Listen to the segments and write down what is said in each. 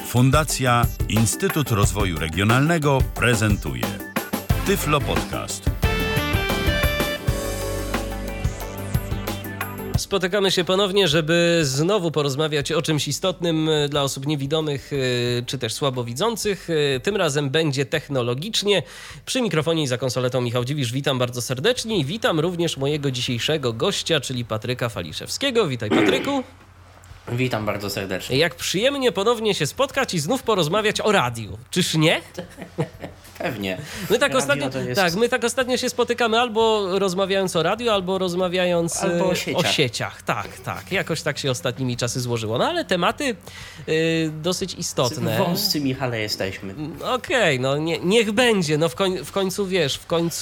Fundacja Instytut Rozwoju Regionalnego prezentuje Tyflo Podcast. Spotykamy się ponownie, żeby znowu porozmawiać o czymś istotnym dla osób niewidomych czy też słabowidzących. Tym razem będzie technologicznie. Przy mikrofonie i za konsoletą Michał Dziwisz. Witam bardzo serdecznie i witam również mojego dzisiejszego gościa, czyli Patryka Faliszewskiego. Witaj, Patryku. Witam bardzo serdecznie. Jak przyjemnie ponownie się spotkać i znów porozmawiać o radiu. Czyż nie? Pewnie. My tak ostatnio się spotykamy albo rozmawiając o radiu, albo rozmawiając o sieciach. Tak. Jakoś tak się ostatnimi czasy złożyło. No ale tematy dosyć istotne. Wąscy, Michale, jesteśmy. Okej, no niech będzie. No w końcu wiesz,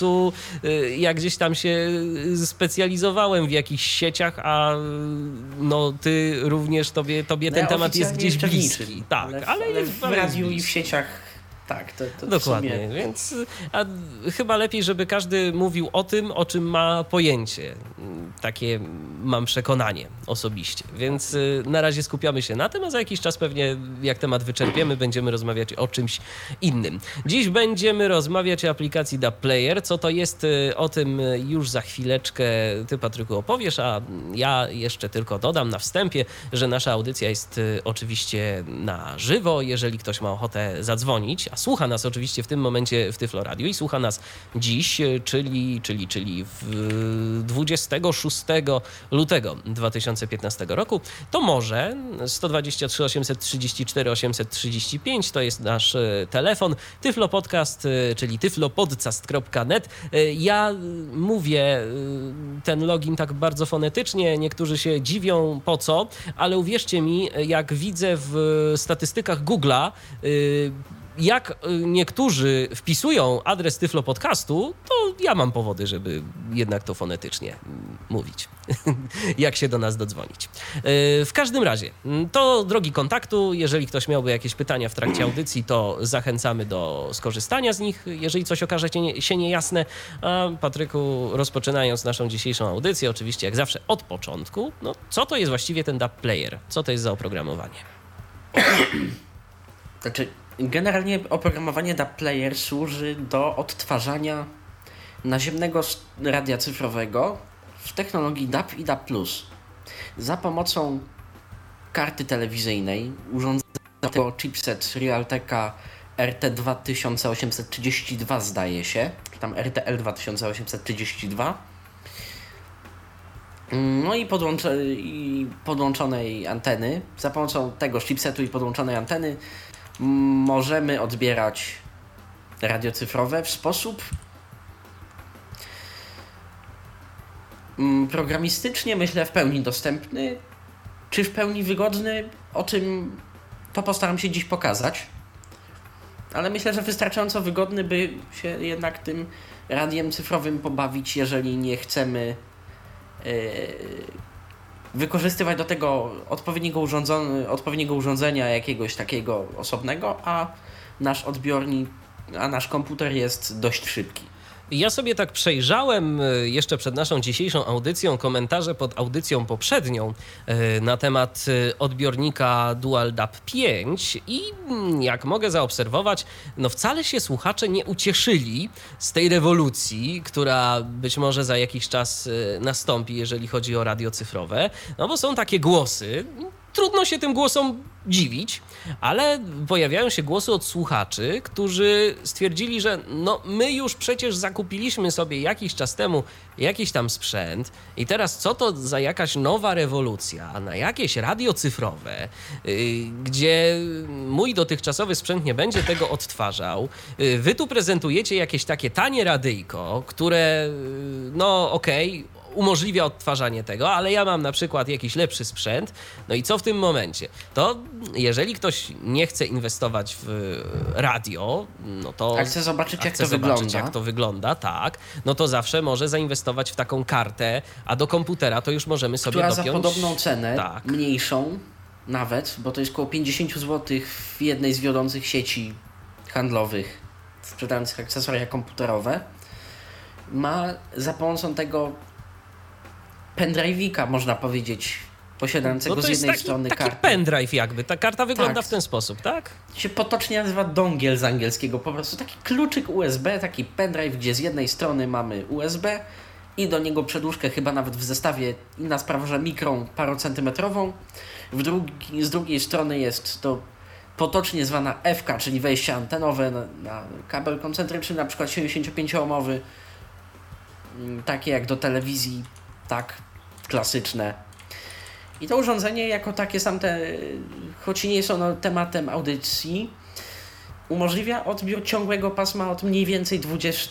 jak gdzieś tam się specjalizowałem w jakichś sieciach, a no ty również, tobie ten temat jest gdzieś bliski. Tak, ale w radiu i w sieciach. Tak, to dokładnie, w sumie... więc chyba lepiej, żeby każdy mówił o tym, o czym ma pojęcie. Takie mam przekonanie osobiście, więc na razie skupiamy się na tym, a za jakiś czas pewnie, jak temat wyczerpiemy, będziemy rozmawiać o czymś innym. Dziś będziemy rozmawiać o aplikacji DAB Player. Co to jest, o tym już za chwileczkę ty, Patryku, opowiesz, a ja jeszcze tylko dodam na wstępie, że nasza audycja jest oczywiście na żywo. Jeżeli ktoś ma ochotę zadzwonić, a słucha nas oczywiście w tym momencie w Tyflo Radio i słucha nas dziś, czyli w 26 lutego 2015 roku, to może 123 834 835 to jest nasz telefon, Tyflo Podcast, czyli tyflopodcast.net. Ja mówię ten login tak bardzo fonetycznie, niektórzy się dziwią po co, ale uwierzcie mi, jak widzę w statystykach Google'a, jak niektórzy wpisują adres Tyflo Podcastu, to ja mam powody, żeby jednak to fonetycznie mówić, jak się do nas dodzwonić. W każdym razie, to drogi kontaktu. Jeżeli ktoś miałby jakieś pytania w trakcie audycji, to zachęcamy do skorzystania z nich, jeżeli coś okaże się niejasne. A Patryku, rozpoczynając naszą dzisiejszą audycję, oczywiście jak zawsze od początku, no co to jest właściwie ten DAB Player? Co to jest za oprogramowanie? Generalnie oprogramowanie DAB Player służy do odtwarzania naziemnego radia cyfrowego w technologii DAB i DAB+. Za pomocą karty telewizyjnej urządzonego chipset Realteka RT2832 zdaje się, czy tam RTL 2832. No i podłączonej anteny. Za pomocą tego chipsetu i podłączonej anteny możemy odbierać radio cyfrowe w sposób programistycznie, myślę, w pełni dostępny, czy w pełni wygodny, o czym to postaram się dziś pokazać. Ale myślę, że wystarczająco wygodny, by się jednak tym radiem cyfrowym pobawić, jeżeli nie chcemy wykorzystywać do tego odpowiedniego urządzenia jakiegoś takiego osobnego, a nasz komputer jest dość szybki. Ja sobie tak przejrzałem jeszcze przed naszą dzisiejszą audycją komentarze pod audycją poprzednią na temat odbiornika Dual DAB 5 i jak mogę zaobserwować, no wcale się słuchacze nie ucieszyli z tej rewolucji, która być może za jakiś czas nastąpi, jeżeli chodzi o radio cyfrowe, no bo są takie głosy. Trudno się tym głosom dziwić, ale pojawiają się głosy od słuchaczy, którzy stwierdzili, że no my już przecież zakupiliśmy sobie jakiś czas temu jakiś tam sprzęt i teraz co to za jakaś nowa rewolucja na jakieś radio cyfrowe, gdzie mój dotychczasowy sprzęt nie będzie tego odtwarzał. Wy tu prezentujecie jakieś takie tanie radyjko, które no okej, umożliwia odtwarzanie tego, ale ja mam na przykład jakiś lepszy sprzęt. No i co w tym momencie? To jeżeli ktoś nie chce inwestować w radio, no to... A chce zobaczyć, jak to wygląda, tak, no to zawsze może zainwestować w taką kartę, a do komputera to już możemy sobie dopiąć... Która za podobną cenę, tak, mniejszą nawet, bo to jest około 50 zł w jednej z wiodących sieci handlowych sprzedających akcesoria komputerowe, ma za pomocą tego pendrive'ika, można powiedzieć, posiadającego No to z jest jednej taki, strony taki kartę. pendrive jakby. Ta karta wygląda Tak. w ten sposób, tak? Się potocznie nazywa dongiel z angielskiego, po prostu taki kluczyk USB, taki pendrive, gdzie z jednej strony mamy USB i do niego przedłużkę, chyba nawet w zestawie, inna sprawa, że mikrą parocentymetrową. Z drugiej strony jest to potocznie zwana FK, czyli wejście antenowe na kabel koncentryczny, na przykład 75-ohmowy, takie jak do telewizji, tak, klasyczne. I to urządzenie jako takie choć nie jest ono tematem audycji, umożliwia odbiór ciągłego pasma od mniej więcej 20,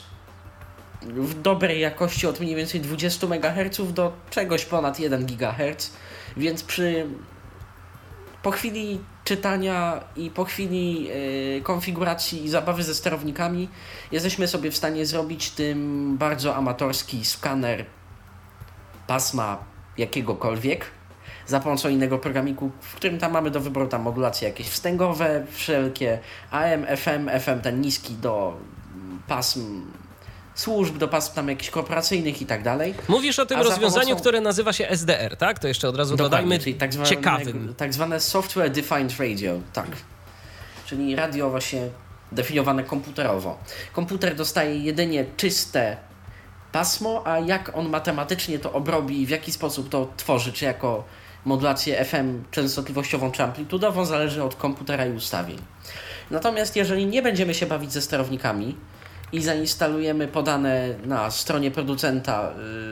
w dobrej jakości od mniej więcej 20 MHz do czegoś ponad 1 GHz, więc po chwili czytania i po chwili konfiguracji i zabawy ze sterownikami jesteśmy sobie w stanie zrobić tym bardzo amatorski skaner pasma jakiegokolwiek za pomocą innego programiku, w którym tam mamy do wyboru tam modulacje jakieś wstęgowe, wszelkie AM, FM, ten niski do pasm służb, do pasm tam jakichś korporacyjnych i tak dalej. Mówisz o tym rozwiązaniu, które nazywa się SDR, tak? To jeszcze od razu dodajmy, czyli ciekawym. Tak zwane Software Defined Radio, tak. Czyli radio właśnie definiowane komputerowo. Komputer dostaje jedynie czyste pasmo, a jak on matematycznie to obrobi i w jaki sposób to tworzy, czy jako modulację FM częstotliwościową czy amplitudową, zależy od komputera i ustawień. Natomiast jeżeli nie będziemy się bawić ze sterownikami i zainstalujemy podane na stronie producenta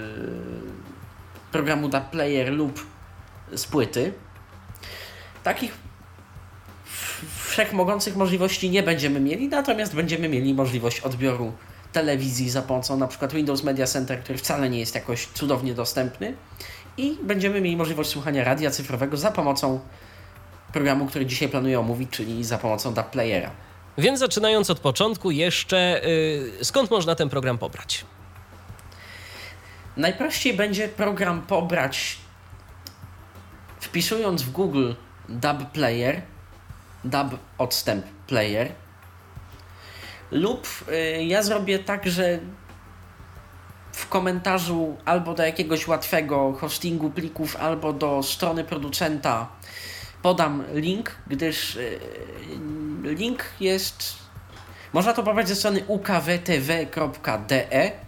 programu DAB Player lub z płyty, takich wszechmogących możliwości nie będziemy mieli, natomiast będziemy mieli możliwość odbioru telewizji za pomocą na przykład Windows Media Center, który wcale nie jest jakoś cudownie dostępny, i będziemy mieli możliwość słuchania radia cyfrowego za pomocą programu, który dzisiaj planuję omówić, czyli za pomocą DAB Playera. Więc zaczynając od początku jeszcze, skąd można ten program pobrać? Najprościej będzie program pobrać wpisując w Google DAB Player, DAB odstęp Player, lub ja zrobię tak, że w komentarzu albo do jakiegoś łatwego hostingu plików, albo do strony producenta podam link, gdyż link jest... Można to pobrać ze strony ukwtw.de,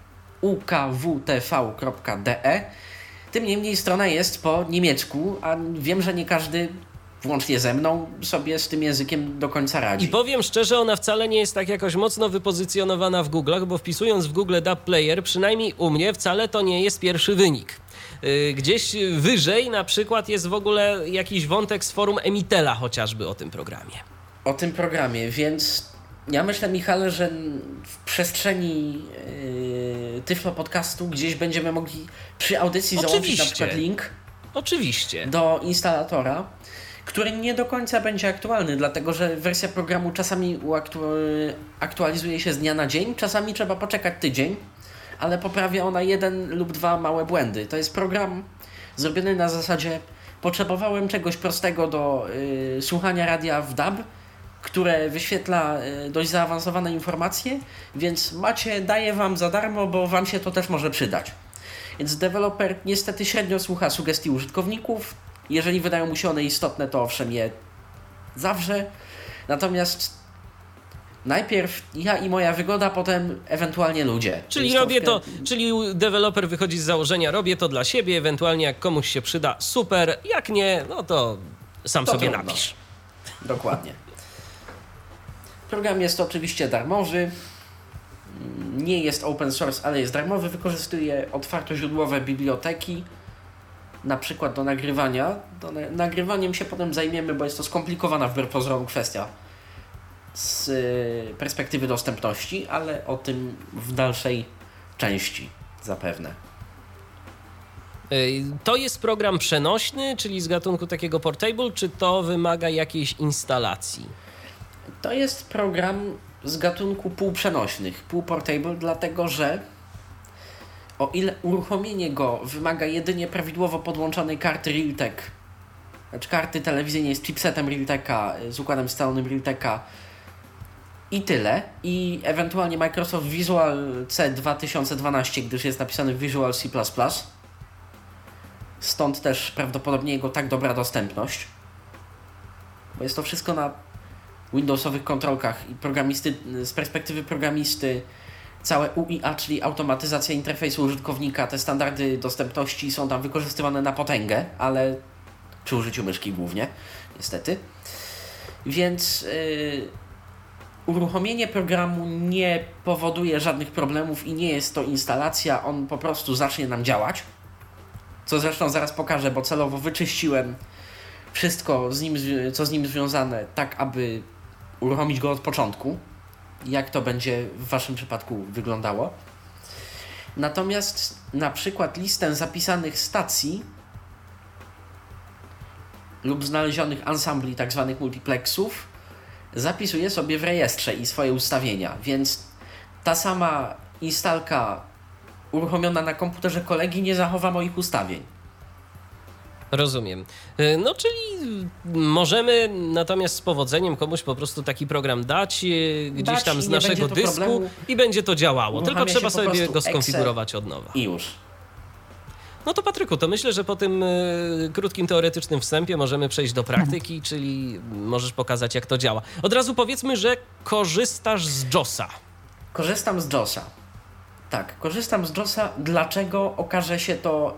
ukwtv.de. Tym niemniej strona jest po niemiecku, a wiem, że nie każdy, włącznie ze mną, sobie z tym językiem do końca radzi. I powiem szczerze, ona wcale nie jest tak jakoś mocno wypozycjonowana w Google'ach, bo wpisując w Google DAB Player, przynajmniej u mnie, wcale to nie jest pierwszy wynik. Gdzieś wyżej na przykład jest w ogóle jakiś wątek z forum Emitela chociażby o tym programie. O tym programie, więc ja myślę, Michale, że w przestrzeni Tyflo Podcastu gdzieś będziemy mogli przy audycji załączyć na przykład link do instalatora, który nie do końca będzie aktualny, dlatego że wersja programu czasami aktualizuje się z dnia na dzień, czasami trzeba poczekać tydzień, ale poprawia ona 1 lub 2 małe błędy. To jest program zrobiony na zasadzie: potrzebowałem czegoś prostego do słuchania radia w DAB, które wyświetla dość zaawansowane informacje, więc daję wam za darmo, bo wam się to też może przydać. Więc deweloper niestety średnio słucha sugestii użytkowników. Jeżeli wydają mu się one istotne, to owszem je zawrze. Natomiast najpierw ja i moja wygoda, potem ewentualnie ludzie. Czyli deweloper wychodzi z założenia: robię to dla siebie, ewentualnie jak komuś się przyda, super, jak nie, no to sam sobie trudno. napisz. Dokładnie. Program jest oczywiście darmowy, nie jest open source, ale jest darmowy, wykorzystuje otwartoźródłowe biblioteki, na przykład do nagrywania. Nagrywaniem się potem zajmiemy, bo jest to skomplikowana wbrew pozorom kwestia z perspektywy dostępności, ale o tym w dalszej części zapewne. To jest program przenośny, czyli z gatunku takiego portable, czy to wymaga jakiejś instalacji? To jest program z gatunku półprzenośnych, półportable, dlatego że o ile uruchomienie go wymaga jedynie prawidłowo podłączonej karty Realtek, znaczy karty telewizyjnej z chipsetem Realteka, z układem scalonym Realteka i tyle, i ewentualnie Microsoft Visual C 2012, gdyż jest napisany w Visual C++, Stąd też prawdopodobnie jego tak dobra dostępność. Bo jest to wszystko na Windowsowych kontrolkach i programisty, z perspektywy programisty całe UIA, czyli automatyzacja interfejsu użytkownika, te standardy dostępności są tam wykorzystywane na potęgę, ale przy użyciu myszki głównie, niestety. Więc uruchomienie programu nie powoduje żadnych problemów i nie jest to instalacja, on po prostu zacznie nam działać. Co zresztą zaraz pokażę, bo celowo wyczyściłem wszystko, co z nim związane, tak aby uruchomić go od początku. Jak to będzie w Waszym przypadku wyglądało. Natomiast na przykład listę zapisanych stacji lub znalezionych ansambli, tak zwanych multiplexów, zapisuję sobie w rejestrze i swoje ustawienia, więc ta sama instalka uruchomiona na komputerze kolegi nie zachowa moich ustawień. Rozumiem. No, czyli możemy natomiast z powodzeniem komuś po prostu taki program dać gdzieś tam z naszego dysku problemu. I będzie to działało. Tylko trzeba sobie go skonfigurować od nowa. I już. No to Patryku, to myślę, że po tym krótkim teoretycznym wstępie możemy przejść do praktyki, czyli możesz pokazać, jak to działa. Od razu powiedzmy, że korzystasz z JOSa. Korzystam z JOSa. Tak, korzystam z JOSa. Dlaczego? Okaże się to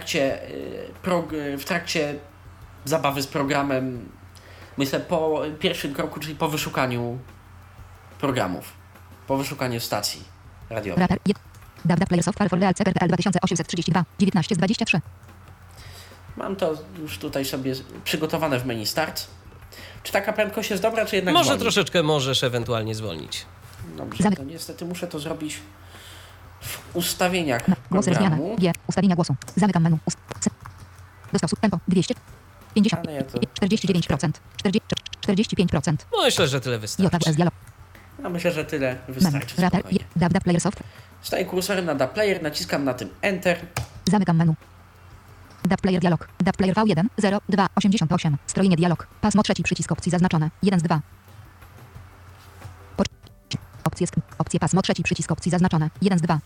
w trakcie zabawy z programem, myślę, po pierwszym kroku, czyli po wyszukaniu programów, po wyszukaniu stacji radiowych. Dawda Player Software for Real CPRL 2832 19 z 23. Mam to już tutaj sobie przygotowane w menu Start. Czy taka prędkość jest dobra, czy jednak Może zwolni? troszeczkę możesz ewentualnie zwolnić. Dobrze, to niestety muszę to zrobić w ustawieniach Głos zmiana. programu. G. Ustawienia głosu. Zamykam menu. Dostosuj tempo 250. Ale ja to 49%. 45%. No myślę, że tyle wystarczy. JS dialog. No, myślę, że tyle Menu. wystarczy Rater. spokojnie. Dawda Player Software. Staję kursorem na Da Player, naciskam na tym Enter. Zamykam menu. DAW Player dialog. DAW Player V1 0 2 88. Strojenie dialog. Pasmo trzeci przycisk opcji zaznaczone. 1 z 2. Opcje pasmo trzeci przycisk opcji zaznaczone. 1 z 2.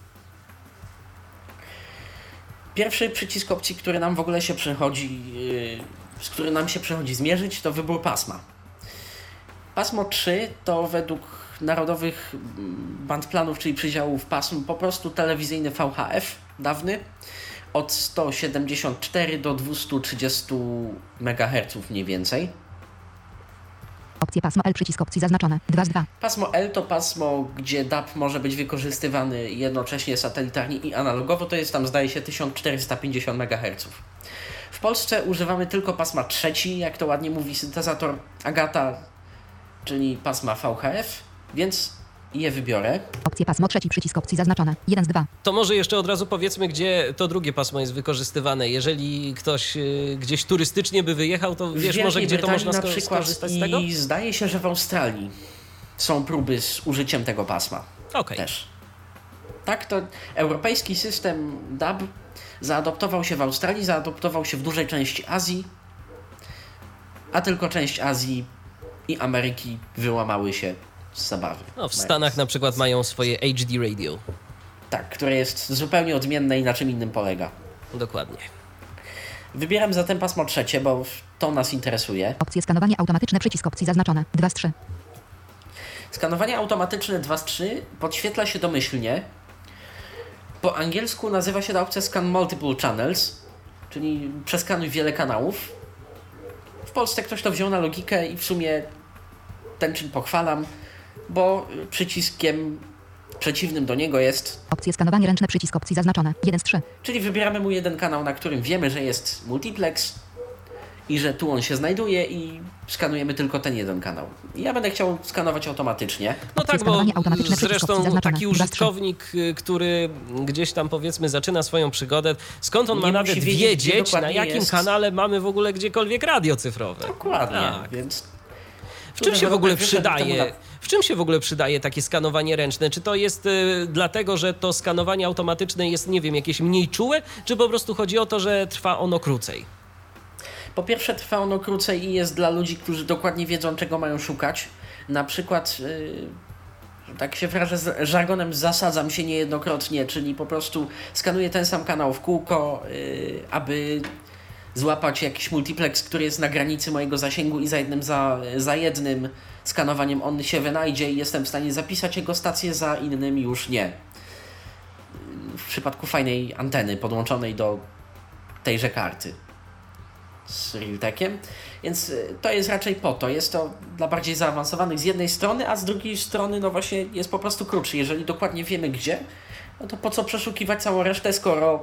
Pierwszy przycisk opcji, który nam w ogóle się przychodzi, z którym nam się przychodzi zmierzyć, to wybór pasma. Pasmo 3 to według narodowych bandplanów, czyli przydziałów pasm, po prostu telewizyjny VHF dawny od 174 do 230 MHz mniej więcej. Opcje pasmo L przycisk opcji zaznaczone. 2 z 2. Pasmo L to pasmo, gdzie DAB może być wykorzystywany jednocześnie satelitarnie i analogowo, to jest tam zdaje się 1450 MHz. W Polsce używamy tylko pasma trzeci, jak to ładnie mówi syntezator Agata, czyli pasma VHF, więc je wybiorę. Opcje pasmo trzeci przycisk opcji zaznaczone. 1 z 2. To może jeszcze od razu powiedzmy, gdzie to drugie pasmo jest wykorzystywane. Jeżeli ktoś gdzieś turystycznie by wyjechał, to wiesz może, gdzie to można na przykład skorzystać z tego? I zdaje się, że w Australii są próby z użyciem tego pasma. Okej. Też. Tak, to europejski system DAB zaadoptował się w Australii, zaadoptował się w dużej części Azji, a tylko część Azji i Ameryki wyłamały się z zabawy. No, w Stanach na przykład mają swoje HD radio. Tak, które jest zupełnie odmienne i na czym innym polega. Dokładnie. Wybieram zatem pasmo trzecie, bo to nas interesuje. Opcje skanowanie automatyczne przycisk opcji zaznaczone. 2 z 3. Skanowanie automatyczne 2 z 3 podświetla się domyślnie. Po angielsku nazywa się ta opcja Scan Multiple Channels, czyli przeskanuj wiele kanałów. W Polsce ktoś to wziął na logikę i w sumie ten czyn pochwalam, bo przyciskiem przeciwnym do niego jest... Opcje skanowanie ręczne przycisk opcji zaznaczone. 1 z 3. Czyli wybieramy mu jeden kanał, na którym wiemy, że jest multiplex i że tu on się znajduje i skanujemy tylko ten jeden kanał. Ja będę chciał skanować automatycznie. No tak, bo Skanowanie automatyczne przycisk opcji zresztą zaznaczone. taki 2 z 3. użytkownik, który gdzieś tam powiedzmy zaczyna swoją przygodę, skąd on Nie ma musi nawet wiedzieć, gdzie wiedzieć, na dokładnie jakim jest. kanale mamy w ogóle gdziekolwiek radio cyfrowe. Dokładnie, Tak. więc... W czym się w ogóle wyszedł temu przydaje? W czym się w ogóle przydaje takie skanowanie ręczne? Czy to jest dlatego, że to skanowanie automatyczne jest, nie wiem, jakieś mniej czułe, czy po prostu chodzi o to, że trwa ono krócej? Po pierwsze trwa ono krócej i jest dla ludzi, którzy dokładnie wiedzą, czego mają szukać. Na przykład tak się wyrażę, z żargonem zasadzam się niejednokrotnie, czyli po prostu skanuję ten sam kanał w kółko, aby złapać jakiś multiplex, który jest na granicy mojego zasięgu i za jednym skanowaniem on się wynajdzie i jestem w stanie zapisać jego stację, za innym już nie. W przypadku fajnej anteny podłączonej do tejże karty z Realtekiem, więc to jest raczej po to. Jest to dla bardziej zaawansowanych z jednej strony, a z drugiej strony no właśnie jest po prostu krótszy. Jeżeli dokładnie wiemy gdzie, no to po co przeszukiwać całą resztę, skoro...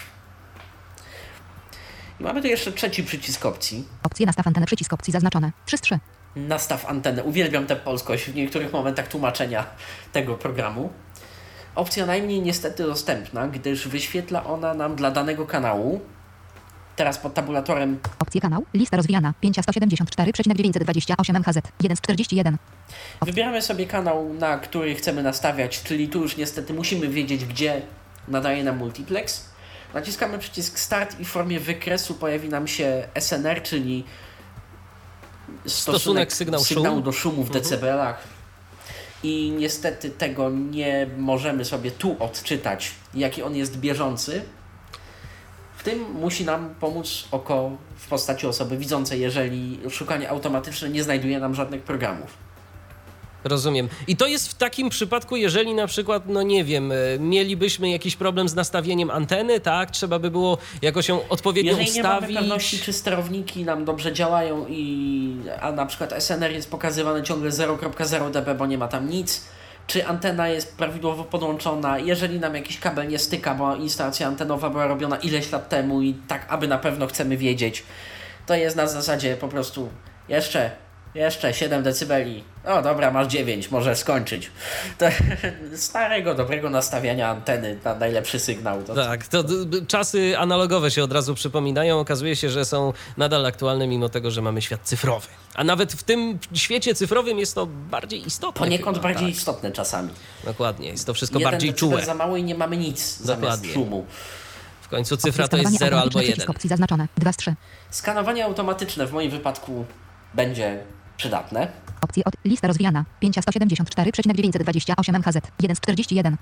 I mamy tu jeszcze trzeci przycisk opcji. Opcje nastaw antenę, przycisk opcji zaznaczone. 3 z 3. Nastaw antenę. Uwielbiam tę polskość w niektórych momentach tłumaczenia tego programu. Opcja najmniej niestety dostępna, gdyż wyświetla ona nam dla danego kanału, teraz pod tabulatorem, Opcje kanał, lista rozwijana, 5174,928 MHz, 1 z 41. wybieramy sobie kanał, na który chcemy nastawiać, czyli tu już niestety musimy wiedzieć, gdzie nadaje nam multiplex. Naciskamy przycisk Start i w formie wykresu pojawi nam się SNR, czyli stosunek sygnału do szumu w decybelach. I niestety tego nie możemy sobie tu odczytać, jaki on jest bieżący. W tym musi nam pomóc oko w postaci osoby widzącej, jeżeli szukanie automatyczne nie znajduje nam żadnych programów. Rozumiem. I to jest w takim przypadku, jeżeli na przykład, no nie wiem, mielibyśmy jakiś problem z nastawieniem anteny, tak? Trzeba by było jakoś ją odpowiednio jeżeli ustawić. Jeżeli nie mamy pewności, czy sterowniki nam dobrze działają, a na przykład SNR jest pokazywany ciągle 0.0 dB, bo nie ma tam nic, czy antena jest prawidłowo podłączona, jeżeli nam jakiś kabel nie styka, bo instalacja antenowa była robiona ileś lat temu i tak, aby na pewno chcemy wiedzieć, to jest na zasadzie po prostu jeszcze 7 decybeli. O dobra, masz 9, możesz skończyć. To starego, dobrego nastawiania anteny na najlepszy sygnał. Tak, to czasy analogowe się od razu przypominają. Okazuje się, że są nadal aktualne, mimo tego, że mamy świat cyfrowy. A nawet w tym świecie cyfrowym jest to bardziej istotne. Poniekąd chyba, bardziej tak. istotne czasami. Dokładnie, jest to wszystko 1 bardziej decybel czułe. za mało i nie mamy nic zamiast szumu. W końcu cyfra to jest 0 albo 1. Opcji zaznaczone. 2 z 3. Skanowanie automatyczne w moim wypadku będzie przydatne. Opcje od lista rozwijana, 5174,928 MHz, 1 z 41.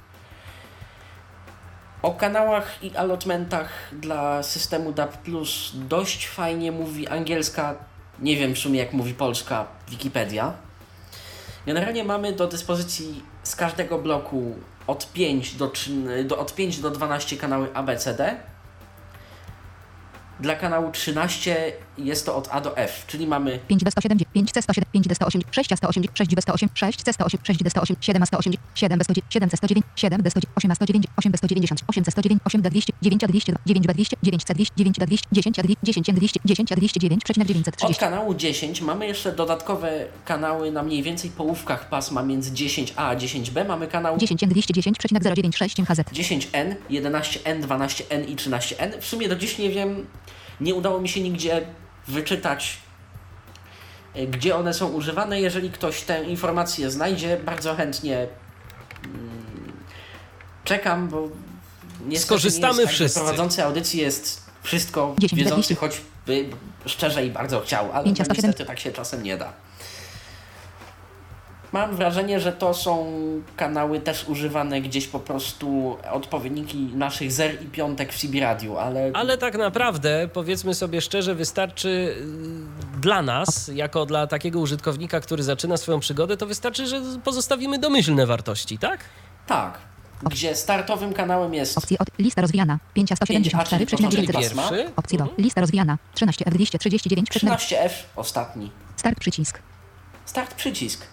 O kanałach i allotmentach dla systemu DAB+ dość fajnie mówi angielska, nie wiem w sumie jak mówi polska, Wikipedia. Generalnie mamy do dyspozycji z każdego bloku od 5 do 12 kanały ABCD. Dla kanału 13 jest to od A do F, czyli mamy 5B107, 5C107, 5D108, 6A108, 6B108, 6C108, 6D108, 7A108, 7B109, 7C109, 7D109, 8A109, 8B190, 8C109, 8D200, 9A200, 9B200, 9C200, 9D200, 10A200, 10N200, 10A209,930. od kanału 10 mamy jeszcze dodatkowe kanały na mniej więcej połówkach pasma między 10A a 10B. Mamy kanał 10N210,096 MHz. 10N, 11N, 12N i 13N. W sumie do dziś nie wiem, nie udało mi się nigdzie wyczytać, gdzie one są używane. Jeżeli ktoś tę informację znajdzie, bardzo chętnie czekam, bo niestety skorzystamy nie jest tak, wszyscy. że prowadzący audycję jest wszystko 10, wiedzący, choćby szczerze i bardzo chciał, ale no, niestety tak się czasem nie da. Mam wrażenie, że to są kanały też używane gdzieś po prostu odpowiedniki naszych zer i piątek w CB Radio, Ale tak naprawdę, powiedzmy sobie szczerze, wystarczy dla nas, jako dla takiego użytkownika, który zaczyna swoją przygodę, to wystarczy, że pozostawimy domyślne wartości, tak? Tak, gdzie startowym kanałem jest Opcje od lista rozwijana, 5174,930. Pierwszy. Opcje do lista rozwijana, 13F239,9. 13F, ostatni. Start przycisk. Start przycisk.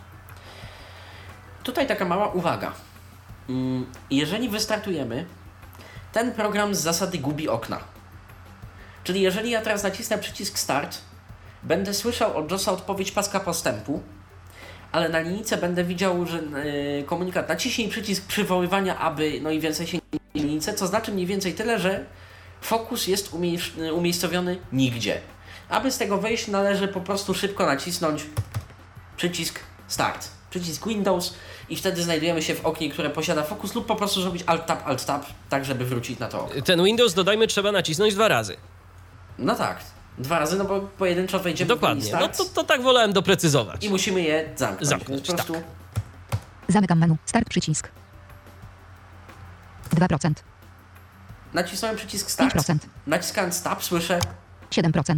Tutaj taka mała uwaga. Jeżeli wystartujemy, ten program z zasady gubi okna. Czyli jeżeli ja teraz nacisnę przycisk Start, będę słyszał od JOS-a odpowiedź paska postępu, ale na linijce będę widział, że komunikat naciśnij przycisk przywoływania, aby, no i więcej się nie linijce, co znaczy mniej więcej tyle, że fokus jest umiejscowiony nigdzie. Aby z tego wyjść, należy po prostu szybko nacisnąć przycisk Start, przycisk Windows i wtedy znajdujemy się w oknie, które posiada fokus, lub po prostu zrobić Alt-Tab, tak żeby wrócić na to okno. Ten Windows, dodajmy, trzeba nacisnąć 2 razy. No tak, 2 razy, no bo pojedynczo wejdziemy Dokładnie, w no Start to tak wolałem doprecyzować. i musimy je zamknąć. Zamknąć, Więc po prostu Zamykam menu. Start przycisk. 2%. Nacisnąłem przycisk Start. 5%. Naciskając Tab słyszę 7%.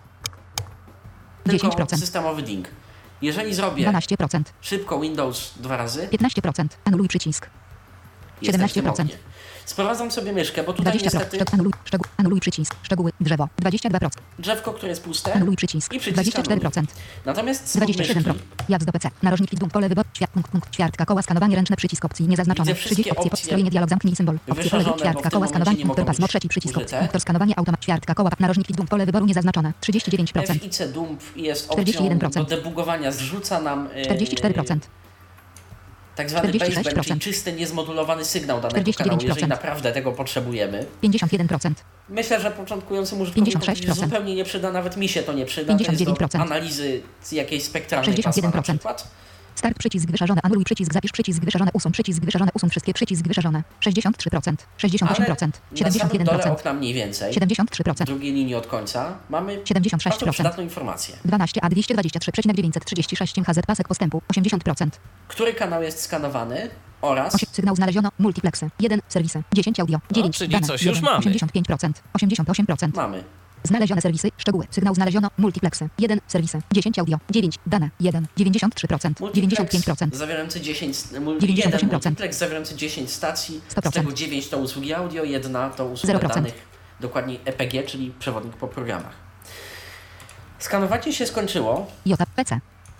tylko 10%. systemowy ding. Jeżeli zrobię 12%. szybko Windows 2 razy, 15%. Anuluj przycisk. jestem w tym 17%. oknie. Sprowadzam sobie myszkę, bo tutaj 20%. niestety Anuluj przycisk. Szczegóły. Drzewo. 22%. drzewko, które jest puste Anuluj przycisk. i przycisk 24%. Natomiast są 27%. myszki. Jazd do PC. Narożnik widm. Pole wyboru. Punkt. Ćwiartka. Koła. Skanowanie ręczne. Przycisk opcji. Niezaznaczone. Widzę wszystkie Przycisk opcji. opcje Podstrojenie dialog. Zamknij symbol. Opcje pole wyszerzone, wyboru. bo w Ćwiartka. tym Koła. momencie Skanowanie. nie Punktor mogą pasmo. być Trzeci przycisk opcji. użyte. Punktor skanowanie. Automat. Ćwiartka. Koła. Narożnik widm. Pole wyboru. Niezaznaczone. 39%. FIC Dump jest opcją 41%. do debugowania. Zrzuca nam 44%. tak zwany 46%. baseband, czyli czysty, niezmodulowany sygnał danego 49%. kanału, jeżeli naprawdę tego potrzebujemy. 51%. Myślę, że początkującym użytkownikom 56%. zupełnie nie przyda, nawet mi się to nie przyda. To jest do 59%. analizy z jakiejś spektralnej pasma na 61%. przykład. Start przycisk wyszerzone. Anuluj przycisk. Zapisz przycisk wyszerzone. Usuń przycisk wyszerone. Usuń wszystkie przycisk wyszerzone. 63%. 68%. Na samym dole 71%. okna mniej więcej, w 73%. drugiej linii od końca, mamy 76%. bardzo przydatną informację. 12 a 223,936 MHz pasek postępu 80%. Który kanał jest skanowany oraz 8 sygnał znaleziono multiplexy 1 serwisy 10 audio 9 czyli dane, coś już 1, mamy. 85% 88%. mamy. Znalezione serwisy szczegóły sygnał znaleziono multiplexy 1 serwisy 10 audio 9 dane 1 93% 95%. zawierający 10, 98%. jeden multiplex zawierający 10 stacji, 100%. z tego 9 to usługi audio, jedna to usługa 0%. danych, dokładniej EPG, czyli przewodnik po programach. Skanowanie się skończyło JPC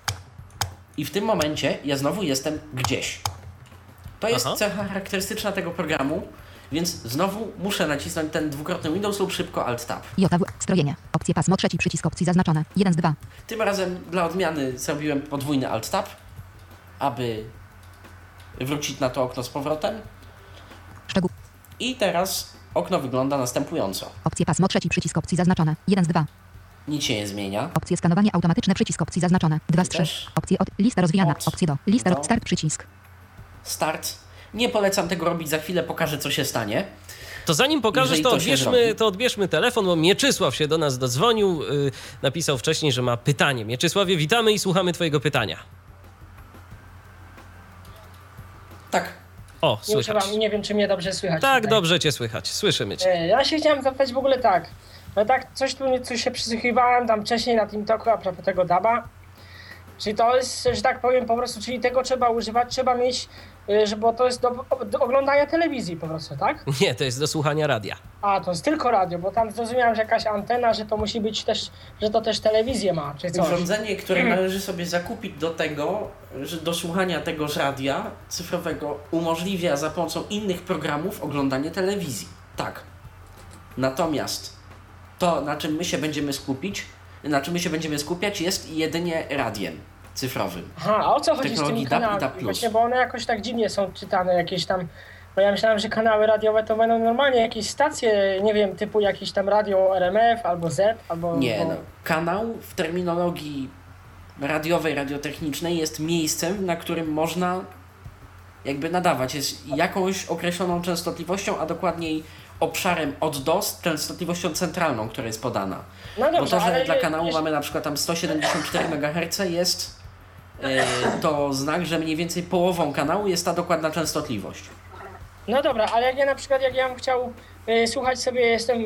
i w tym momencie ja znowu jestem gdzieś. To jest Aha. cecha charakterystyczna tego programu, więc znowu muszę nacisnąć ten dwukrotny Windows lub szybko Alt-Tab. JW strojenie opcje pasmo trzeci przycisk opcji zaznaczone 1 z 2 Tym razem dla odmiany zrobiłem podwójny Alt-Tab, aby wrócić na to okno z powrotem. szczegół I teraz okno wygląda następująco. opcje pasmo trzeci przycisk opcji zaznaczone 1 z 2 Nic się nie zmienia. opcje skanowanie automatyczne przycisk opcji zaznaczone 2 z 3 Też. opcje od lista rozwijana Od opcje do lista do. start przycisk Start. Nie polecam tego robić, za chwilę pokażę, co się stanie. To zanim pokażesz, Jeżeli to to się zrobi. odbierzmy telefon, bo Mieczysław się do nas dodzwonił. Napisał wcześniej, że ma pytanie. Mieczysławie, witamy i słuchamy twojego pytania. Tak. O, Nie słychać. używam, nie wiem, czy mnie dobrze słychać. Tak, tutaj. dobrze cię słychać. Słyszymy cię. Ja się chciałem zapytać w ogóle tak. No tak, coś się przysłuchiwałem tam wcześniej na TeamTalku a propos tego DAB-a. Czyli to jest, że tak powiem, po prostu, czyli tego trzeba używać, trzeba mieć, bo to jest do oglądania telewizji po prostu, tak? Nie, to jest do słuchania radia. A, to jest tylko radio, bo tam zrozumiałem, że jakaś antena, że to musi być też, że to też telewizję ma, czy coś. Urządzenie, które należy sobie zakupić do tego, że do słuchania tegoż radia cyfrowego umożliwia za pomocą innych programów oglądanie telewizji. Tak. Natomiast to, na czym my się będziemy skupiać, jest jedynie radiem cyfrowym. Aha, a o co chodzi z Technologii tymi DAB i kanałami? DAB+. Właśnie, bo one jakoś tak dziwnie są czytane, jakieś tam. Bo ja myślałem, że kanały radiowe to będą normalnie jakieś stacje, nie wiem, typu jakieś tam radio RMF albo Z, albo... Nie, bo... no. Kanał w terminologii radiowej, radiotechnicznej jest miejscem, na którym można jakby nadawać. Jest jakąś określoną częstotliwością, a dokładniej obszarem od do z częstotliwością centralną, która jest podana. No dobrze, Bo to, że ale dla kanału jeśli- mamy na przykład tam 174 MHz jest to znak, że mniej więcej połową kanału jest ta dokładna częstotliwość. No dobra, ale jak ja na przykład, jak ja bym chciał słuchać sobie,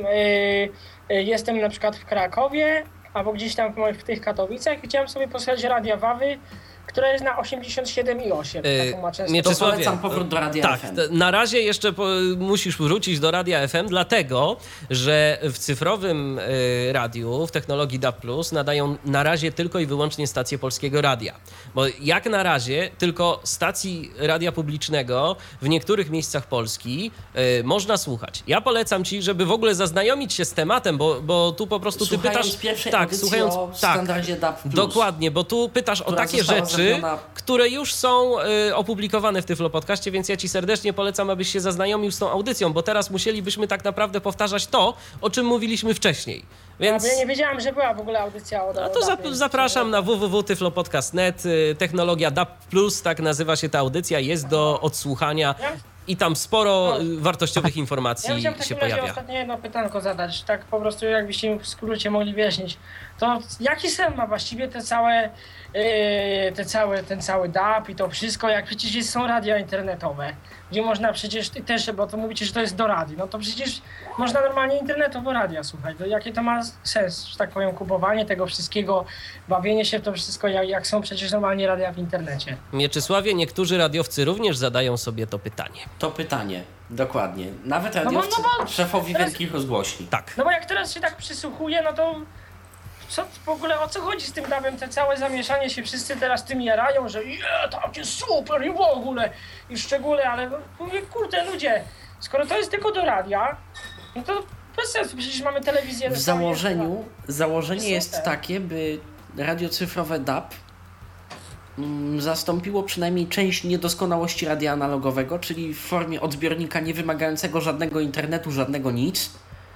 jestem na przykład w Krakowie, albo gdzieś tam w tych Katowicach i chciałem sobie posłuchać Radia Wawy, która jest na 87,8. Taką ma częstotliwość. To Mieczysławie, polecam powrót do Radia tak, FM. na razie jeszcze musisz wrócić do Radia FM, dlatego, że w cyfrowym radiu, w technologii DAB+, nadają na razie tylko i wyłącznie stacje Polskiego Radia. Bo jak na razie tylko stacji radia publicznego w niektórych miejscach Polski można słuchać. Ja polecam ci, żeby w ogóle zaznajomić się z tematem, bo tu po prostu ty Słuchając pytasz... pierwszej Tak, audycji słuchając... o Tak, standardzie DAB+. dokładnie, bo tu pytasz o która takie została rzeczy, zrobiona- które już są opublikowane w Tyflo Podcaście, więc ja ci serdecznie polecam, abyś się zaznajomił z tą audycją, bo teraz musielibyśmy tak naprawdę powtarzać to, o czym mówiliśmy wcześniej. Więc Bo ja nie wiedziałem, że była w ogóle audycja o no to zapraszam na www.tyflopodcast.net. Technologia DAB+, tak nazywa się ta audycja, jest do odsłuchania i tam sporo wartościowych Ja informacji chciałem w się takim razie pojawia. ostatnie jedno pytanko zadać, tak po prostu jakbyście w skrócie mogli wyjaśnić. To jaki sen ma właściwie te całe ten cały DAB i to wszystko, jak przecież są radia internetowe, gdzie można przecież też, bo to mówicie, że to jest do radii, no to przecież można normalnie internetowo radia słuchać. To jakie to ma sens, że tak powiem, kupowanie tego wszystkiego, bawienie się w to wszystko, jak są przecież normalnie radia w internecie. Mieczysławie, niektórzy radiowcy również zadają sobie to pytanie. To pytanie, dokładnie. Nawet radiowcy, szefowi teraz, wielkich rozgłośni. Tak. No bo jak teraz się tak przysłuchuję, no to co w ogóle, o co chodzi z tym DAB-em? Te całe zamieszanie się, wszyscy teraz tym jarają, że tak jest super i w ogóle, i szczególe, ale mówię, kurde ludzie, skoro to jest tylko do radia, no to bez sensu, przecież mamy telewizję. W założenie jest takie, by radio cyfrowe DAB zastąpiło przynajmniej część niedoskonałości radia analogowego, czyli w formie odbiornika nie wymagającego żadnego internetu, żadnego nic.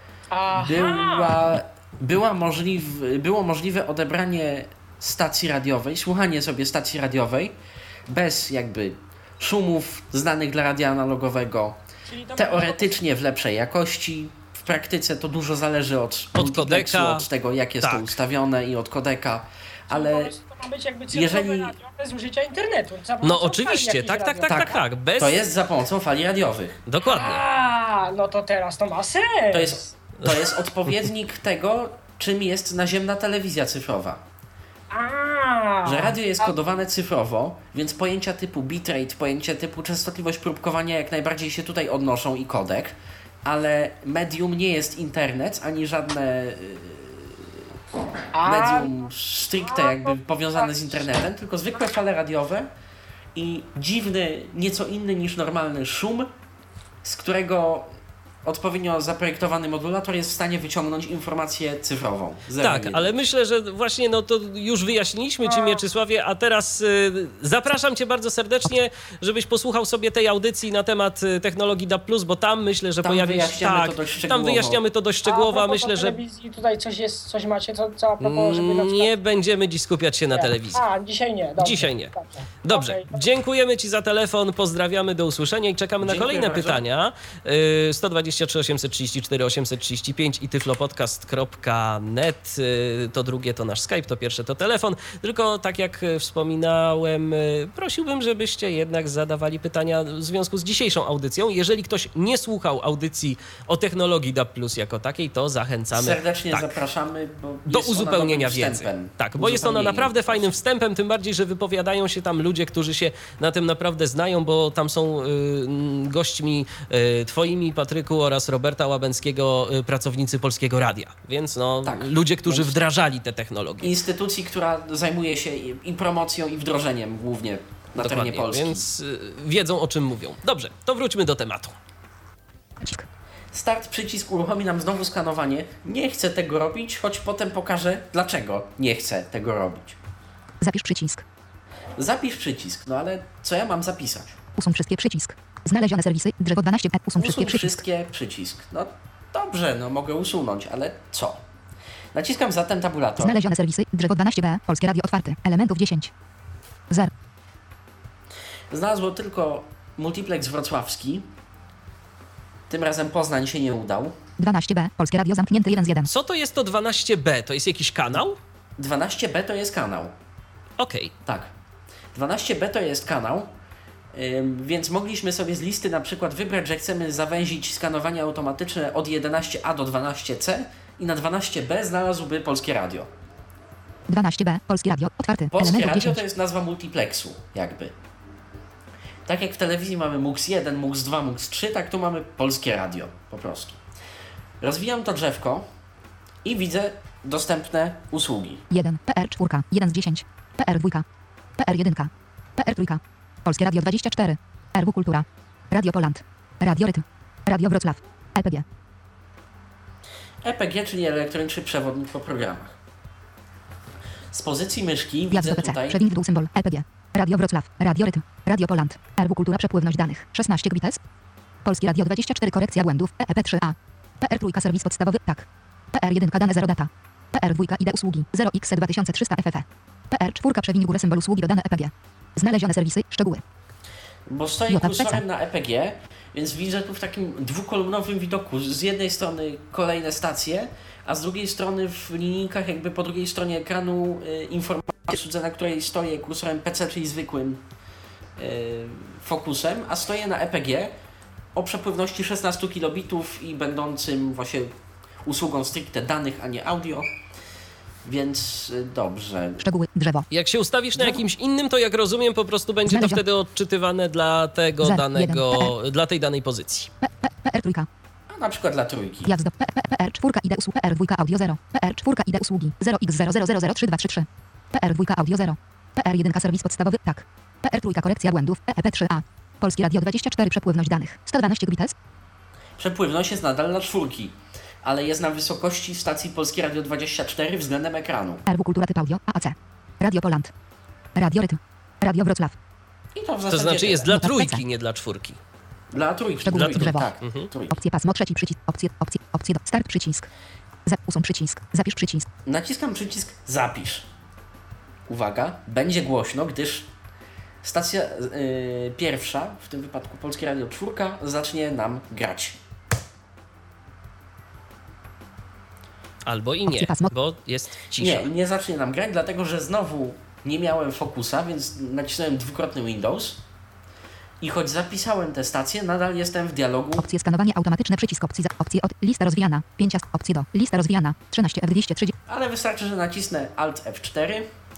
Było możliwe odebranie stacji radiowej, słuchanie sobie stacji radiowej bez jakby szumów znanych dla radia analogowego, teoretycznie w lepszej jakości. W praktyce to dużo zależy od kodeka, od tego jak jest to ustawione i od kodeka, ale to ma być jakby cyfrowe radio bez użycia internetu. No oczywiście, tak. To jest za pomocą fali radiowych. Dokładnie. No to teraz to ma sens. To jest odpowiednik tego, czym jest naziemna telewizja cyfrowa. Że radio jest kodowane cyfrowo, więc pojęcia typu bitrate, pojęcia typu częstotliwość próbkowania jak najbardziej się tutaj odnoszą i kodek, ale medium nie jest internet, ani żadne medium stricte jakby powiązane z internetem, tylko zwykłe fale radiowe i dziwny, nieco inny niż normalny szum, z którego odpowiednio zaprojektowany modulator jest w stanie wyciągnąć informację cyfrową. Tak, ale myślę, że właśnie to już wyjaśniliśmy Ci, Mieczysławie, a teraz zapraszam Cię bardzo serdecznie, żebyś posłuchał sobie tej audycji na temat technologii DAB+, bo tam myślę, że pojawi się... Tam wyjaśniamy to dość szczegółowo, a myślę, że... telewizji tutaj coś macie, co a propos, żeby na przykład... Nie będziemy dziś skupiać się na telewizji. Dzisiaj nie. Dobrze. Dzisiaj nie. Dobrze. Dziękujemy Ci za telefon, pozdrawiamy, do usłyszenia i czekamy na kolejne pytania. 123 834 835 i tyflopodcast.net. To drugie to nasz Skype, to pierwsze to telefon. Tylko tak jak wspominałem, prosiłbym, żebyście jednak zadawali pytania w związku z dzisiejszą audycją. Jeżeli ktoś nie słuchał audycji o technologii DAB+ jako takiej, to zachęcamy. Serdecznie zapraszamy do uzupełnienia wiedzy. Tak, bo jest ona naprawdę fajnym wstępem, tym bardziej, że wypowiadają się tam ludzie, którzy się na tym naprawdę znają, bo tam są gośćmi twoimi, Patryku, oraz Roberta Łabęckiego, pracownicy Polskiego Radia. Więc ludzie, którzy wdrażali te technologie. Instytucji, która zajmuje się i promocją, i wdrożeniem głównie na terenie Polski. Więc wiedzą, o czym mówią. Dobrze, to wróćmy do tematu. Start, przycisk uruchomi nam znowu skanowanie. Nie chcę tego robić, choć potem pokażę, dlaczego nie chcę tego robić. Zapisz przycisk. Zapisz przycisk, no ale co ja mam zapisać? Usuń wszystkie przycisk. Znalezione serwisy, drzewo 12, usuń wszystkie przycisk. No dobrze, mogę usunąć, ale co? Naciskam zatem tabulator. Znalezione serwisy, drzewo 12b, Polskie Radio otwarte, elementów 10. 0. Znalazło tylko multiplex wrocławski. Tym razem Poznań się nie udał. 12b, Polskie Radio zamknięte 1 z 1. Co to jest to 12b? To jest jakiś kanał? 12b to jest kanał. Okej. Tak. 12b to jest kanał. Więc mogliśmy sobie z listy na przykład wybrać, że chcemy zawęzić skanowanie automatyczne od 11a do 12c i na 12b znalazłby Polskie Radio. 12b, Polskie Radio, otwarte, Polskie elementów Radio 10. to jest nazwa multiplexu, jakby. Tak jak w telewizji mamy MUX 1, MUX 2, MUX 3, tak tu mamy Polskie Radio, po prostu. Rozwijam to drzewko i widzę dostępne usługi. 1, PR4, 1 z 10, PR2, PR1, PR3, Polskie Radio 24, RW Kultura, Radio Poland, Radio Rytm, Radio Wrocław, EPG. EPG, czyli elektroniczny przewodnik po programach. Z pozycji myszki Wjazd widzę do PC, tutaj... przewiń w dół symbol, EPG, Radio Wrocław, Radio Rytm, Radio Poland, RW Kultura, przepływność danych, 16 kbps, Polskie Radio 24, korekcja błędów, EEP3A, PR3, serwis podstawowy, tak, PR1, dane 0 data, PR2, ID usługi, 0x 2300 FF, PR4, przewiń górę symbol usługi dodane EPG. Znalezione serwisy, szczegóły. Bo stoję kursorem na EPG, więc widzę tu w takim dwukolumnowym widoku z jednej strony kolejne stacje, a z drugiej strony w linijkach jakby po drugiej stronie ekranu informacje usłudze, na której stoję kursorem PC, czyli zwykłym fokusem, a stoję na EPG o przepływności 16 kilobitów i będącym właśnie usługą stricte danych, a nie audio. Więc dobrze. Szczegóły. Drzewo. Jak się ustawisz na jakimś innym, to jak rozumiem, po prostu będzie to Znaleziono. wtedy odczytywane dla tego Zero, danego, jeden, dla tej danej pozycji. PR trójka. A na przykład dla trójki. Jazd do PR 4 ID usług PR 2 audio 0. PR 4 ID usługi 0x00003233. PR 2 audio 0. PR 1 serwis podstawowy tak. PR trójka korekcja błędów EP3A. Polskie Radio 24 przepływność danych 112 gbps. Przepływność jest nadal na czwórki, ale jest na wysokości stacji Polskie Radio 24 względem ekranu. RW Kultura typ audio AAC. Radio Poland. Radio Rytm. Radio Wrocław. I to w To zasadzie znaczy jest tyle. dla trójki, nie dla czwórki. Dla trójki. Szczegóły Trójki, drzewo. tak. Mhm. Trójki. Opcje pasmo trzeci przycisk. Opcje do start przycisk. Usuń przycisk. Zapisz przycisk. Naciskam przycisk zapisz. Uwaga, będzie głośno, gdyż stacja pierwsza, w tym wypadku Polskie Radio 4, zacznie nam grać. Albo i nie, bo jest cisza. Nie zacznie nam grać, dlatego że znowu nie miałem fokusa, więc nacisnąłem dwukrotny Windows i choć zapisałem tę stację, nadal jestem w dialogu. Opcje skanowanie automatyczne przycisk opcje od lista rozwijana. 5 opcje do lista rozwijana. 13 F230. Ale wystarczy, że nacisnę Alt F4.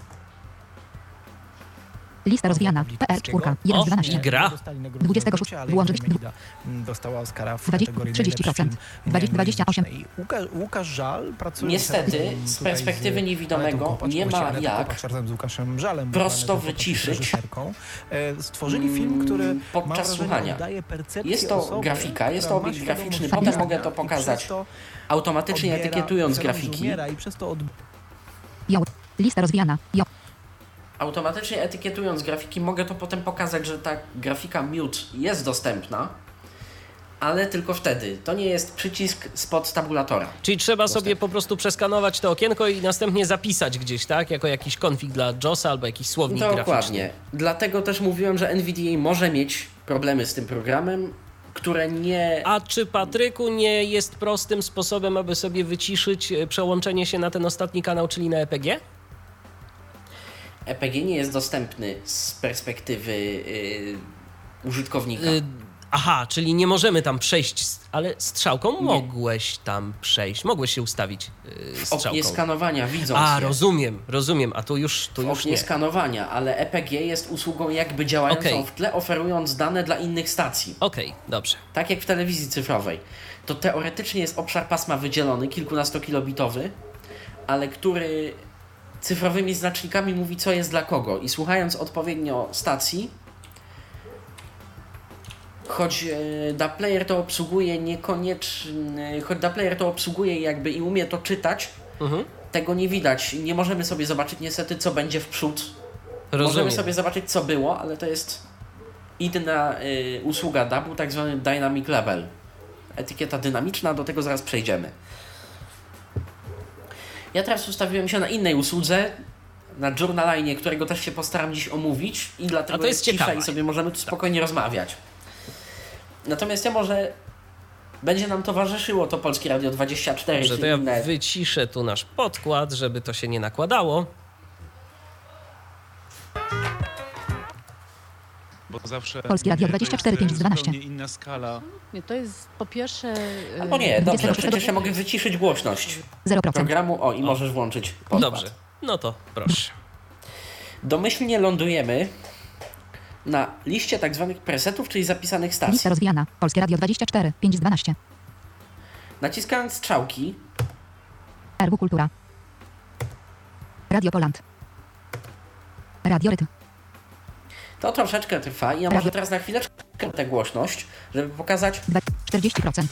Lista rozwijana. PR 4 1 z 12. I gra. 26. Włączyć. Dostała Oscara w 20, kategorii 30%. najlepszy 28. film. I Łukasz Żal pracuje Niestety, z perspektywy niewidomego nie ma jak z Łukaszem Żalem, prosto wyciszyć stworzyli film, który podczas słuchania. daje percepcję Jest to osoby, grafika, jest to która ma obiekt graficzny, świadomość potem istnienia mogę to i pokazać przez to automatycznie odbiera, etykietując celem grafiki. umiera i przez to Lista rozwijana. Automatycznie etykietując grafiki mogę to potem pokazać, że ta grafika mute jest dostępna, ale tylko wtedy. To nie jest przycisk spod tabulatora. Czyli trzeba sobie po prostu przeskanować to okienko i następnie zapisać gdzieś, tak? Jako jakiś konfig dla JOS-a albo jakiś słownik graficzny. Dokładnie. Dlatego też mówiłem, że NVDA może mieć problemy z tym programem, które nie... A czy, Patryku, nie jest prostym sposobem, aby sobie wyciszyć przełączenie się na ten ostatni kanał, czyli na EPG? EPG nie jest dostępny z perspektywy użytkownika. Aha, czyli nie możemy tam przejść, ale strzałką mogłeś tam przejść. Mogłeś się ustawić W strzałką. oknie skanowania widząc A, je. rozumiem, a tu już W oknie nie. skanowania, ale EPG jest usługą jakby działającą Okej. w tle, oferując dane dla innych stacji. Okej, dobrze. Tak jak w telewizji cyfrowej. To teoretycznie jest obszar pasma wydzielony, kilkunastokilobitowy, ale który cyfrowymi znacznikami mówi, co jest dla kogo. I słuchając odpowiednio stacji, choć DAB-player to obsługuje niekoniecznie, choć DAB-player to obsługuje jakby i umie to czytać, tego nie widać. Nie możemy sobie zobaczyć niestety, co będzie w przód. Możemy Rozumiem. sobie zobaczyć, co było, ale to jest inna usługa DAB-u, tak zwany Dynamic Label. Etykieta dynamiczna, do tego zaraz przejdziemy. Ja teraz ustawiłem się na innej usłudze, na Journaline, którego też się postaram dziś omówić i dlatego A to jest cisza ciekawe. i sobie możemy tu spokojnie rozmawiać. Natomiast ja może będzie nam towarzyszyło to Polskie Radio 24 Dobrze, czy to ja inne. wyciszę tu nasz podkład, żeby to się nie nakładało. Bo zawsze Polskie Radio 24, to jest 5 z 12. zupełnie inna skala. Nie, to jest po pierwsze... Albo nie, dobrze, 26. przecież ja mogę wyciszyć głośność 0%. programu, i możesz włączyć podkład. Dobrze, no to proszę. Domyślnie lądujemy na liście tak zwanych presetów, czyli zapisanych stacji. Lista rozwijana. Polskie Radio 24 5 z 12. Naciskając strzałki, RW Kultura. Radio Poland. Radio Rytm. to troszeczkę trwa i ja może teraz na chwileczkę tę głośność, żeby pokazać. 40%.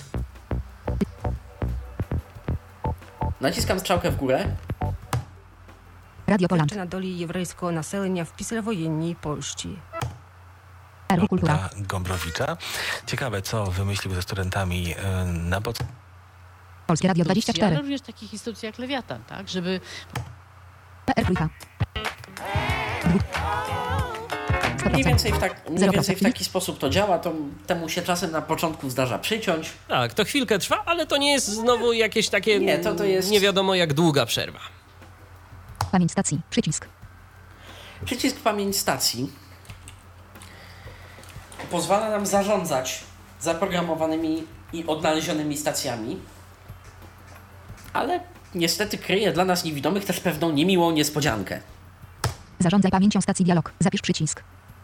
Naciskam strzałkę w górę. Radio Poland. na dolі єврейського населення в післявоєнній Польщі. RW Kultura. Gombrowicza. Ciekawe, co wymyślił ze studentami na Polskie Radio Ale 24. również takich instytucji jak Lewiatan, tak? Żeby PR trójka. Mniej 100%. więcej w 0%. taki sposób to działa, to temu się czasem na początku zdarza przyciąć. Tak, to chwilkę trwa, ale to nie jest znowu jakieś takie Nie, to jest- nie wiadomo jak długa przerwa. Pamięć stacji. Przycisk. Przycisk pamięć stacji pozwala nam zarządzać zaprogramowanymi i odnalezionymi stacjami, ale niestety kryje dla nas niewidomych też pewną niemiłą niespodziankę. Zarządzaj pamięcią stacji dialog. Zapisz przycisk.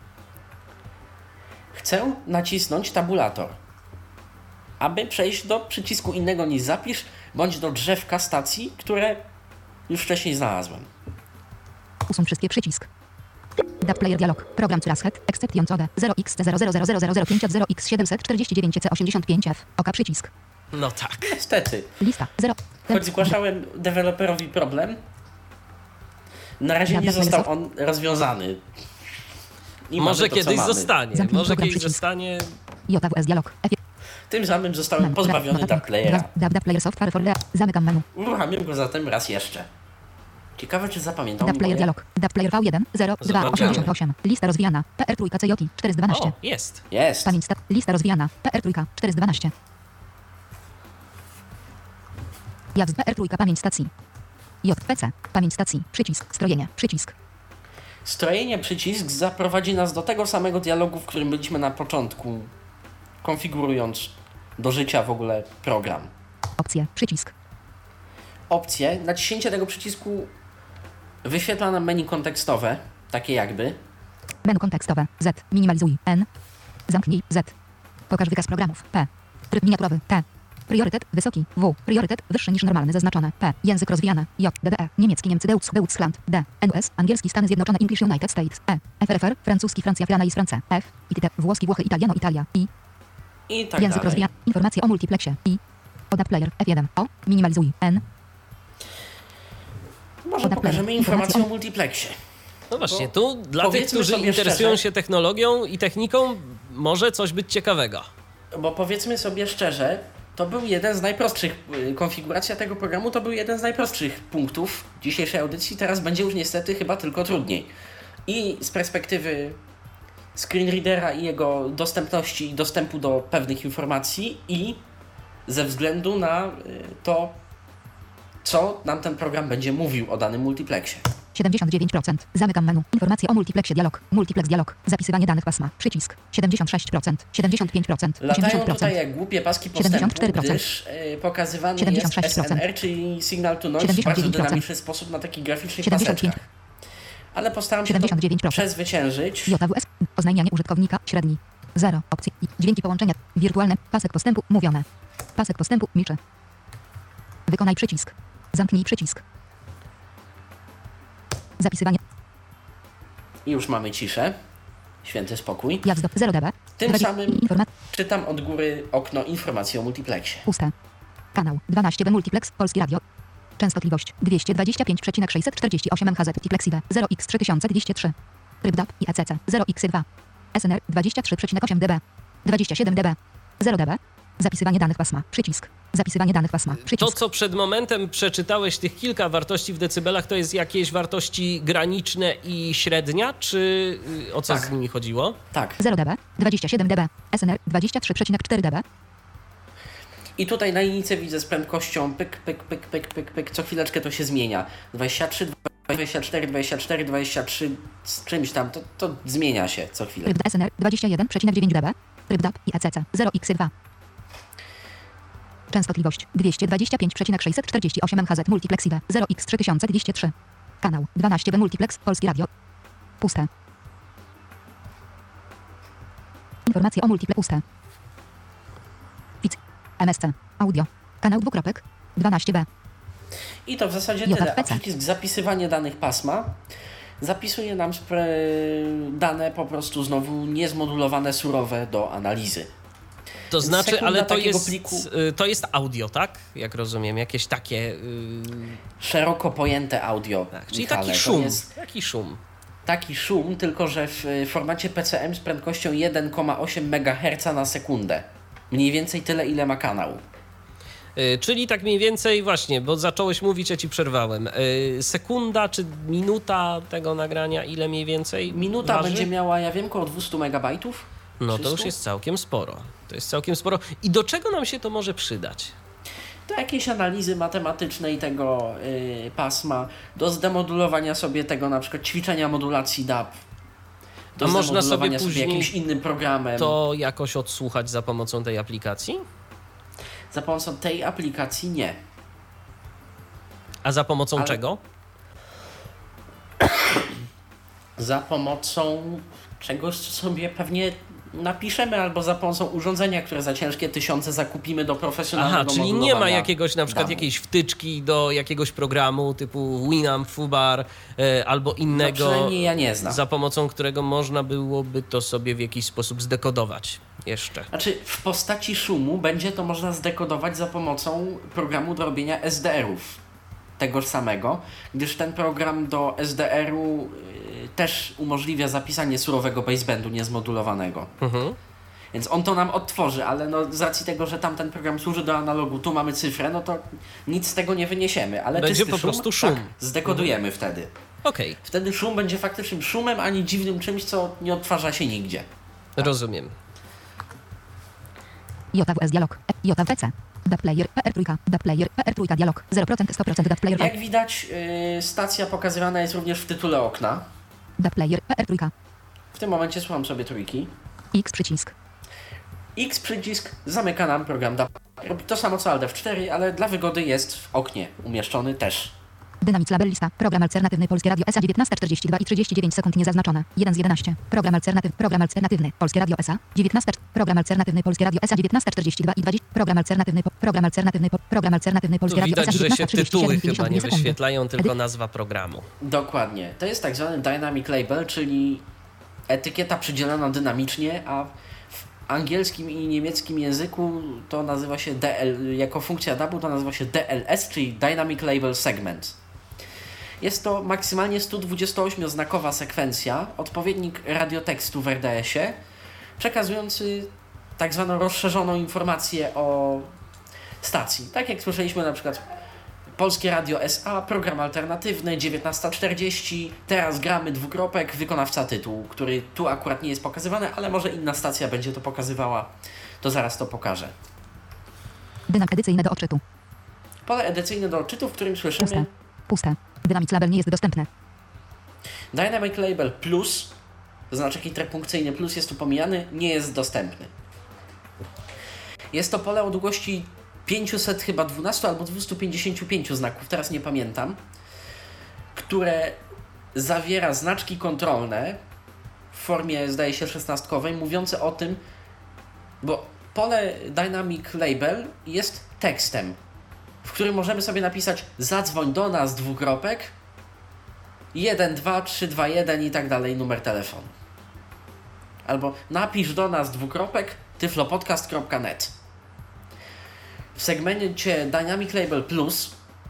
Chcę nacisnąć tabulator, aby przejść do przycisku innego niż zapisz, bądź do drzewka stacji, które już wcześniej znalazłem. Usuń wszystkie przycisk. DAB player dialog. Program Trashet. Exception code 0x0000005 od 0x749c85f. OK przycisk. No tak. Niestety. Lista 0. Choć zgłaszałem deweloperowi problem, na razie nie został on rozwiązany. I może to, kiedyś mamy. zostanie. Zamknij Może program kiedyś przycisk. zostanie. JWS dialog. Tym samym zostałem pozbawiony DAB playera. DAB player software for zamykam menu. Uruchamiam go zatem raz jeszcze. Ciekawe, czy zapamiętał DAB player dialog. DAB player V1 0288. Lista rozwijana. PR3 CJ 412. O, jest. Jest. Pamięć lista rozwijana. PR3 412. JAWS PR3 pamięć stacji. JPC pamięć stacji. Przycisk strojenie. Przycisk. Strojenie przycisk zaprowadzi nas do tego samego dialogu, w którym byliśmy na początku, konfigurując do życia w ogóle program. Opcje. Przycisk. Opcje. Naciśnięcie tego przycisku wyświetla nam menu kontekstowe, takie jakby. Menu kontekstowe. Z. Minimalizuj. N. Zamknij. Z. Pokaż wykaz programów. P. Tryb miniaturowy. T. Priorytet wysoki. W. Priorytet wyższy niż normalny zaznaczone. P. Język rozwijany. J. DDE. Niemiecki Niemcy Deutschland. D. NUS. Angielski Stany Zjednoczone English United States. E. FRFR. Francuski Francja Franais France. F. ITT. Włoski Włochy Italiano Italia. I. I tak Język dalej. rozwijany. Informacje o multiplexie. I. DAB player. F1. O. Minimalizuj. N. Może pokażemy informację o multiplexie. No właśnie, tu dla tych, powiedzmy którzy sobie interesują szczerze, się technologią i techniką, może coś być ciekawego. Bo powiedzmy sobie szczerze, to był jeden z najprostszych, konfiguracja tego programu to był jeden z najprostszych punktów dzisiejszej audycji, teraz będzie już niestety chyba tylko trudniej. I z perspektywy screenreadera i jego dostępności i dostępu do pewnych informacji i ze względu na to, co nam ten program będzie mówił o danym multiplexie. 79%. Zamykam menu. Informacje o multiplexie dialog. Multiplex dialog. Zapisywanie danych pasma. Przycisk. 76%. 75%. Latają 80%. tutaj jak głupie paski postępu, 74%. gdyż pokazywany 76%. jest SNR, czyli Signal to Noise w bardzo 79%. dynamiczny sposób na takich graficznych 75%. paseczkach. Ale postaram się to 79%. przezwyciężyć. JWS. Oznajmianie użytkownika. Średni. 0. Opcje. Dźwięki połączenia. Wirtualne. Pasek postępu. Mówione. Pasek postępu. Milczy. Wykonaj przycisk. Zamknij przycisk. Zapisywanie. I już mamy ciszę. Święty spokój. JAWS do 0 dB. Tym samym czytam od góry okno informacji o multiplexie. Puste. Kanał 12B Multiplex. Polskie Radio. Częstotliwość 225,648 MHz. Multiplexive 0x3203. Tryb DAB i ECC 0x2. SNR 23,8 dB. 27 dB. 0 dB. Zapisywanie danych pasma. Przycisk. Zapisywanie danych pasma. Przycisk. To, co przed momentem przeczytałeś, tych kilka wartości w decybelach, to jest jakieś wartości graniczne i średnia, czy o co z nimi chodziło? Tak. 0 dB. 27 dB. SNR 23,4 dB. I tutaj na linijce widzę z prędkością pyk, pyk, pyk, pyk, pyk, pyk. Co chwileczkę to się zmienia. 23, 24, 24, 23 z czymś tam. To zmienia się co chwilę. Tryb SNR 21,9 dB. Tryb DAB i ECC 0x2. Częstotliwość 225,648 MHz. Multiplexive 0x3203. Kanał 12B Multiplex. Polskie Radio. Puste. Informacje o multiplex. Puste. MSC. Audio. Kanał 12B. I to w zasadzie JPC. tyle. A przycisk zapisywanie danych pasma zapisuje nam dane po prostu znowu niezmodulowane, surowe do analizy. To znaczy, Sekunda ale to jest audio, tak? Jak rozumiem, jakieś takie... Szeroko pojęte audio. Tak, czyli Michale, taki szum. Taki szum, tylko że w formacie PCM z prędkością 1,8 MHz na sekundę. Mniej więcej tyle, ile ma kanał. Czyli tak mniej więcej właśnie, bo zacząłeś mówić, ja ci przerwałem. Sekunda czy minuta tego nagrania, ile mniej więcej Minuta waży? będzie miała, ja wiem, około 200 MB. No to już jest całkiem sporo. To jest całkiem sporo. I do czego nam się to może przydać? do jakiejś analizy matematycznej tego pasma, do zdemodulowania sobie tego na przykład ćwiczenia modulacji DAB, do a można sobie później jakimś innym programem. To jakoś odsłuchać za pomocą tej aplikacji? Za pomocą tej aplikacji nie. A za pomocą czego? Za pomocą czegoś, co sobie pewnie napiszemy, albo za pomocą urządzenia, które za ciężkie tysiące zakupimy do profesjonalnego czyli nie ma jakiegoś, na przykład jakiejś wtyczki do jakiegoś programu typu Winamp, Fubar albo innego, no przynajmniej ja nie znam. Za pomocą którego można byłoby to sobie w jakiś sposób zdekodować jeszcze. Znaczy w postaci szumu będzie to można zdekodować za pomocą programu do robienia SDR-ów tegoż samego, gdyż ten program do SDR-u też umożliwia zapisanie surowego basebandu niezmodulowanego. Więc on to nam odtworzy, ale no z racji tego, że tamten program służy do analogu, tu mamy cyfrę, no to nic z tego nie wyniesiemy, ale będzie po prostu szum. Tak, zdekodujemy wtedy. Okej. Wtedy szum będzie faktycznym szumem, a nie dziwnym czymś, co nie odtwarza się nigdzie. Rozumiem. JWS dialog. JWC. DAB player, PR3, DAB player, PR3 dialog, 0%, 100% DAB player. Jak widać, stacja pokazywana jest również w tytule okna. DAB player, PR3. W tym momencie słucham sobie trójki. X przycisk. X przycisk zamyka nam program DAB. Robi to samo co Alt F4, ale dla wygody jest w oknie umieszczony też. Dynamic Label lista. Program alternatywny Polskie Radio SA 19:42 i 39 sekund niezaznaczone. 1 z 11. Program alternatywny Polskie Radio SA 19. Program alternatywny Polskie Radio SA 19:42 i 20. Program alternatywny Polskie Radio Widać, SA że się 19:37 tytuły chyba nie sekundy. wyświetlają, tylko nazwa programu. Dokładnie. To jest tak zwany Dynamic Label, czyli etykieta przydzielona dynamicznie, a w angielskim i niemieckim języku to nazywa się jako funkcja DAB-u to nazywa się DLS, czyli Dynamic Label Segment. Jest to maksymalnie 128-znakowa sekwencja, odpowiednik radiotekstu w RDS-ie, przekazujący tak zwaną rozszerzoną informację o stacji. Tak jak słyszeliśmy na przykład Polskie Radio SA, program alternatywny, 19:40, teraz gramy dwukropek, wykonawca tytułu, który tu akurat nie jest pokazywany, ale może inna stacja będzie to pokazywała, to zaraz to pokażę. Dynamik edycyjny do odczytu. Pole edycyjne do odczytu, w którym słyszymy... Puste. Dynamic Label nie jest dostępny. Dynamic Label Plus, to znaczy interpunkcyjny plus jest tu pomijany, nie jest dostępny. Jest to pole o długości 500 chyba 12 albo 255 znaków, teraz nie pamiętam, które zawiera znaczki kontrolne w formie, zdaje się, 16-kowej, mówiące o tym, bo pole Dynamic Label jest tekstem, w którym możemy sobie napisać zadzwoń do nas dwukropek 12321 i tak dalej, numer telefonu. Albo napisz do nas dwukropek tyflopodcast.net. W segmencie Dynamic Label Plus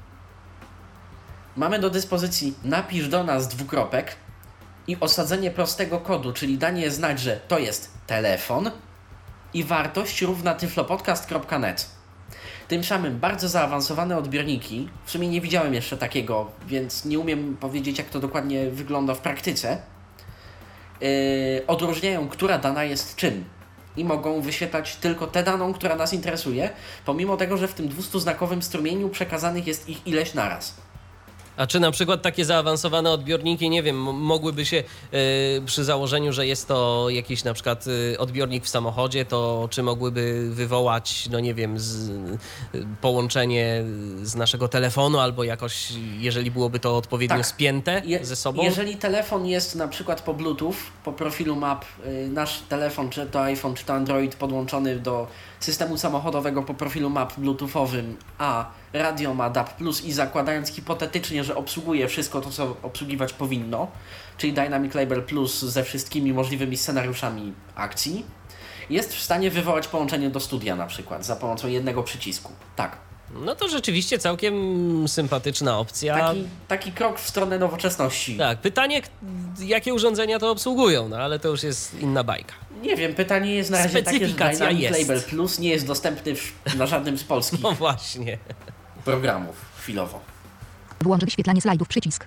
mamy do dyspozycji napisz do nas dwukropek i osadzenie prostego kodu, czyli danie znać, że to jest telefon i wartość równa tyflopodcast.net. Tym samym bardzo zaawansowane odbiorniki, w sumie nie widziałem jeszcze takiego, więc nie umiem powiedzieć, jak to dokładnie wygląda w praktyce, odróżniają, która dana jest czym i mogą wyświetlać tylko tę daną, która nas interesuje, pomimo tego, że w tym 200-znakowym strumieniu przekazanych jest ich ileś naraz. A czy na przykład takie zaawansowane odbiorniki, nie wiem, mogłyby się przy założeniu, że jest to jakiś na przykład odbiornik w samochodzie, to czy mogłyby wywołać, no nie wiem, połączenie z naszego telefonu albo jakoś, jeżeli byłoby to odpowiednio spięte ze sobą? Jeżeli telefon jest na przykład po Bluetooth, po profilu MAP, nasz telefon, czy to iPhone, czy to Android podłączony do systemu samochodowego po profilu MAP bluetoothowym, a radio ma DAB+, i zakładając hipotetycznie, że obsługuje wszystko to, co obsługiwać powinno, czyli Dynamic Label Plus ze wszystkimi możliwymi scenariuszami akcji, jest w stanie wywołać połączenie do studia na przykład za pomocą jednego przycisku. Tak. No to rzeczywiście całkiem sympatyczna opcja. Taki krok w stronę nowoczesności. Tak, pytanie, jakie urządzenia to obsługują, no ale to już jest inna bajka. Nie wiem, pytanie jest na razie takie, że Dynamic Label Plus nie jest dostępny na żadnym z polskich no właśnie. programów chwilowo. Włącz wyświetlanie slajdów, przycisk.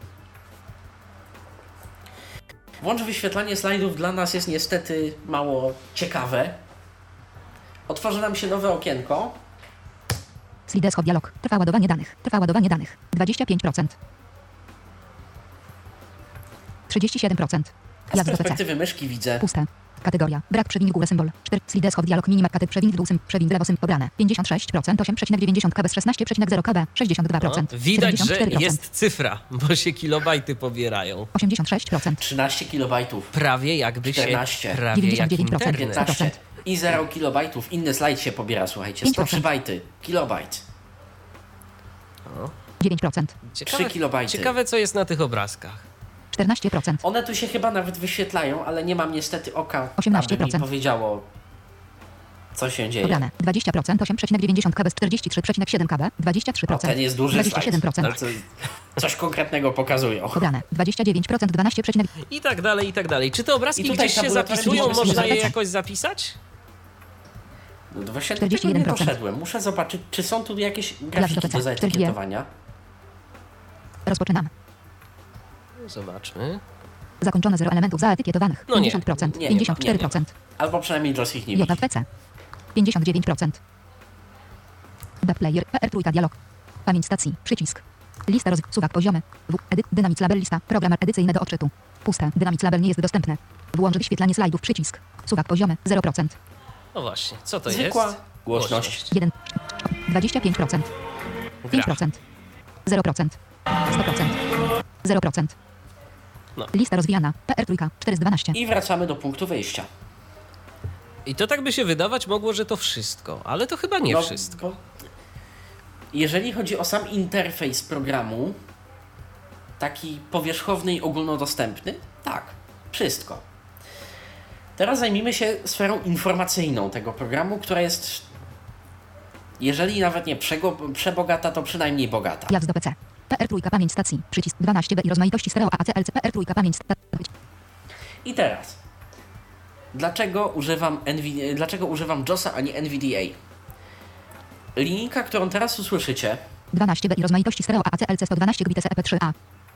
Włącz wyświetlanie slajdów dla nas jest niestety mało ciekawe. Otworzy nam się nowe okienko. Slide schod dialog. Trwa ładowanie danych. Trwa ładowanie danych. 25%. 37%. Z Jazd do PC. perspektywy myszki widzę. Puste. Kategoria. Brak przewinił górę symbol. 4. Slide schod dialog minima katy przewin w dół przewin w lewo symbol pobrane. 56%. 8,90 kb z 16,0 kb. 62%. No, widać, że 74%. jest cyfra, bo się kilobajty pobierają. 86%. 13 kilobajtów. Prawie jakby 14. się... Prawie jak 99%. internet. 15. I 0 kilobajtów. Inny slajd się pobiera, słuchajcie. 103 bajty. Kilobajt. 9%. 3 kilobajty. Ciekawe, co jest na tych obrazkach. 14%. One tu się chyba nawet wyświetlają, ale nie mam niestety oka, 18%. aby mi powiedziało, co się dzieje. Pobrane. 20%. 8,90 kb z 43,7 kb. 23%. O, ten jest duży slajd. 27%. Ale coś konkretnego pokazują. Pobrane. 29%. 12, I tak dalej, i tak dalej. Czy te obrazki I tutaj gdzieś się tabulatorem zapisują? widzimy Można je sobie- jakoś zapisać? No właśnie do tego nie 41%. doszedłem. Muszę zobaczyć, czy są tu jakieś grafiki do do PC. zaetykietowania. Rozpoczynamy. Zobaczmy. Zakończone 0 elementów zaetykietowanych. No nie. 50%. Nie, nie ma, 54%. Albo przynajmniej JOS ich nie widzi. JPC. 59%. Player. PR trójka dialog. Pamięć stacji. Przycisk. Lista suwak poziomy. Dynamic label lista. Program edycyjny do odczytu. Puste. Dynamic label nie jest dostępny. Włącz wyświetlanie slajdów. Przycisk. Suwak poziomy. 0%. No właśnie, co to Zwykła jest? głośność. 1. 25%. 5%. 0%. 100%. 0%. No. Lista rozwijana. PR trójka. 412. I wracamy do punktu wyjścia. I to tak by się wydawać mogło, że to wszystko, ale to chyba nie No, wszystko. bo jeżeli chodzi o sam interfejs programu, taki powierzchowny i ogólnodostępny, tak, wszystko. Teraz zajmijmy się sferą informacyjną tego programu, która jest, jeżeli nawet nie przebogata, to przynajmniej bogata. Jazd do PC. PR trójka. Pamięć stacji. Przycisk 12B i rozmaitości stereo AACLC. PR trójka. Pamięć stacji. I teraz, dlaczego używam JOS-a, a nie NVDA? Linijka, którą teraz usłyszycie, 12B i rozmaitości stereo AACLC 112 gbps EP3A.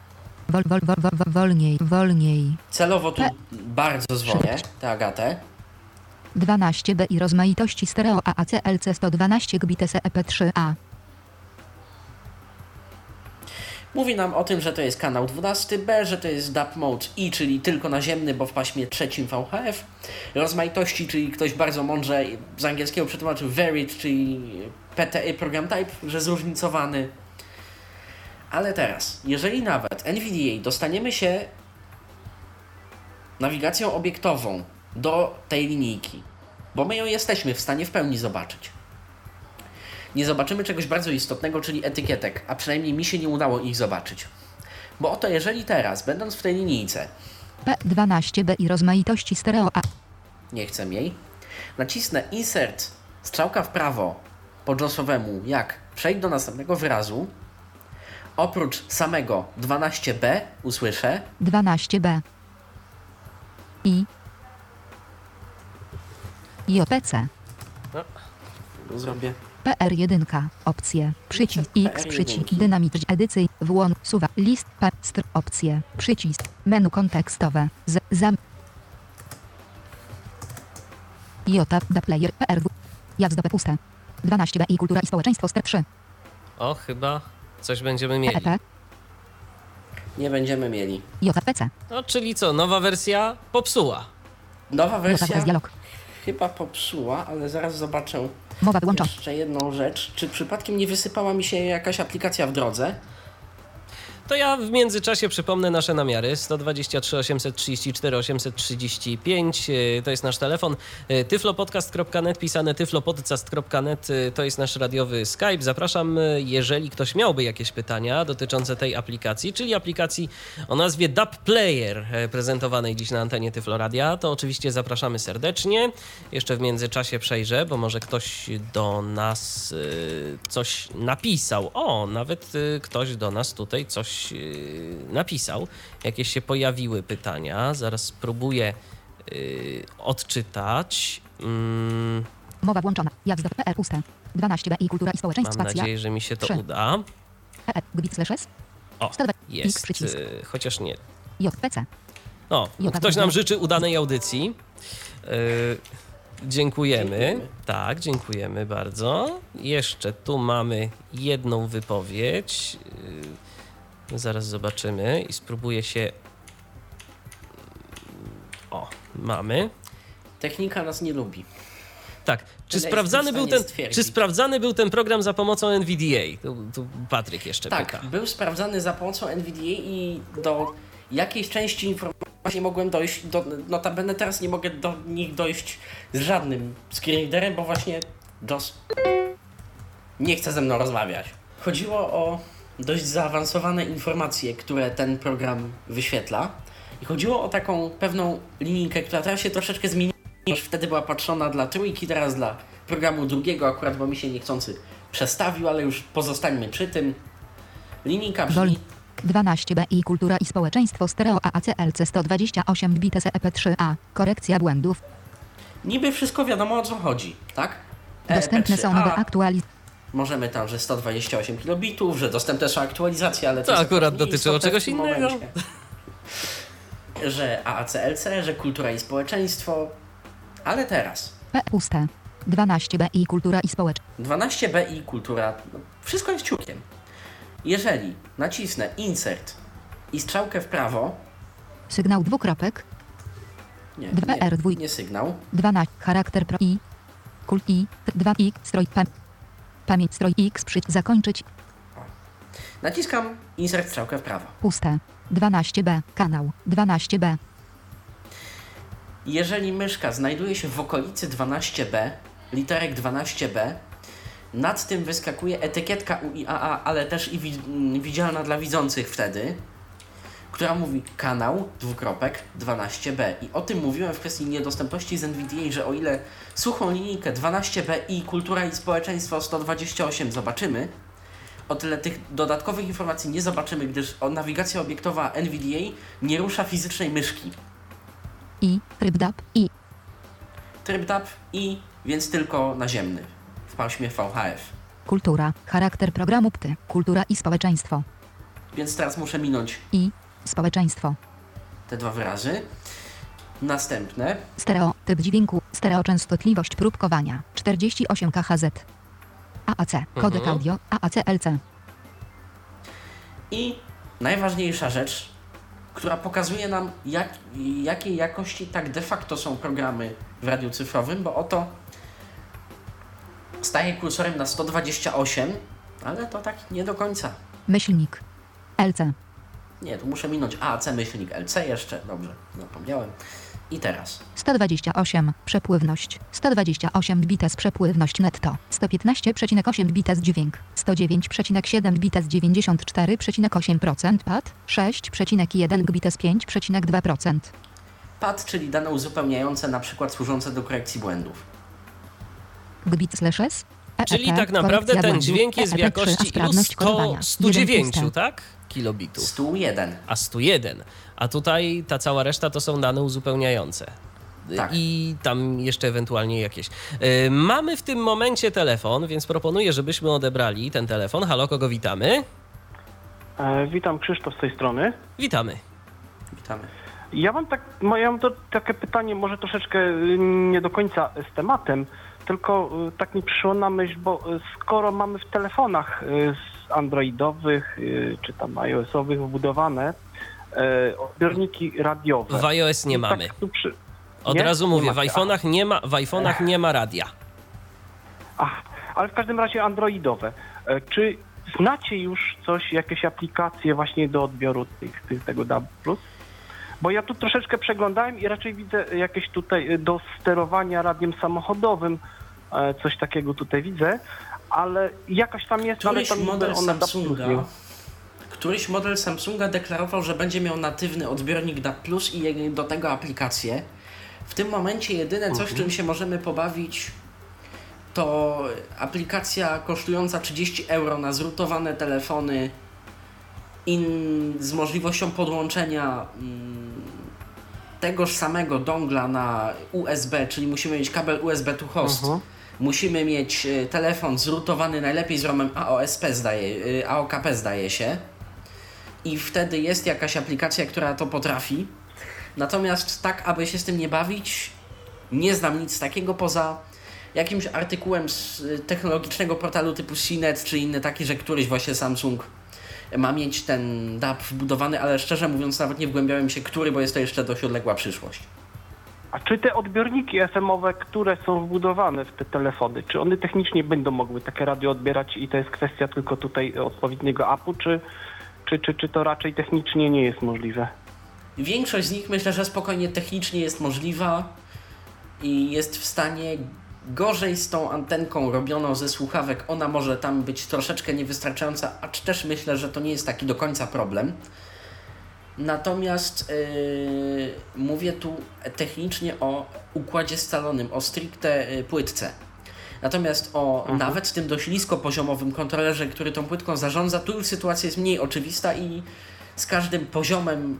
Wolniej. celowo tu bardzo zwolnię tę Agatę. 12B i rozmaitości stereo AACLC 112 gbps EP3A. Mówi nam o tym, że to jest kanał 12B, że to jest DAP Mode I, czyli tylko naziemny, bo w paśmie trzecim VHF. Rozmaitości, czyli ktoś bardzo mądrze z angielskiego przetłumaczył varied, czyli PTY program type, że zróżnicowany. Ale teraz, jeżeli nawet NVDA dostaniemy się nawigacją obiektową do tej linijki, bo my ją jesteśmy w stanie w pełni zobaczyć, nie zobaczymy czegoś bardzo istotnego, czyli etykietek, a przynajmniej mi się nie udało ich zobaczyć. Bo oto jeżeli teraz, będąc w tej linijce, P12B i rozmaitości stereo A. nie chcę jej, nacisnę insert, strzałka w prawo po JOS-owemu, jak przejdę do następnego wyrazu, oprócz samego 12B usłyszę 12B i JPC. Zrobię PR1 opcje przycisk X PR1. przycisk dynamicz edycji włącz suwa list pstr opcje przycisk menu kontekstowe Jota da player PR jazda puste 12B i kultura i społeczeństwo ster 3 O, chyba coś będziemy mieli. EP nie będziemy mieli. JPC No, czyli co, nowa wersja popsuła. Nowa wersja bez dialog chyba popsuła, ale zaraz zobaczę mowa wyłączona jeszcze jedną rzecz. Czy przypadkiem nie wysypała mi się jakaś aplikacja w drodze? To ja w międzyczasie przypomnę nasze namiary. 123 834 835 to jest nasz telefon. tyflopodcast.net, pisane tyflopodcast.net to jest nasz radiowy Skype. Zapraszam, jeżeli ktoś miałby jakieś pytania dotyczące tej aplikacji, czyli aplikacji o nazwie DAP Player prezentowanej dziś na antenie Tyfloradia, to oczywiście zapraszamy serdecznie. Jeszcze w międzyczasie przejrzę, bo może ktoś do nas coś napisał. O, nawet ktoś do nas tutaj coś napisał. Jakieś się pojawiły pytania. Zaraz spróbuję odczytać. mowa włączona jazda PR puste 12B i kultura i społeczeństwo Mam spacja nadzieję, że mi się to 3. uda. gbit/s O, 102 jest. X przycisk Chociaż nie. JPC O, ktoś nam życzy udanej audycji. Dziękujemy. Tak, dziękujemy bardzo. Jeszcze tu mamy jedną wypowiedź. Zaraz zobaczymy i spróbuję się... O, mamy. Technika nas nie lubi. Tak. Czy sprawdzany był ten program za pomocą NVDA? Tu Patryk jeszcze pyta. Tak, był sprawdzany za pomocą NVDA i do jakiejś części informacji nie mogłem dojść. Notabene teraz nie mogę do nich dojść z żadnym screenreaderem, bo właśnie JOS nie chce ze mną rozmawiać. Chodziło o dość zaawansowane informacje, które ten program wyświetla. I chodziło o taką pewną linijkę, która teraz się troszeczkę zmieniła. Wtedy była patrzona dla trójki, teraz dla programu drugiego, akurat bo mi się niechcący przestawił, ale już pozostańmy przy tym. Linijka brzmi... 12BI Kultura i Społeczeństwo Stereo AACLC 128 bits EP3A. Korekcja błędów. Niby wszystko wiadomo, o co chodzi, tak? Dostępne są nowe aktualizacje. Możemy tam, że 128 kilobitów, że dostępne są aktualizacje, ale to akurat dotyczyło czegoś innego. Że AACLC, że Kultura i Społeczeństwo, ale teraz. Puste. 12BI Kultura i Społeczeństwo. 12BI Kultura, wszystko jest ciukiem. Jeżeli nacisnę Insert i strzałkę w prawo... Sygnał dwukropek. Nie, 2R2. Nie sygnał. 12. Charakter pro i. Kult i. 2X. Stroj pamięć. Stroj X. Zakończyć. Naciskam Insert, strzałkę w prawo. Puste. 12B. Kanał. 12B. Jeżeli myszka znajduje się w okolicy 12B, literek 12B, nad tym wyskakuje etykietka UIAA, ale też i widzialna dla widzących wtedy, która mówi kanał, dwukropek, 12B. I o tym mówiłem w kwestii niedostępności z NVDA, że o ile suchą linijkę 12B i Kultura i Społeczeństwo 128 zobaczymy, o tyle tych dodatkowych informacji nie zobaczymy, gdyż nawigacja obiektowa NVDA nie rusza fizycznej myszki. Tryb DAP, Tryb DAP więc tylko naziemny, w paśmie VHF. Kultura, charakter programu PTY, Kultura i Społeczeństwo. Więc teraz muszę minąć Społeczeństwo. Te dwa wyrazy. Następne. Stereo, typ dźwięku, stereoczęstotliwość próbkowania, 48 kHz. AAC, kodek audio, AACLC. I najważniejsza rzecz, która pokazuje nam, jakiej jakości tak de facto są programy w radiu cyfrowym, bo oto staję kursorem na 128, ale to tak nie do końca. Myślnik. LC. Nie, tu muszę minąć AAC myślnik LC jeszcze. Dobrze, zapomniałem. I teraz. 128, przepływność. 128 bits przepływność netto. 115,8 bits dźwięk. 109,7 bits 94,8% pad. 6,1 bits 5,2%. PAD, czyli dane uzupełniające, na przykład służące do korekcji błędów. Gbit/s. Czyli tak naprawdę ten dźwięk jest w jakości 109, tak? Kilobitów. 101. A 101. A tutaj ta cała reszta to są dane uzupełniające. Tak. I tam jeszcze ewentualnie jakieś. Mamy w tym momencie telefon, więc proponuję, żebyśmy odebrali ten telefon. Halo, kogo witamy? Witam, Krzysztof z tej strony. Witamy. Witamy. Ja mam takie pytanie, może troszeczkę nie do końca z tematem, tylko tak mi przyszło na myśl, bo skoro mamy w telefonach androidowych czy tam iOS-owych wbudowane odbiorniki radiowe. W iOS nie mamy. Tak Od razu mówię, w iPhone'ach nie ma radia. Ale w każdym razie androidowe. Czy znacie już jakieś aplikacje właśnie do odbioru tego DAB+? Bo ja tu troszeczkę przeglądałem i raczej widzę jakieś tutaj do sterowania radiem samochodowym, coś takiego tutaj widzę, ale jakaś tam jest, Któryś model Samsunga deklarował, że będzie miał natywny odbiornik DAB+, i do tego aplikację. W tym momencie jedyne coś, czym się możemy pobawić, to aplikacja kosztująca 30 € na zrutowane telefony z możliwością podłączenia tegoż samego dongla na USB, czyli musimy mieć kabel USB to host. Musimy mieć telefon zrutowany najlepiej z ROM-em AOKP zdaje się. I wtedy jest jakaś aplikacja, która to potrafi. Natomiast tak, aby się z tym nie bawić, nie znam nic takiego poza jakimś artykułem z technologicznego portalu typu CNET czy inny taki, że któryś właśnie Samsung ma mieć ten DAB wbudowany, ale szczerze mówiąc nawet nie wgłębiałem się który, bo jest to jeszcze dość odległa przyszłość. A czy te odbiorniki FM-owe, które są wbudowane w te telefony, czy one technicznie będą mogły takie radio odbierać i to jest kwestia tylko tutaj odpowiedniego APU, czy to raczej technicznie nie jest możliwe? Większość z nich myślę, że spokojnie technicznie jest możliwa i jest w stanie. Gorzej z tą antenką robioną ze słuchawek, ona może tam być troszeczkę niewystarczająca, acz też myślę, że to nie jest taki do końca problem. Natomiast mówię tu technicznie o układzie scalonym, o stricte płytce. Natomiast o nawet tym dość niskopoziomowym kontrolerze, który tą płytką zarządza, tu już sytuacja jest mniej oczywista i z każdym poziomem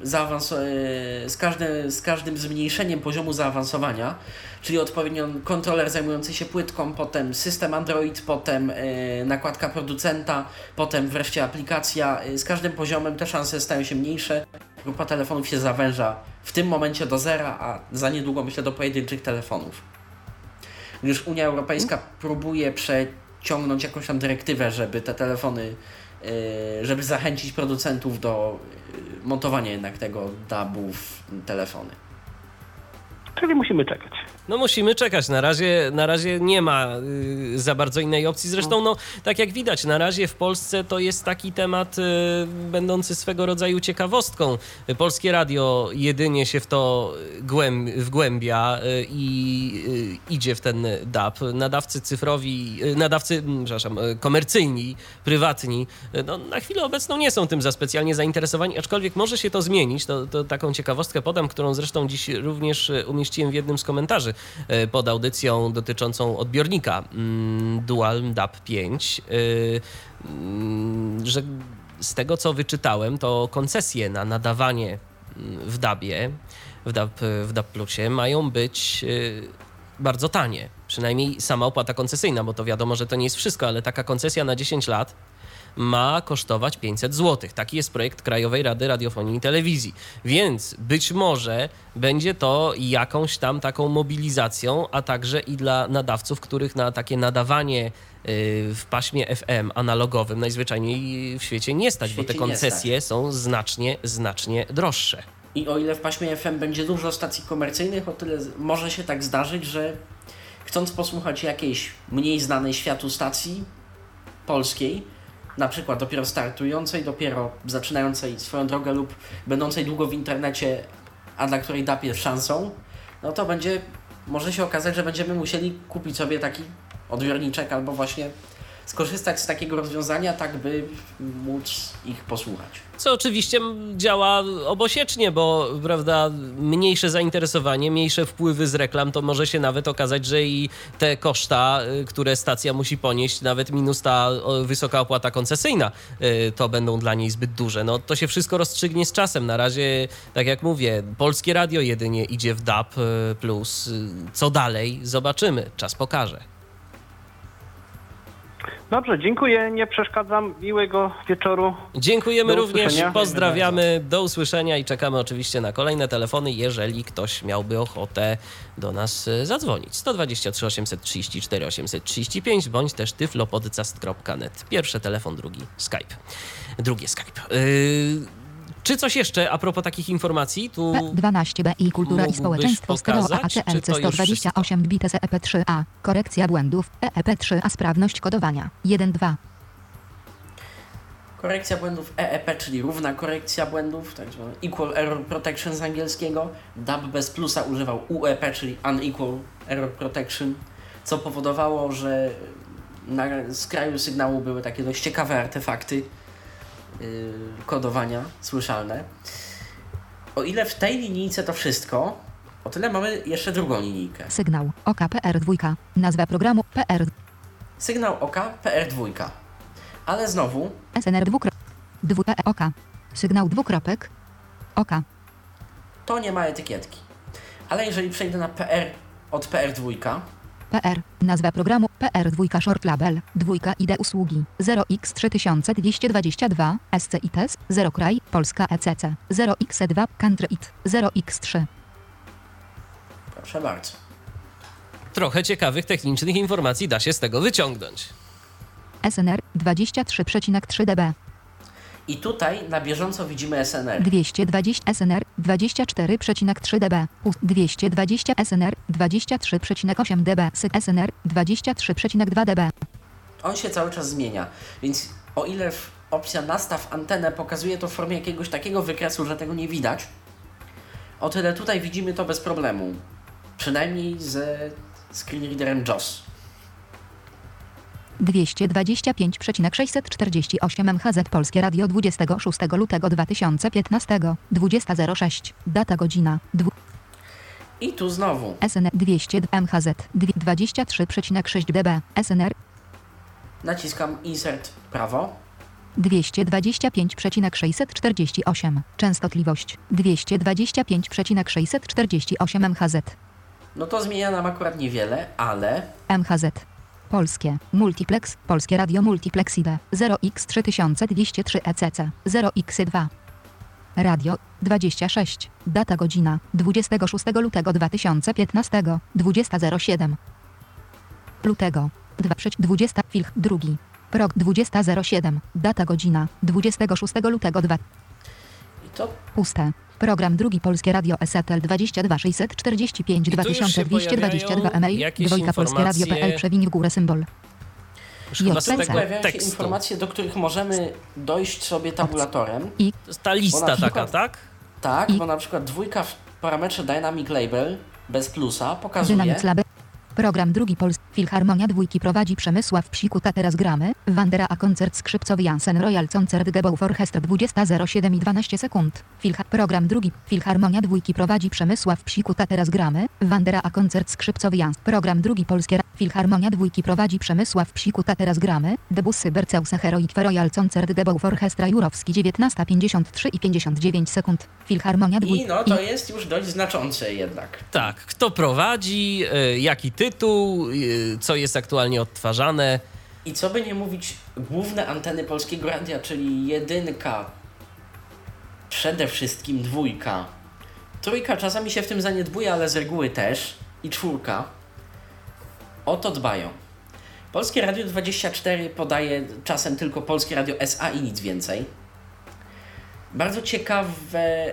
z każdym zmniejszeniem poziomu zaawansowania, czyli odpowiednio kontroler zajmujący się płytką, potem system Android, potem nakładka producenta, potem wreszcie aplikacja, z każdym poziomem te szanse stają się mniejsze. Grupa telefonów się zawęża w tym momencie do zera, a za niedługo myślę do pojedynczych telefonów. Gdyż Unia Europejska próbuje przeciągnąć jakąś tam dyrektywę, żeby te telefony żeby zachęcić producentów do montowania jednak tego DAB-u w telefony. Czyli musimy czekać. No musimy czekać. Na razie nie ma za bardzo innej opcji. Zresztą, no, tak jak widać, na razie w Polsce to jest taki temat będący swego rodzaju ciekawostką. Polskie Radio jedynie się w to wgłębia i idzie w ten DAB. Nadawcy cyfrowi, komercyjni, prywatni, no, na chwilę obecną nie są tym za specjalnie zainteresowani, aczkolwiek może się to zmienić. To taką ciekawostkę podam, którą zresztą dziś również umieściłem w jednym z komentarzy pod audycją dotyczącą odbiornika Dual DAB 5, że z tego co wyczytałem, to koncesje na nadawanie w DAB-ie, w DAB Plusie mają być bardzo tanie. Przynajmniej sama opłata koncesyjna, bo to wiadomo, że to nie jest wszystko, ale taka koncesja na 10 lat ma kosztować 500 zł. Taki jest projekt Krajowej Rady Radiofonii i Telewizji. Więc być może będzie to jakąś tam taką mobilizacją, a także i dla nadawców, których na takie nadawanie w paśmie FM analogowym najzwyczajniej w świecie nie stać, bo te koncesje są znacznie droższe. I o ile w paśmie FM będzie dużo stacji komercyjnych, o tyle może się tak zdarzyć, że chcąc posłuchać jakiejś mniej znanej światu stacji polskiej, na przykład dopiero startującej, dopiero zaczynającej swoją drogę lub będącej długo w internecie, a dla której DAB jest szansą, no to może się okazać, że będziemy musieli kupić sobie taki odbiorniczek albo właśnie skorzystać z takiego rozwiązania, tak by móc ich posłuchać. Co oczywiście działa obosiecznie, bo prawda, mniejsze zainteresowanie, mniejsze wpływy z reklam, to może się nawet okazać, że i te koszta, które stacja musi ponieść, nawet minus ta wysoka opłata koncesyjna, to będą dla niej zbyt duże. No to się wszystko rozstrzygnie z czasem. Na razie, tak jak mówię, Polskie Radio jedynie idzie w DAB+. Co dalej? Zobaczymy. Czas pokaże. Dobrze, dziękuję, nie przeszkadzam. Miłego wieczoru. Dziękujemy również, pozdrawiamy, do usłyszenia i czekamy oczywiście na kolejne telefony, jeżeli ktoś miałby ochotę do nas zadzwonić. 123 834 835 bądź też tyflopodcast.net. Pierwszy telefon, drugie Skype. Czy coś jeszcze a propos takich informacji? Tu P12B i Kultura i Społeczeństwo Stereo ACLC 128 BTC EP3A. Korekcja błędów EEP3A. Sprawność kodowania 1.2. Korekcja błędów EEP, czyli równa korekcja błędów, tak zwane Equal Error Protection z angielskiego. DAB bez plusa używał UEP, czyli Unequal Error Protection, co powodowało, że na skraju sygnału były takie dość ciekawe artefakty kodowania słyszalne. O ile w tej linijce to wszystko, o tyle mamy jeszcze drugą linijkę. Sygnał OK PR2. Nazwa programu PR. Sygnał OK PR2. Ale znowu SNR OK. Sygnał dwukropek OK. To nie ma etykietki. Ale jeżeli przejdę na PR od PR2, PR. Nazwa programu PR2 Short Label. 2 ID usługi 0x3222 SCITES 0 kraj Polska ECC 0x2 Country IT 0x3. Proszę bardzo. trochę ciekawych technicznych informacji da się z tego wyciągnąć. SNR 23,3 dB. I tutaj na bieżąco widzimy SNR. 220 SNR 24,3 dB. 220 SNR 23,8 dB. SNR 23,2 dB. On się cały czas zmienia, więc o ile opcja nastaw antenę pokazuje to w formie jakiegoś takiego wykresu, że tego nie widać, o tyle tutaj widzimy to bez problemu. Przynajmniej ze screenreaderem JAWS. 225,648 MHz Polskie Radio 26 lutego 2015 20.06. Data godzina. I tu znowu. SNR 200 MHz 23,6 dB. SNR. Naciskam insert prawo. 225,648. Częstotliwość 225,648 MHz. No to zmienia nam akurat niewiele, ale... MHz. Polskie. Multiplex. Polskie Radio Multiplex ID. 0x3203 ECC. 0x2. Radio 26. Data godzina 26 lutego 2015. 20.07. Lutego. 20. Filch drugi. Prog 20.07. Data godzina 26 lutego 2. I to puste. Program drugi Polskie Radio ESETEL 22 645 2222 e-mail. Dwojka Polskie Radio.pl przewiń w górę symbol. Pojawiają się informacje, do których możemy dojść sobie tabulatorem. To jest ta lista taka, tak? Tak, bo na przykład dwójka w parametrze Dynamic Label bez plusa pokazuje... Program drugi Polski. Filharmonia dwójki prowadzi Przemysław Psiku. Teraz gramy. Wandera a koncert skrzypcowy Jansen Royal Concert Gebauer Orchestra 20.07 i 12 sekund. Program drugi. Filharmonia dwójki prowadzi Przemysław Psiku. Teraz gramy. Wandera a koncert skrzypcowy Jansen. Program drugi Polskie. Filharmonia dwójki prowadzi Przemysław Psiku. Teraz gramy. Debussy Berceuse Heroic Royal Concert Gebauer Orchestra Jurowski 19.53 i 59 sekund. Filharmonia dwójki. I no to jest już dość znaczące jednak. Tak. Kto prowadzi, jaki tytuł, co jest aktualnie odtwarzane. I co by nie mówić, główne anteny Polskiego Radia, czyli 1, przede wszystkim 2, 3 czasami się w tym zaniedbuje, ale z reguły też, i 4 o to dbają. Polskie Radio 24 podaje czasem tylko Polskie Radio SA i nic więcej. Bardzo ciekawe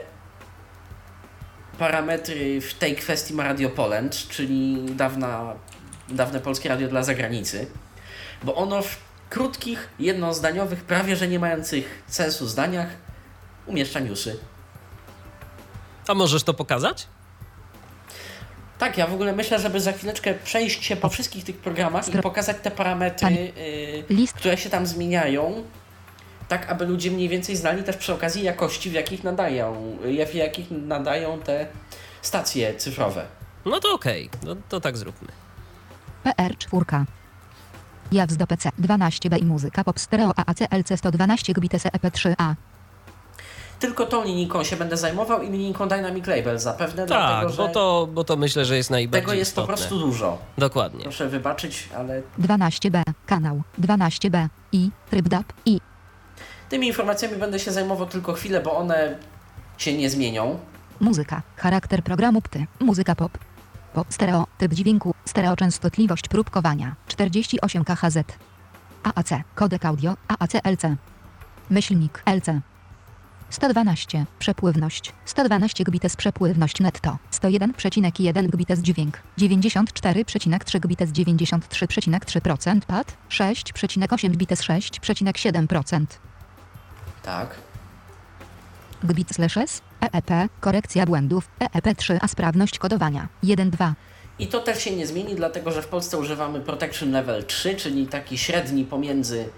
parametry w tej kwestii ma Radio Poland, czyli dawne Polskie Radio dla zagranicy, bo ono w krótkich, jednozdaniowych, prawie że nie mających sensu zdaniach umieszcza newsy. A możesz to pokazać? Tak, ja w ogóle myślę, żeby za chwileczkę przejść się po wszystkich tych programach i pokazać te parametry, które się tam zmieniają, tak aby ludzie mniej więcej znali też przy okazji jakości, w jakich nadają te stacje cyfrowe. No to okej, no to tak zróbmy. PR4. JAWS do PC 12B i muzyka pop stereo AAC LC 112 gbps EP3A. Tylko tą linijką się będę zajmował i linijką Dynamic Label zapewne, tak, dlatego, że bo to myślę, że jest najbardziej tego jest istotne. Po prostu dużo. Dokładnie. Proszę wybaczyć, ale... 12B, kanał 12B i tryb DAB i... Tymi informacjami będę się zajmował tylko chwilę, bo one się nie zmienią. Muzyka, charakter programu PTY, muzyka pop. Pop stereo, typ dźwięku, stereoczęstotliwość próbkowania, 48 kHz. AAC, kodek audio, AAC LC. Myślnik, LC. 112, przepływność, 112 gbps przepływność netto, 101,1 gbps dźwięk, 94,3 gbps 93,3% pad, 6,8 gbps 6,7%. Tak. Gbps/s, EEP, korekcja błędów, EEP3, a sprawność kodowania, 1,2. I to też się nie zmieni, dlatego że w Polsce używamy Protection Level 3, czyli taki średni pomiędzy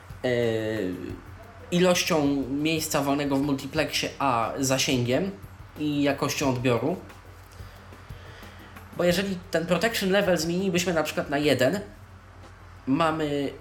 ilością miejsca wolnego w multiplexie a zasięgiem i jakością odbioru. Bo jeżeli ten Protection Level zmienilibyśmy na przykład na 1, mamy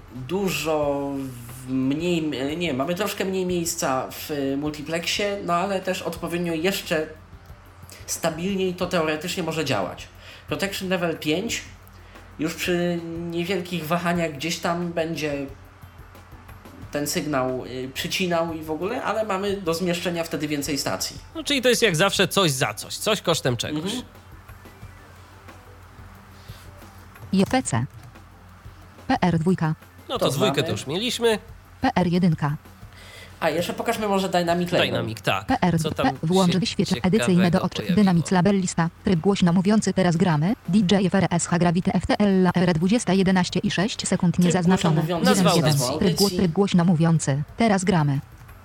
mamy troszkę mniej miejsca w multiplexie, no ale też odpowiednio jeszcze stabilniej to teoretycznie może działać. Protection Level 5 już przy niewielkich wahaniach gdzieś tam będzie ten sygnał przycinał i w ogóle, ale mamy do zmieszczenia wtedy więcej stacji. No, czyli to jest jak zawsze coś za coś kosztem czegoś. JPC. PR2. No to dwójkę to już mieliśmy. PR1. A, jeszcze pokażmy może Dynamic Label. Dynamic, tak. PR Co tam włącz się wyświetla ciekawego edycyjne do oczu. pojawiło? Dynamic Label lista. Tryb głośno mówiący teraz gramy. DJ FRSH Gravity FTL R20 11 i 6 sekund Tryb niezaznaczone. głośno mówiący, Nazwa 1, audycji. Tryb głośno mówiący. Teraz gramy.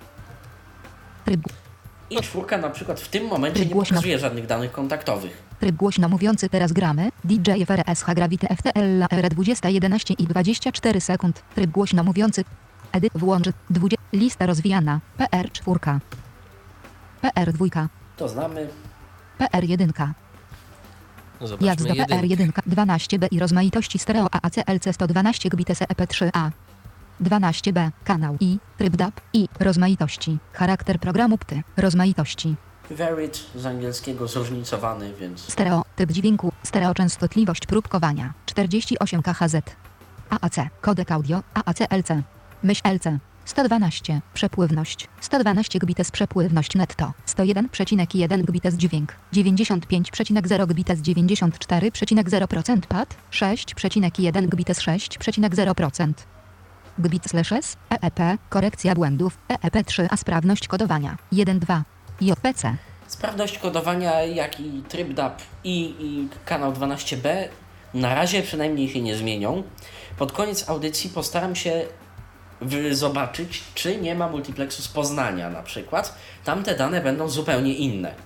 I czwórka na przykład w tym momencie Tryb nie głośno. pokazuje żadnych danych kontaktowych. Tryb głośno mówiący teraz gramy. DJ FRSH Gravity FTL R20 11 i 24 sekund. Tryb głośno mówiący. Włącz 20. Lista rozwijana. PR4. PR2. To znamy. PR1. Zobaczmy Jazda PR1 12B i rozmaitości stereo AACLC 112 gbps EP3A 12B kanał i tryb DAB i rozmaitości. Charakter programu PTY rozmaitości. Varied z angielskiego zróżnicowany, więc... Stereo typ dźwięku stereo częstotliwość próbkowania 48 kHz. AAC kodek audio AACLC myśl LC 112 przepływność 112 gbps przepływność netto 101,1 gbps dźwięk 95,0 gbps 94,0% pad 6,1 gbps 6,0% gbps EEP korekcja błędów EEP3 a sprawność kodowania 1.2 JPC. Sprawność kodowania, jak i tryb DAB i kanał 12B na razie przynajmniej się nie zmienią. Pod koniec audycji postaram się zobaczyć, czy nie ma multiplexu z Poznania na przykład. Tamte dane będą zupełnie inne.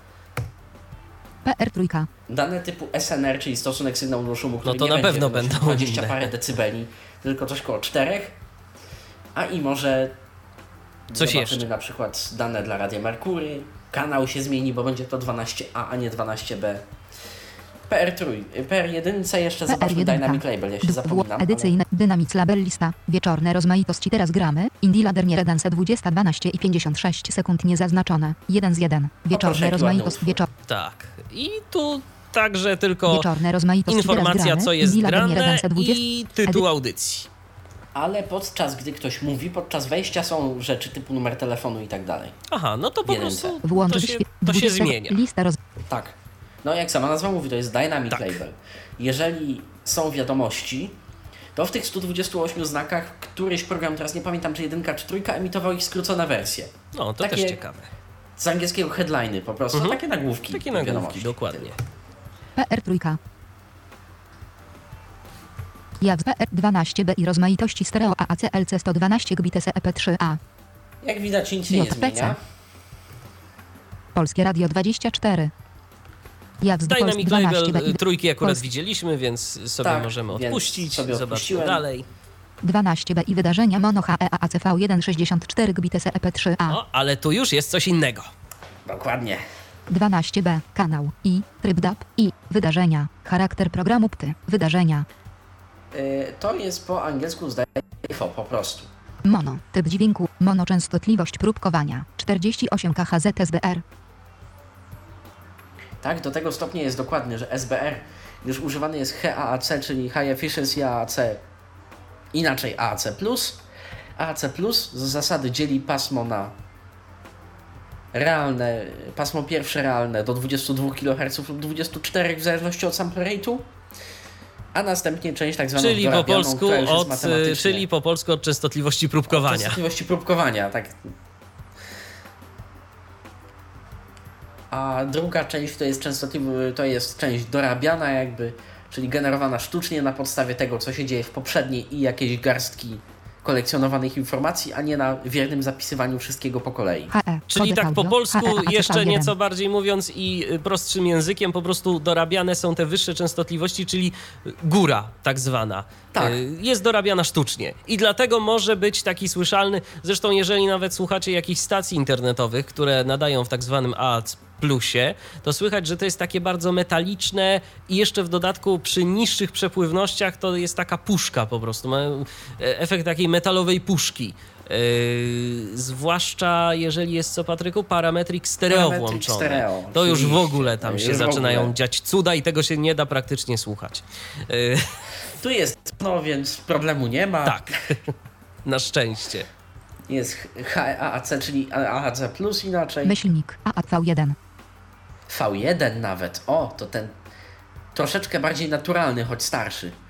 PR3. Dane typu SNR, czyli stosunek sygnału do szumu, który No to nie na będzie pewno wynosił będą 20 inne. parę decybeli, tylko coś koło 4. A i może Coś zobaczymy jeszcze. na przykład dane dla Radia Merkury. Kanał się zmieni, bo będzie to 12A, a nie 12B. PR1 jeszcze zobaczmy Dynamic Label, ja się zapominam. Edycyjne Dynamic Label lista. Wieczorne rozmaitości teraz gramy. Indie Ladder nie Redance 20 12 i 56 sekund niezaznaczone. 1 z 1. Wieczorne rozmaitości. Tak. I tu także tylko Wieczorne rozmaitości teraz informacja, gramy. co jest Indie Ladder nie grane Redance 20 i tytuł audycji. Ale podczas gdy ktoś mówi, podczas wejścia są rzeczy typu numer telefonu i tak dalej. Aha, no to po Jedynce. prostu Włącz to się zmienia. Lista Tak. No jak sama nazwa mówi, to jest Dynamic Tak. Label. Jeżeli są wiadomości, to w tych 128 znakach któryś program, teraz nie pamiętam czy 1 czy 3, emitował ich skrócone wersje. No, to Takie też ciekawe. Z angielskiego headliny po prostu, takie nagłówki. Takie nagłówki, wiadomości. dokładnie. PR3. Jak PR12B i rozmaitości stereo AACLC 112 gbps EP3A. Jak widać nic się nie JPC. zmienia. Polskie Radio 24. Jazda Dynamic 12 Label trójki akurat Polski. widzieliśmy, więc sobie Tak, możemy więc odpuścić. sobie Zobaczmy odpuściłem. dalej. 12B i wydarzenia Mono HEACV1 64 gbps EP3A. O, ale tu już jest coś innego. Dokładnie. 12B kanał i tryb DAB i wydarzenia. Charakter programu PTY. Wydarzenia. To jest po angielsku zdaje się po prostu. Mono. Typ dźwięku. Mono częstotliwość próbkowania. 48 kHz SBR. Tak, do tego stopnia jest dokładny, że SBR już używany jest HAAC, czyli High Efficiency AAC, inaczej AAC+. AAC+, z zasady dzieli pasmo na realne, pasmo pierwsze realne do 22 kHz lub 24 w zależności od sample rate'u, a następnie część tak zwaną dorabianą, która już jest matematycznie. Czyli po polsku od częstotliwości próbkowania. Częstotliwości próbkowania, tak. A druga część to jest część dorabiana jakby, czyli generowana sztucznie na podstawie tego, co się dzieje w poprzedniej i jakiejś garstki kolekcjonowanych informacji, a nie na wiernym zapisywaniu wszystkiego po kolei. Czyli tak po polsku, jeszcze nieco bardziej mówiąc i prostszym językiem, po prostu dorabiane są te wyższe częstotliwości, czyli góra tak zwana. Tak. Jest dorabiana sztucznie i dlatego może być taki słyszalny, zresztą jeżeli nawet słuchacie jakichś stacji internetowych, które nadają w tak zwanym AAC plusie, to słychać, że to jest takie bardzo metaliczne i jeszcze w dodatku przy niższych przepływnościach to jest taka puszka po prostu, ma efekt takiej metalowej puszki. Zwłaszcza jeżeli jest, co Patryku, parametrik stereo włączony. Stereo, to już w oczywiście. ogóle tam się zaczynają dziać cuda i tego się nie da praktycznie słuchać. Tu jest, no więc problemu nie ma. Tak, na szczęście. Jest HAAC, czyli AAC plus inaczej. Myślnik AAV1. V1 nawet. O, to ten troszeczkę bardziej naturalny, choć starszy.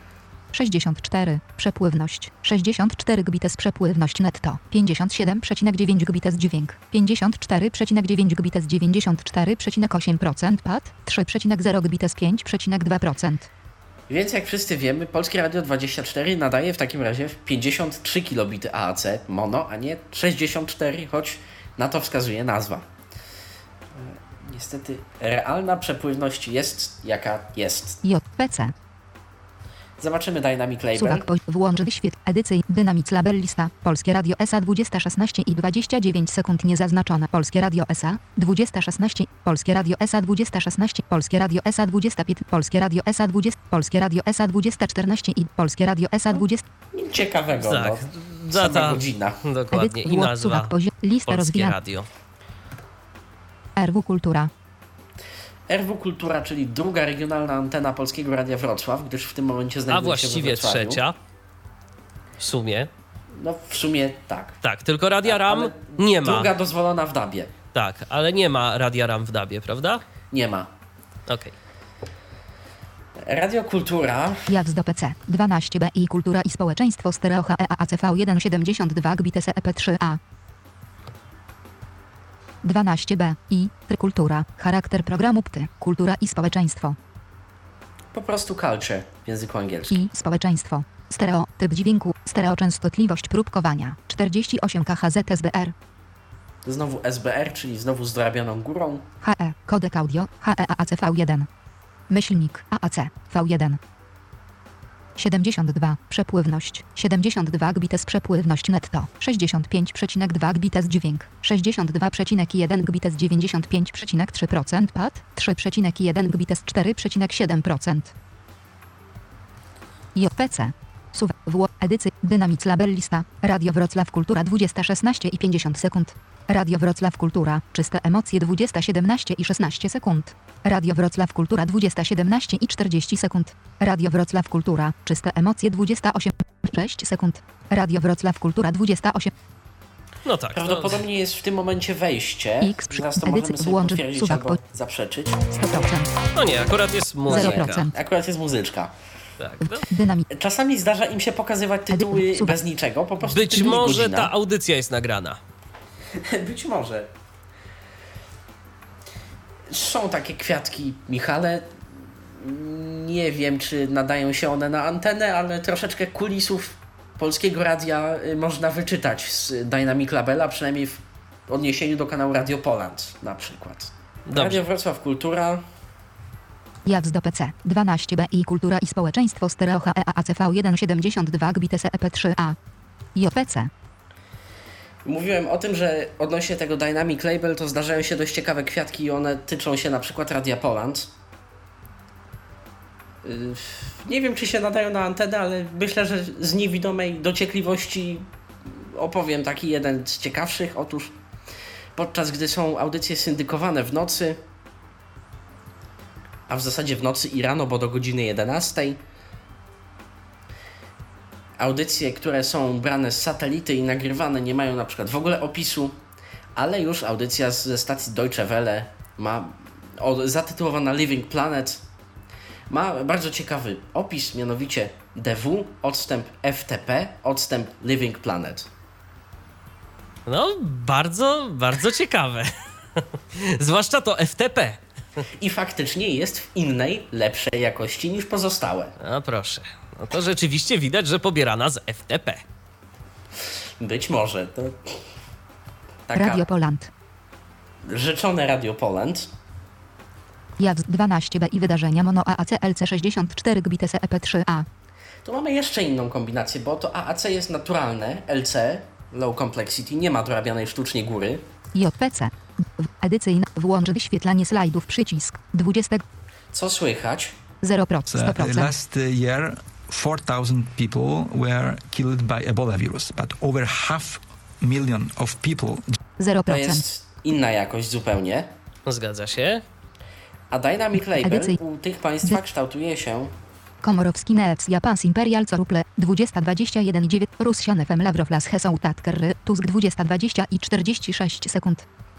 64. Przepływność. 64 gbites przepływność netto. 57,9 gbites dźwięk. 54,9 gbites 94,8% pad. 3,0 gbites 5,2%. Więc jak wszyscy wiemy, Polskie Radio 24 nadaje w takim razie 53 kilobity AAC mono, a nie 64, choć na to wskazuje nazwa. Niestety realna przepływność jest jaka jest. JPC. Zobaczymy Dynamic Label. Suwak włącz wyświetl edycji Dynamic Label lista. Polskie Radio SA 2016 i 29 sekund niezaznaczone. Polskie Radio SA 2016. Polskie Radio SA 2016. Polskie Radio SA 25. Polskie Radio SA 20. Polskie Radio SA 2014 i Polskie Radio SA 20. Ciekawego, Tak, no. data, Sama godzina. dokładnie, i nazwa lista Polskie rozwijana. Radio. RW Kultura. RW Kultura, czyli druga regionalna antena Polskiego Radia Wrocław, gdyż w tym momencie A znajduje się we właściwie Wrocławiu. trzecia. W sumie. No w sumie tak. Tak, tylko Radia RAM Ale nie ma. druga dozwolona w DAB-ie. Tak, ale nie ma Radia RAM w DAB-ie, prawda? Nie ma. Okej. Radio Kultura. JAWS do PC. 12B i Kultura i Społeczeństwo Stereo HEACV 172 gbits EP3A. 12B i Kultura. Charakter programu PTY. Kultura i Społeczeństwo. Po prostu culture w języku angielskim. I Społeczeństwo. Stereo. Typ dźwięku. Stereo. Częstotliwość próbkowania. 48 kHz SBR. Znowu SBR, czyli znowu z dorabioną górą. HE. Kodek audio. HEACV1. Myślnik. AAC. V1. 72. Przepływność. 72 gbites przepływność netto. 65,2 gbites dźwięk. 62,1 gbites 95,3% pad. 3,1 gbites 4,7%. JPC. Suwak. Edycji. Dynamic Label lista. Radio Wrocław Kultura 20:16 i 50 sekund. Radio Wrocław Kultura. Czyste emocje 20:17 i 16 sekund. Radio Wrocław Kultura 20:17 i 40 sekund. Radio Wrocław Kultura. Czyste emocje 28:6 sekund. Radio Wrocław Kultura 28. No tak. Prawdopodobnie jest w tym momencie wejście. X Zaraz to możemy sobie włączyć, potwierdzić suwak, albo zaprzeczyć. 100%. No nie, akurat jest muzyka. 0%. Akurat jest muzyczka. Tak, no. Dynamik. Czasami zdarza im się pokazywać tytuły bez niczego, po prostu Być tytuł i może godzina. ta audycja jest nagrana. Być może. Są takie kwiatki, Michale. Nie wiem, czy nadają się one na antenę, ale troszeczkę kulisów Polskiego Radia można wyczytać z Dynamic Labela, przynajmniej w odniesieniu do kanału Radio Poland na przykład. Dobrze. Radio Wrocław Kultura. JAWS do PC. 12B i Kultura i Społeczeństwo Stereo HEACV 172 gbits EP3A. JPC. Mówiłem o tym, że odnośnie tego Dynamic Label to zdarzają się dość ciekawe kwiatki i one tyczą się na przykład Radia Poland. Nie wiem, czy się nadają na antenę, ale myślę, że z niewidomej dociekliwości opowiem taki jeden z ciekawszych. Otóż podczas gdy są audycje syndykowane w nocy, a w zasadzie w nocy i rano, bo do godziny 11, audycje, które są brane z satelity i nagrywane, nie mają na przykład w ogóle opisu, ale już audycja ze stacji Deutsche Welle zatytułowana Living Planet ma bardzo ciekawy opis, mianowicie DW, odstęp FTP, odstęp Living Planet. No, bardzo, bardzo ciekawe. Zwłaszcza to FTP. I faktycznie jest w innej, lepszej jakości niż pozostałe. A proszę. No to rzeczywiście widać, że pobierana z FTP. Być może. To taka Radio Poland. rzeczone Radio Poland. JAWS 12B i wydarzenia mono AAC LC 64 gbits EP3A. Tu mamy jeszcze inną kombinację, bo to AAC jest naturalne, LC, Low Complexity, nie ma dorabianej sztucznie góry. JPC. Edycyjna. Włącz wyświetlanie slajdów przycisk. 20. Co słychać? 0%. 100%. Last year, 4,000 people were killed by Ebola virus, but over 500,000 of people. 0%. To jest inna jakość zupełnie. Zgadza się. A Dynamic Label u tych państwa kształtuje się... Komorowski News Japans Imperial Coruple 20:21:9 Russian FM Lavrov Las Hesą Tatker Tusk 20:20 i 46 sekund.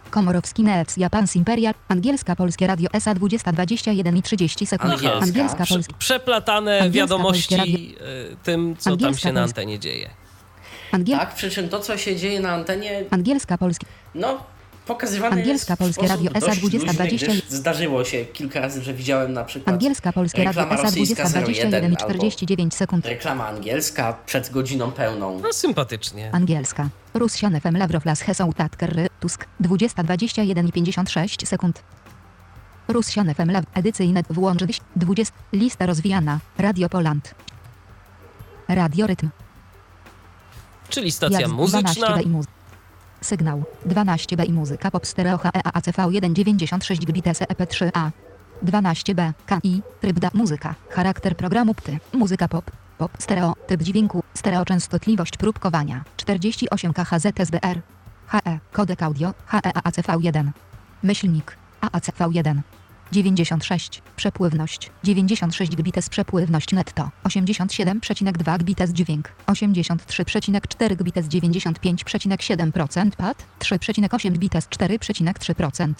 Komorowski News Japans Imperial. Angielska Polskie Radio SA 20:21 i 30 sekund. Angielska Polskie. Przeplatane Angielska wiadomości Polskie tym, co tam Angielska się na Polskie. antenie dzieje. Tak, przy czym to, co się dzieje na antenie, Angielska Polskie. no, pokazywane Angielska jest Polskie w sposób Radio SA dość 20:20. luźny, gdyż zdarzyło się kilka razy, że widziałem na przykład Angielska Polskie Radio reklama SA rosyjska 20:21 i 01 49 sekund. reklama angielska przed godziną pełną. No sympatycznie. Angielska. Russian FM Lavroflas Hesą Tatker Tusk 20:21 i 56 sekund. Russian FM Lav edycyjne włącz 20 lista rozwijana. Radio Poland. Radio Rytm. Czyli stacja Jazd muzyczna. 12B i Sygnał 12B i muzyka pop stereo HEAACV1 96 gbps EP3A 12B KI tryb da muzyka charakter programu PTY muzyka pop stereo typ dźwięku stereo częstotliwość próbkowania 48 kHz-SBR HE kodek audio HEAACV1 myślnik AACV1 96 przepływność 96 gbps przepływność netto 87,2 gbps dźwięk 83,4 gbps 95,7% pad 3,8 gbps 4,3%.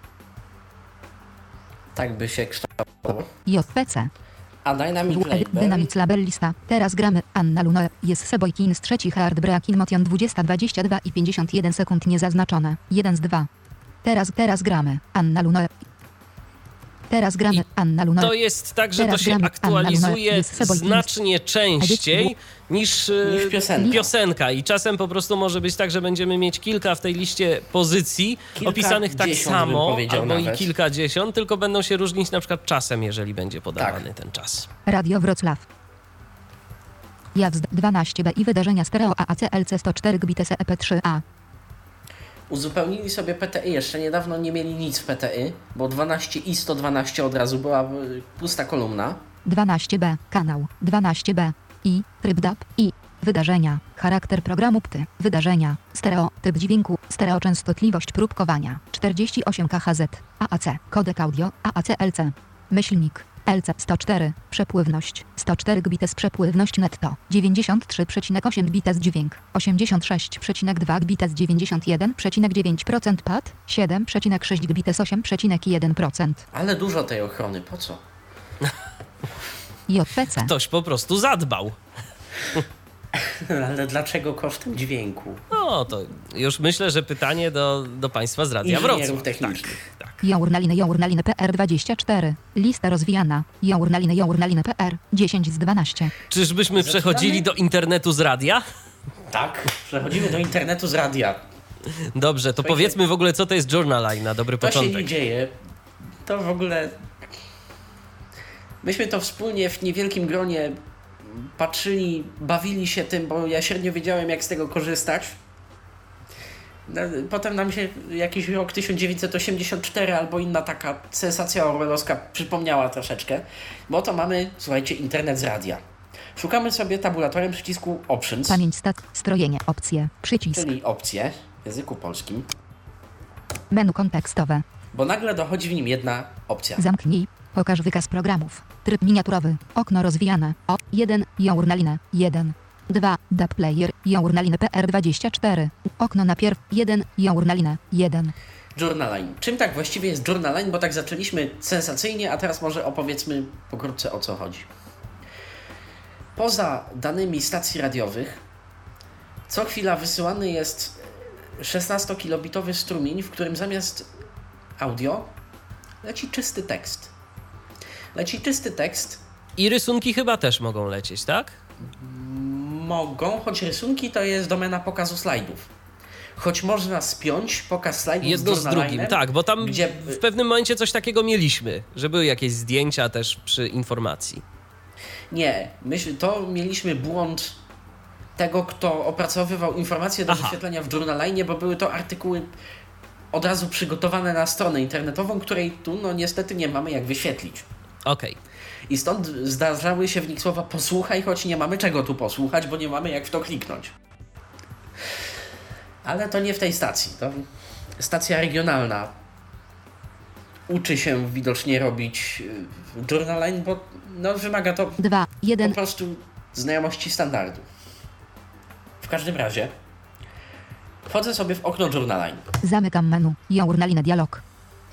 Tak by się kształtowało. JPC A Dynamic Label. Dynamic Label lista. Teraz gramy. Anna Luno. Jest Seboy Kings 3 Heartbreaking Motion 20:22 i 51 sekund niezaznaczone. 1 z 2. Teraz gramy. Anna Luno. Teraz gramy. Anna Luno. To jest tak, że Teraz to się gramy. aktualizuje Anna Luno. znacznie częściej niż piosenka. I czasem po prostu może być tak, że będziemy mieć kilka w tej liście pozycji opisanych tak samo, albo i kilkadziesiąt, tylko będą się różnić na przykład czasem, jeżeli będzie podawany ten czas. Radio Wrocław. Jazd 12B i wydarzenia stereo AACLC 104 gbps EP3A. Uzupełnili sobie PTY. Jeszcze niedawno nie mieli nic w PTY, bo 12 i 112 od razu była pusta kolumna. 12B, kanał, 12B, i, tryb DAB, i, wydarzenia, charakter programu PTY, wydarzenia, stereo, typ dźwięku, stereo częstotliwość próbkowania, 48 kHz, AAC, kodek audio, AACLC, myślnik, LC 104, przepływność, 104 gbps przepływność netto, 93,8 gbps dźwięk, 86,2 gbps 91,9% pad, 7,6 gbps 8,1%. Ale dużo tej ochrony, po co? JPC. Ktoś po prostu zadbał. Ale dlaczego kosztem dźwięku? No to już myślę, że pytanie do państwa z Radia Wrocław. Technicznych. Tak. Journaliny PR 24. Lista rozwijana. Journaliny PR 10 z 12. Czyżbyśmy przechodzili do internetu z radia? Tak, przechodzimy do internetu z radia. Dobrze, to powiedzmy w ogóle, co to jest Journaline na dobry początek. To się nie dzieje. To w ogóle... Myśmy to wspólnie w niewielkim gronie patrzyli, bawili się tym, bo ja średnio wiedziałem, jak z tego korzystać. Potem nam się jakiś rok 1984 albo inna taka sensacja orwellowska przypomniała troszeczkę, bo to mamy, słuchajcie, internet z radia. Szukamy sobie tabulatorem przycisku Options. Pamięć strojenie, opcje, przycisk. Czyli opcje w języku polskim. Menu kontekstowe. Bo nagle dochodzi w nim jedna opcja. Zamknij. Pokaż wykaz programów. Tryb miniaturowy. Okno rozwijane. 1. Journaline. 1. 2. DAB Player. Journaline PR 24. Okno najpierw. 1. Journaline. 1. Journaline. Czym tak właściwie jest Journaline? Bo tak zaczęliśmy sensacyjnie, a teraz może opowiedzmy pokrótce, o co chodzi. Poza danymi stacji radiowych co chwila wysyłany jest 16-kilobitowy strumień, w którym zamiast audio leci czysty tekst. I rysunki chyba też mogą lecieć, tak? Mogą, choć rysunki to jest domena pokazu slajdów. Choć można spiąć pokaz slajdów jedno z drugim, tak, bo tam w pewnym momencie coś takiego mieliśmy, że były jakieś zdjęcia też przy informacji. Nie, to mieliśmy błąd tego, kto opracowywał informacje do wyświetlenia w Journaline, bo były to artykuły od razu przygotowane na stronę internetową, której tu niestety nie mamy jak wyświetlić. Okej. I stąd zdarzały się w nich słowa posłuchaj, choć nie mamy czego tu posłuchać, bo nie mamy jak w to kliknąć. Ale to nie w tej stacji. To stacja regionalna uczy się widocznie robić Journaline, bo wymaga to po prostu znajomości standardu. W każdym razie Wchodzę sobie w okno Journaline. Zamykam menu. Journaline dialog.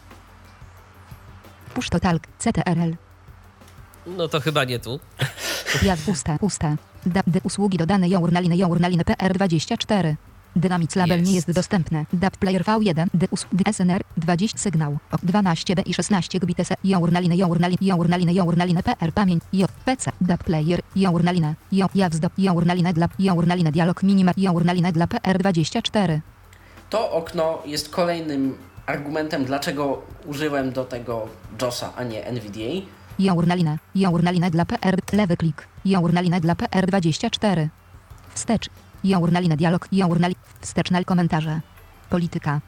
Push to talk. CTRL. No to chyba nie tu. Jak puste. Usługi dodane Journaline PR24. Dynamic label nie jest dostępny. DAP player V1, SNR, 20 sygnał, 12B i 16 gbps, Journaline PR pamięć, PC, DAP player, Journaline, Journaline dla, Journaline dialog minima, Journaline dla PR24. To okno jest kolejnym argumentem, dlaczego użyłem do tego JOSa, a nie NVDA. Journaline dla PR, lewy klik, Journaline dla PR24. Wstecz. Journaline dialog, wsteczne komentarze. Polityka.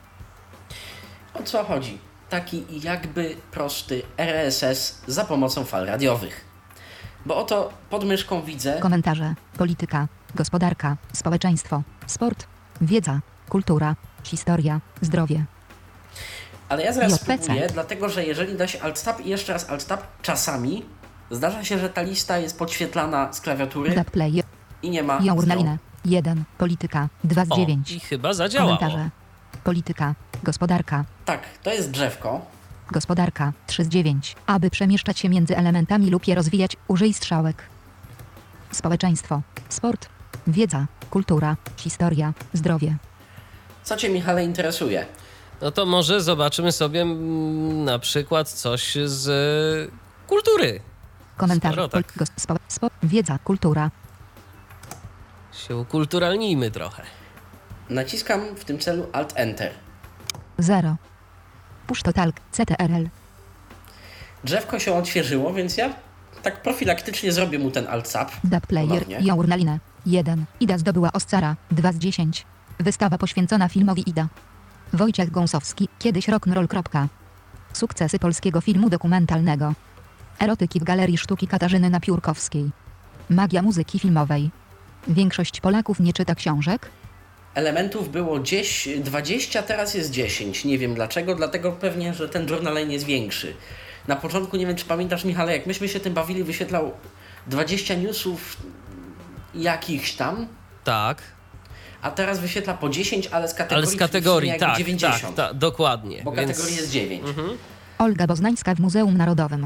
O co chodzi? Taki jakby prosty RSS za pomocą fal radiowych. Bo oto pod myszką widzę... Komentarze. Polityka. Gospodarka. Społeczeństwo. Sport. Wiedza. Kultura. Historia. Zdrowie. Ale ja zaraz spróbuję, dlatego że jeżeli da się Alt-Tab i jeszcze raz Alt-Tab, czasami zdarza się, że ta lista jest podświetlana z klawiatury i nie ma... Journaline. 1. Polityka. 2 z 9. I chyba zadziałało. Komentarze. Polityka. Gospodarka. Tak, to jest drzewko. Gospodarka. 3 z 9. Aby przemieszczać się między elementami lub je rozwijać, użyj strzałek. Społeczeństwo. Sport. Wiedza. Kultura. Historia. Zdrowie. Co Cię, Michale, interesuje? No to może zobaczymy sobie na przykład coś z kultury. Komentarze. Tak. Wiedza. Kultura. Się ukulturalnijmy trochę. Naciskam w tym celu Alt-Enter. 0. Push to talk. CTRL. Drzewko się odświeżyło, więc ja tak profilaktycznie zrobię mu ten Alt-Tab. DAP player. Journaline. 1. Ida zdobyła Oscara. 2 z 10. Wystawa poświęcona filmowi Ida. Wojciech Gąsowski. Kiedyś rock'n'roll. Sukcesy polskiego filmu dokumentalnego. Erotyki w Galerii Sztuki Katarzyny Napiórkowskiej. Magia muzyki filmowej. Większość Polaków nie czyta książek. Elementów było 20, teraz jest 10. Nie wiem dlaczego, dlatego pewnie, że ten Journaline jest większy. Na początku, nie wiem czy pamiętasz, Michale, jak myśmy się tym bawili, wyświetlał 20 newsów jakichś tam. Tak. A teraz wyświetla po 10, ale z kategorii, tak, 90. Tak, dokładnie. Bo kategorii jest 9. Olga Boznańska w Muzeum Narodowym.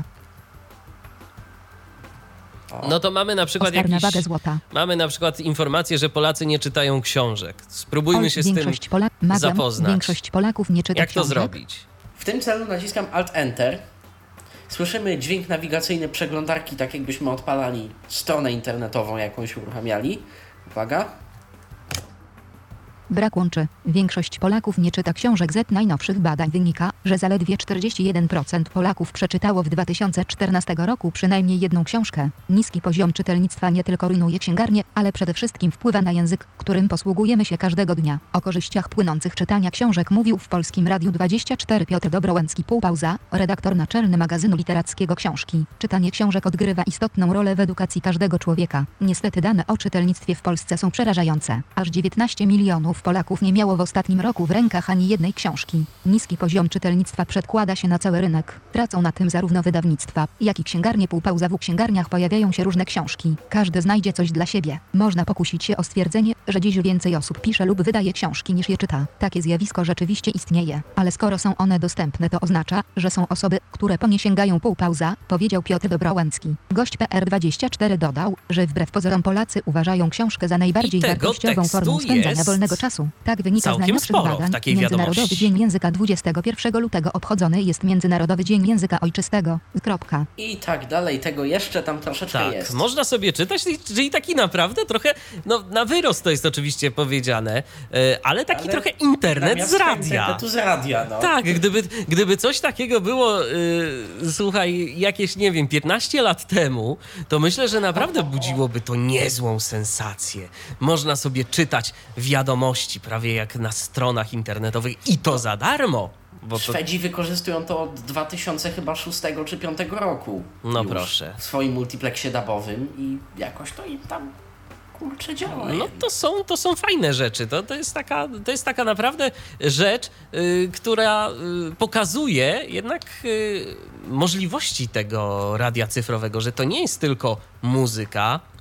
No to mamy na przykład mamy na przykład informację, że Polacy nie czytają książek. Spróbujmy się z tym zapoznać. Większość Polaków nie czyta książek. Jak to zrobić? W tym celu naciskam Alt-Enter. Słyszymy dźwięk nawigacyjny przeglądarki, tak jakbyśmy odpalali stronę internetową, jakąś uruchamiali. Uwaga. Brak łączy. Większość Polaków nie czyta książek. Z najnowszych badań wynika, że zaledwie 41% Polaków przeczytało w 2014 roku przynajmniej jedną książkę. Niski poziom czytelnictwa nie tylko rujnuje księgarnię, ale przede wszystkim wpływa na język, którym posługujemy się każdego dnia. O korzyściach płynących czytania książek mówił w Polskim Radiu 24 Piotr Dobrołęcki, półpauza, redaktor naczelny magazynu literackiego Książki. Czytanie książek odgrywa istotną rolę w edukacji każdego człowieka. Niestety dane o czytelnictwie w Polsce są przerażające. Aż 19 milionów Polaków nie miało w ostatnim roku w rękach ani jednej książki. Niski poziom czytelnictwa przedkłada się na cały rynek. Tracą na tym zarówno wydawnictwa, jak i księgarnie. Półpauza. W księgarniach pojawiają się różne książki. Każdy znajdzie coś dla siebie. Można pokusić się o stwierdzenie, że dziś więcej osób pisze lub wydaje książki niż je czyta. Takie zjawisko rzeczywiście istnieje. Ale skoro są one dostępne, to oznacza, że są osoby, które po nie sięgają. Półpauza, powiedział Piotr Dobrołęcki. Gość PR24 dodał, że wbrew pozorom Polacy uważają książkę za najbardziej wartościową formą spędzania wolnego czasu. Tak wynika z najnowszych badań. Międzynarodowy Dzień Języka 21 lutego obchodzony jest Międzynarodowy Dzień Języka Ojczystego. I tak dalej, tego jeszcze tam troszeczkę jest. Można sobie czytać, czyli taki naprawdę trochę, no na wyrost to jest oczywiście powiedziane, ale taki trochę internet z radia. Internetu z radia, no. Tak, gdyby coś takiego było, słuchaj, jakieś, nie wiem, 15 lat temu, to myślę, że naprawdę budziłoby to niezłą sensację. Można sobie czytać wiadomości prawie jak na stronach internetowych i to za darmo. Bo Szwedzi wykorzystują to od 2006 czy 2005 roku. No proszę. W swoim multiplexie dabowym i jakoś to im tam kurczę działa. No to są fajne rzeczy. To jest taka naprawdę rzecz, która pokazuje jednak możliwości tego radia cyfrowego, że to nie jest tylko muzyka,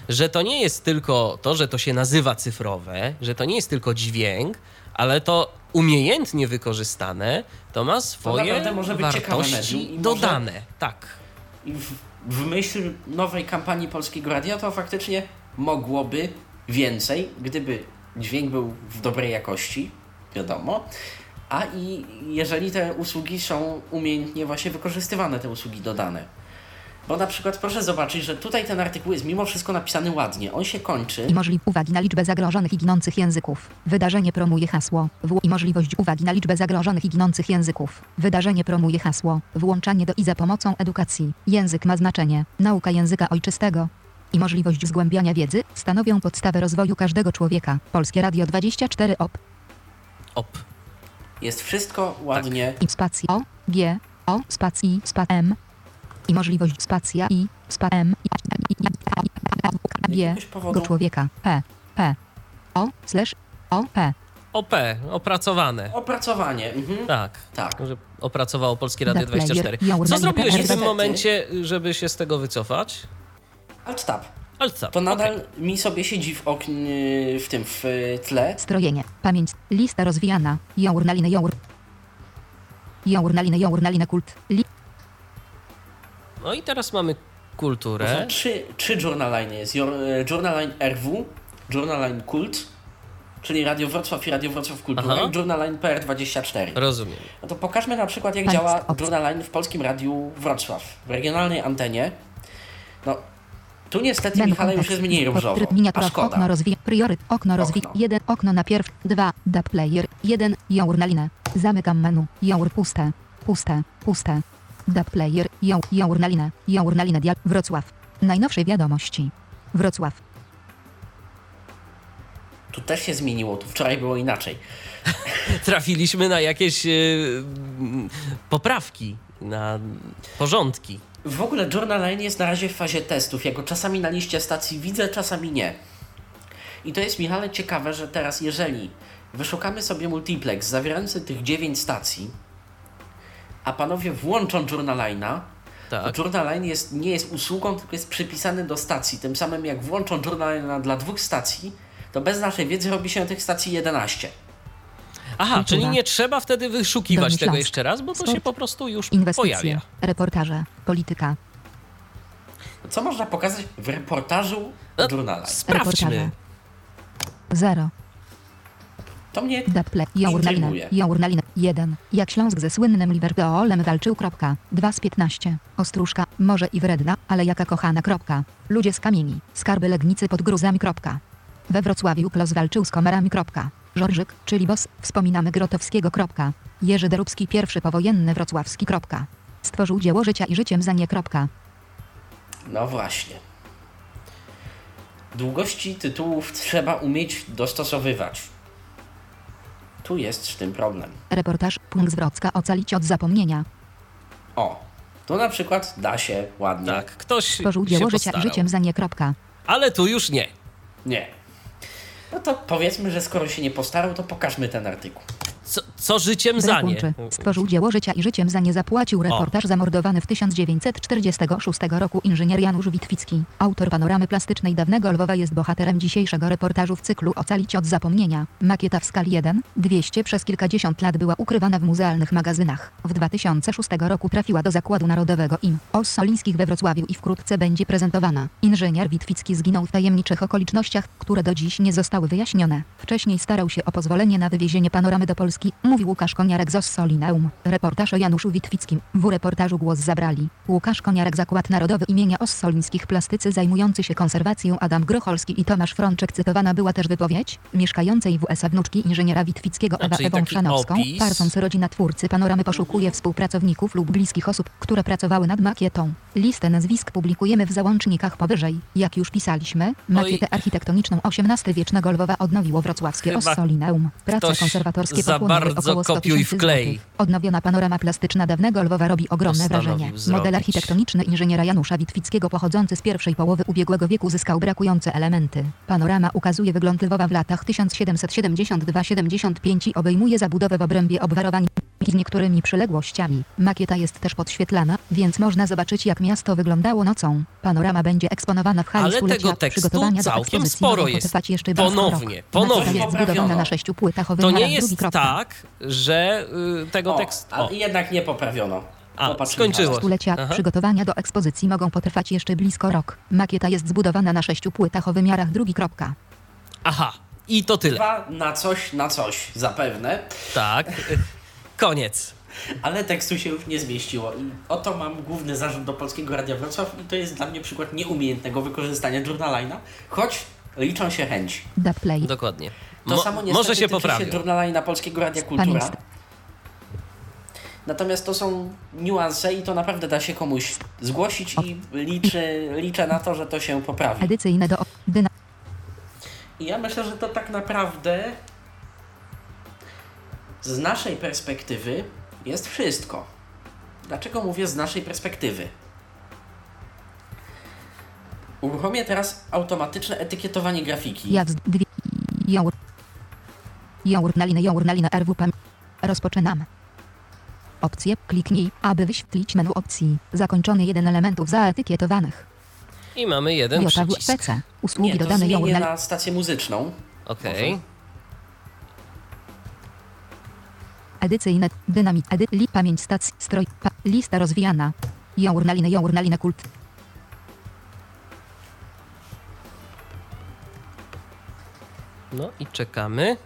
że to nie jest tylko to, że to się nazywa cyfrowe, że to nie jest tylko dźwięk, ale to umiejętnie wykorzystane, to ma swoje może być wartości dodane. Tak. I w myśl nowej kampanii Polskiego Radia to faktycznie mogłoby więcej, gdyby dźwięk był w dobrej jakości, wiadomo, a i jeżeli te usługi są umiejętnie właśnie wykorzystywane, te usługi dodane. Bo na przykład proszę zobaczyć, że tutaj ten artykuł jest mimo wszystko napisany ładnie. On się kończy. I uwagi na liczbę zagrożonych i ginących języków. Wydarzenie promuje hasło. I możliwość uwagi na liczbę zagrożonych i ginących języków. Wydarzenie promuje hasło. Włączanie do i za pomocą edukacji. Język ma znaczenie. Nauka języka ojczystego i możliwość zgłębiania wiedzy stanowią podstawę rozwoju każdego człowieka. Polskie Radio 24 OP. OP. Jest wszystko ładnie. I spacji O, G, O, spacji, M. I możliwość spacja i spa M G go człowieka P O slash O P OP, opracowane. Opracowanie. Tak. Że opracowało Polskie Radio Player, 24. Co zrobiłeś w tym momencie, żeby się z tego wycofać? Alt-tab. Alt-tab. To nadal mi sobie siedzi w oknie, w tle. Strojenie, pamięć, lista rozwijana, journaliny kult. No i teraz mamy kulturę. To są trzy journaline. Jest Journaline RW, Journaline Kult, czyli Radio Wrocław i Radio Wrocław Kultura i Journaline PR24. Rozumiem. No to pokażmy na przykład, jak działa Journaline w Polskim Radiu Wrocław. W regionalnej antenie. No, tu niestety, Michale, już jest mniej różowo, a szkoda. Okno rozwija, prioryt, okno rozwija, 1, okno na pierw, 2, DAB player, 1, journalinę, zamykam menu, puste. DAB player, journalinę, Wrocław. Najnowsze wiadomości. Wrocław. Tu też się zmieniło, tu wczoraj było inaczej. Trafiliśmy na jakieś poprawki, na porządki. W ogóle Journaline jest na razie w fazie testów. Ja go czasami na liście stacji widzę, czasami nie. I to jest, Michale, ciekawe, że teraz jeżeli wyszukamy sobie multiplex zawierający tych 9 stacji, a panowie włączą Journaline'a, to Journaline nie jest usługą, tylko jest przypisany do stacji. Tym samym jak włączą Journaline'a dla 2 stacji, to bez naszej wiedzy robi się tych stacji 11. Aha, czyli nie trzeba wtedy wyszukiwać tego jeszcze raz, bo to się po prostu już pojawia. Reportaże, polityka. Co można pokazać w reportażu Journaline? Sprawdźmy. 0. To mnie Journalinę 1. Jak Śląsk ze słynnym Liverpoolem walczył. 2 z 15. Ostróżka, może i wredna, ale jaka kochana. Ludzie z kamieni, skarby Legnicy pod gruzami. We Wrocławiu Klos walczył z komarami. Żorżyk, czyli boss, wspominamy Grotowskiego. Jerzy Derubski, pierwszy powojenny wrocławski. Stworzył dzieło życia i życiem za nie. No właśnie. Długości tytułów trzeba umieć dostosowywać. Tu jest z tym problem. Reportaż, punkt z Wrocka, ocalić od zapomnienia. O, tu na przykład da się ładnie. Tak, ktoś stworzył dzieło życia i życiem za nie. Ale tu już nie. Nie. No to powiedzmy, że skoro się nie postarał, to pokażmy ten artykuł. Co życiem za nie? Stworzył dzieło życia i życiem za nie zapłacił. Reportaż zamordowany w 1946 roku inżynier Janusz Witwicki. Autor panoramy plastycznej dawnego Lwowa jest bohaterem dzisiejszego reportażu w cyklu Ocalić od zapomnienia. Makieta w skali 1:200 przez kilkadziesiąt lat była ukrywana w muzealnych magazynach. W 2006 roku trafiła do Zakładu Narodowego im. Ossolińskich we Wrocławiu i wkrótce będzie prezentowana. Inżynier Witwicki zginął w tajemniczych okolicznościach, które do dziś nie zostały wyjaśnione. Wcześniej starał się o pozwolenie na wywiezienie panoramy do Polski, mówi Łukasz Koniarek z Ossolineum. Reportaż o Januszu Witwickim. W reportażu głos zabrali Łukasz Koniarek, Zakład Narodowy imienia Ossolińskich, plastycy zajmujący się konserwacją Adam Grocholski i Tomasz Frączek. Cytowana była też wypowiedź mieszkającej w USA wnuczki inżyniera Witwickiego Ewą Chrzanowską. Parsons, rodzina twórcy panoramy, poszukuje współpracowników lub bliskich osób, które pracowały nad makietą. Listę nazwisk publikujemy w załącznikach powyżej. Jak już pisaliśmy, makietę architektoniczną XVIII-wiecznego Lwowa odnowiło wrocławskie Ossolineum. Prace konserwatorskie pochłonęły około 100 000 złotych. Odnowiona panorama plastyczna dawnego Lwowa robi ogromne wrażenie. Model architektoniczny inżyniera Janusza Witwickiego pochodzący z pierwszej połowy ubiegłego wieku zyskał brakujące elementy. Panorama ukazuje wygląd Lwowa w latach 1772-75 i obejmuje zabudowę w obrębie obwarowań z niektórymi przyległościami. Makieta jest też podświetlana, więc można zobaczyć, jak miasto wyglądało nocą. Panorama będzie eksponowana w hali Ale stulecia. tego tekstu Przygotowania do całkiem ekspozycji sporo mogą jest. potrwać jeszcze Ponownie. Makieta jest zbudowana na 6 płytach o To wymiarach nie jest drugi kropka. tak, że tego tekstu... A jednak nie poprawiono. Skończyło. Stulecia przygotowania do ekspozycji mogą potrwać jeszcze blisko rok. Makieta jest zbudowana na 6 płytach o wymiarach drugi kropka. Aha, i to tyle. Na coś, zapewne. Tak, koniec. Ale tekstu się już nie zmieściło i oto mam główny zarzut do Polskiego Radia Wrocław i to jest dla mnie przykład nieumiejętnego wykorzystania Journalina, choć liczą się chęci. Dokładnie. To samo niestety może się tyczy poprawi. się Journalina Polskiego Radia Kultura. Natomiast to są niuanse i to naprawdę da się komuś zgłosić i liczę na to, że to się poprawi. Edycyjne do I ja myślę, że to tak naprawdę z naszej perspektywy jest wszystko. Dlaczego mówię z naszej perspektywy? Uruchomię teraz automatyczne etykietowanie grafiki. Journalina RWP. Rozpoczynamy. Opcje. Kliknij, aby wyświetlić menu opcji. Zakończony jeden elementów zaetykietowanych. I mamy jeden przycisk. PC. Usługi Nie, to dodane zmienię na stację muzyczną. Okej. Edycyjne, dynamit, pamięć stacji, stroj, lista rozwijana. Journalina kult. No i czekamy.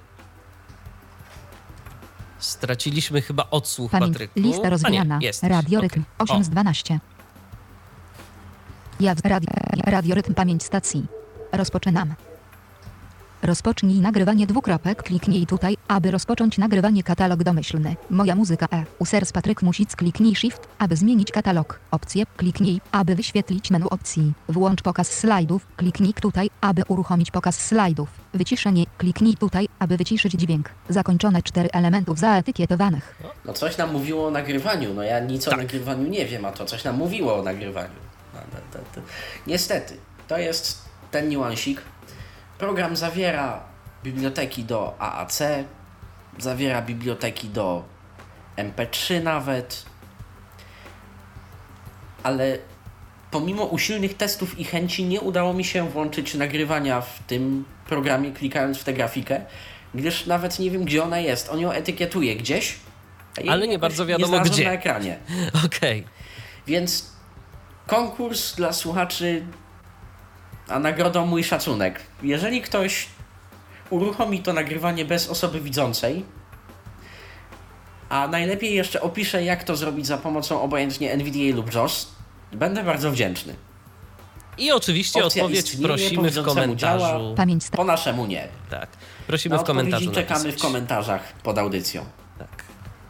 Straciliśmy chyba odsłuch, Pamięć, Patryku. lista rozwijana. A nie, jest. Radiorytm, Okay. 8 z 12. Radiorytm, pamięć stacji. Rozpoczynamy. Rozpocznij nagrywanie dwukropek. Kliknij tutaj, aby rozpocząć nagrywanie katalog domyślny. Moja muzyka Users Patryk Music. Kliknij Shift, aby zmienić katalog. Opcje. Kliknij, aby wyświetlić menu opcji. Włącz pokaz slajdów. Kliknij tutaj, aby uruchomić pokaz slajdów. Wyciszenie. Kliknij tutaj, aby wyciszyć dźwięk. Zakończone 4 elementów zaetykietowanych. No coś nam mówiło o nagrywaniu. No ja nic o nagrywaniu nie wiem, a to coś nam mówiło o nagrywaniu. Niestety, to jest ten niuansik. Program zawiera biblioteki do AAC, zawiera biblioteki do MP3 nawet, ale pomimo usilnych testów i chęci nie udało mi się włączyć nagrywania w tym programie, klikając w tę grafikę, gdyż nawet nie wiem, gdzie ona jest. On ją etykietuje gdzieś, ale nie bardzo wiadomo nie gdzie. Na ekranie. Okej. Więc konkurs dla słuchaczy, a nagrodą mój szacunek. Jeżeli ktoś uruchomi to nagrywanie bez osoby widzącej, a najlepiej jeszcze opisze, jak to zrobić za pomocą obojętnie NVDA lub JAWS, będę bardzo wdzięczny. I oczywiście Opcja odpowiedź istnieje, prosimy w komentarzu. Po naszemu nie. Tak. Prosimy w komentarzu czekamy napisać. w komentarzach pod audycją. Tak.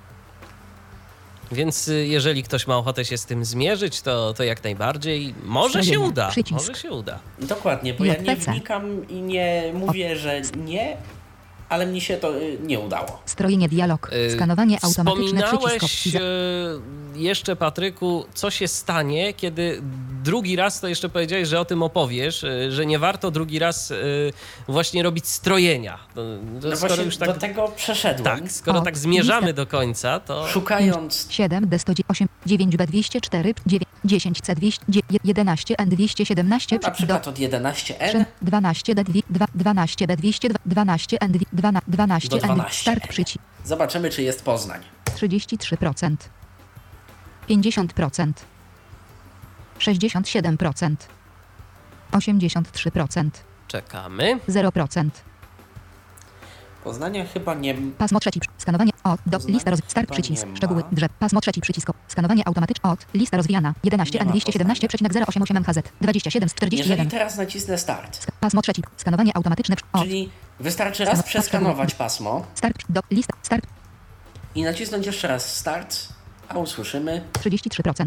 Więc jeżeli ktoś ma ochotę się z tym zmierzyć, to jak najbardziej. Może się uda. Może się uda. Dokładnie, bo ja nie wnikam i nie mówię, że nie, ale mnie się to nie udało. Strojenie dialog. Skanowanie automatyczne Wspominałeś jeszcze, Patryku, co się stanie, kiedy drugi raz, to jeszcze powiedziałeś, że o tym opowiesz, że nie warto drugi raz właśnie robić strojenia. No właśnie już tak, do tego przeszedłem. Tak, skoro tak zmierzamy do końca, to... Szukając... 7D108, 9B204, 10C200, 11N217... No, na przykład od 11N... 12D2, 12B200, 12N2, 12N, start przycisk. Zobaczymy, czy jest Poznań. 33%. 50%. 67%. 83%. Czekamy. 0%. Poznania chyba nie... Pasmo trzeci. Skanowanie od. Do. Lista start przycisk. Szczegóły. Drzew. Pasmo trzeci przycisk. Skanowanie automatyczne od. Lista rozwijana. 11N217,088 HZ. 27 z 41. Jeżeli teraz nacisnę start. Pasmo trzeci. Skanowanie automatyczne. Czyli wystarczy raz przeskanować pasmo. Start. Do. Lista. Start. I nacisnąć jeszcze raz start. A usłyszymy... 33%.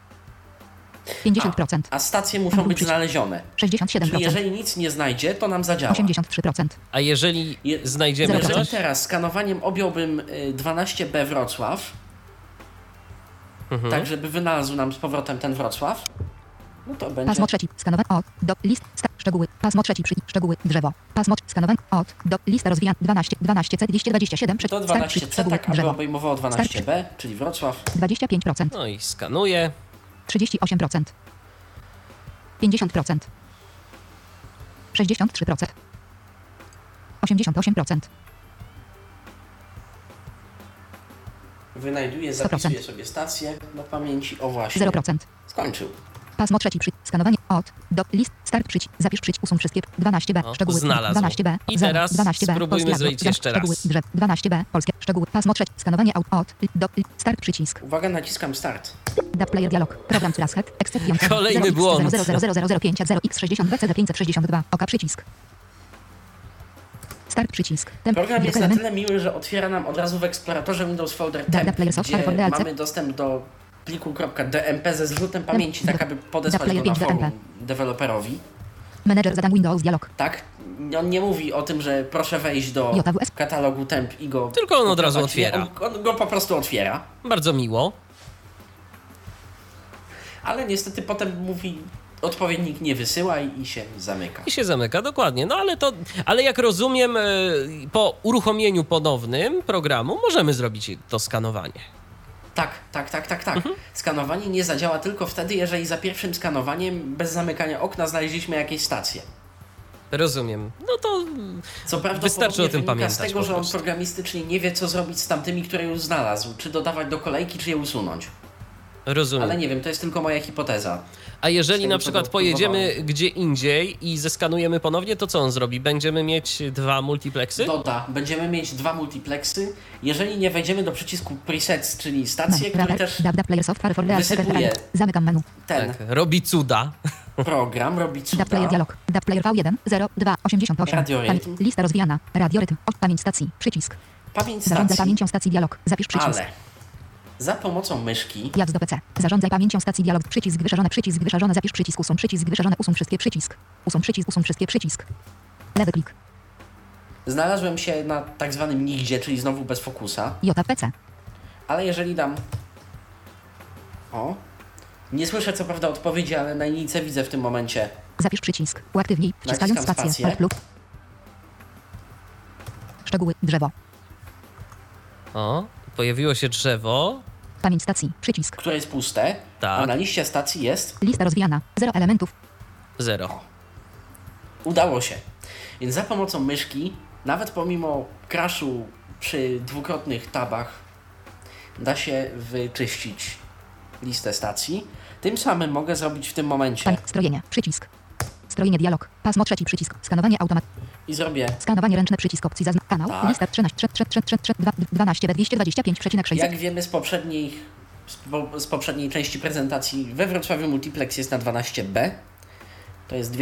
50%. A stacje muszą być znalezione. 67%. Czyli jeżeli nic nie znajdzie, to nam zadziała. 83%. A jeżeli znajdziemy coś? coś? Teraz skanowaniem objąłbym 12B Wrocław, tak żeby wynalazł nam z powrotem ten Wrocław, no to będzie... Pasmo trzeci. Skanowanie od. Do. List. Szczegóły. Pasmo trzeci szczegóły. Drzewo. Pasmo skanowane od do lista rozwijana 12C 227 To 12C, tak aby drzewo. obejmowało 12B, czyli Wrocław. 25%. No i skanuję. 38%. 50%. 63%. 88%. Wynajduję, zapisuję sobie stację do pamięci. O właśnie. 0%. Skończył. Pasmo trzeci skanowanie od do list start usuń wszystkie 12B szczegóły znalazł. 12B I 0, teraz 12B spróbujmy zrobić jeszcze szczegóły, raz. Drzew 12B polskie szczegóły pasmo trzeci skanowanie od do start przycisk. Uwaga, naciskam start. DAB player dialog program Lashet exception Kolejny błąd. 00005 0x60 BCD 562 OK przycisk. Start przycisk. Program jest na tyle miły, że otwiera nam od razu w eksploratorze Windows Folder temp, gdzie mamy dostęp do pliku .dmp ze zrzutem pamięci, tak aby podesłać go na forum deweloperowi. Menedżer zadań Windows dialog. Tak, on nie mówi o tym, że proszę wejść do katalogu temp i go... Tylko on od razu otwiera. On go po prostu otwiera. Bardzo miło. Ale niestety potem mówi... Odpowiednik nie wysyła i się zamyka. I się zamyka, dokładnie. No ale jak rozumiem, po uruchomieniu ponownym programu możemy zrobić to skanowanie. Tak. Skanowanie nie zadziała tylko wtedy, jeżeli za pierwszym skanowaniem bez zamykania okna znaleźliśmy jakieś stacje. Rozumiem. No to co wystarczy o tym pamiętać. Z tego, że on programistycznie nie wie, co zrobić z tamtymi, które już znalazł. Czy dodawać do kolejki, czy je usunąć. Rozumiem. Ale nie wiem, to jest tylko moja hipoteza. A jeżeli na przykład pojedziemy gdzie indziej i zeskanujemy ponownie, to co on zrobi? Będziemy mieć 2 multiplexy? Będziemy mieć 2 multiplexy. Jeżeli nie wejdziemy do przycisku presets, czyli stacje, który też wysypuje zamykam menu. Ten robi cuda. Program robi cuda. DAB player dialog. DAB player V1 02 88. Radiorytm. Lista rozwijana. Radiorytm. Pamięć stacji. Przycisk. Pamięć Zarządzaj stacji. pamięcią stacji dialog. Zapisz przycisk. Ale za pomocą myszki. Jazd do PC. Zarządzaj pamięcią stacji dialog. Przycisk wyszarzony. Zapisz przycisk. Usuń przycisk wyszarzony. Usuń wszystkie przycisk. Usuń wszystkie przycisk. Lewy klik. Znalazłem się na tak zwanym nigdzie, czyli znowu bez fokusa. JPC. Ale jeżeli dam... Nie słyszę co prawda odpowiedzi, ale na linijce widzę w tym momencie. Zapisz przycisk. Uaktywnij. Wciskając spację. Alt lub. Szczegóły. Drzewo. Pojawiło się drzewo. Pamięć stacji. Przycisk. Które jest puste. Tak. A na liście stacji jest... Lista rozwijana. 0 elementów. 0. Udało się. Więc za pomocą myszki, nawet pomimo crashu przy dwukrotnych tabach, da się wyczyścić listę stacji. Tym samym mogę zrobić w tym momencie... Strojenie. Przycisk. Strojenie dialog. Pasmo trzeci przycisk. Skanowanie automat. I zrobię... Skanowanie ręczne przycisk opcji kanał. Tak. Lista 13 12 225,6. Jak wiemy z poprzedniej części prezentacji, we Wrocławiu multiplex jest na 12B. To jest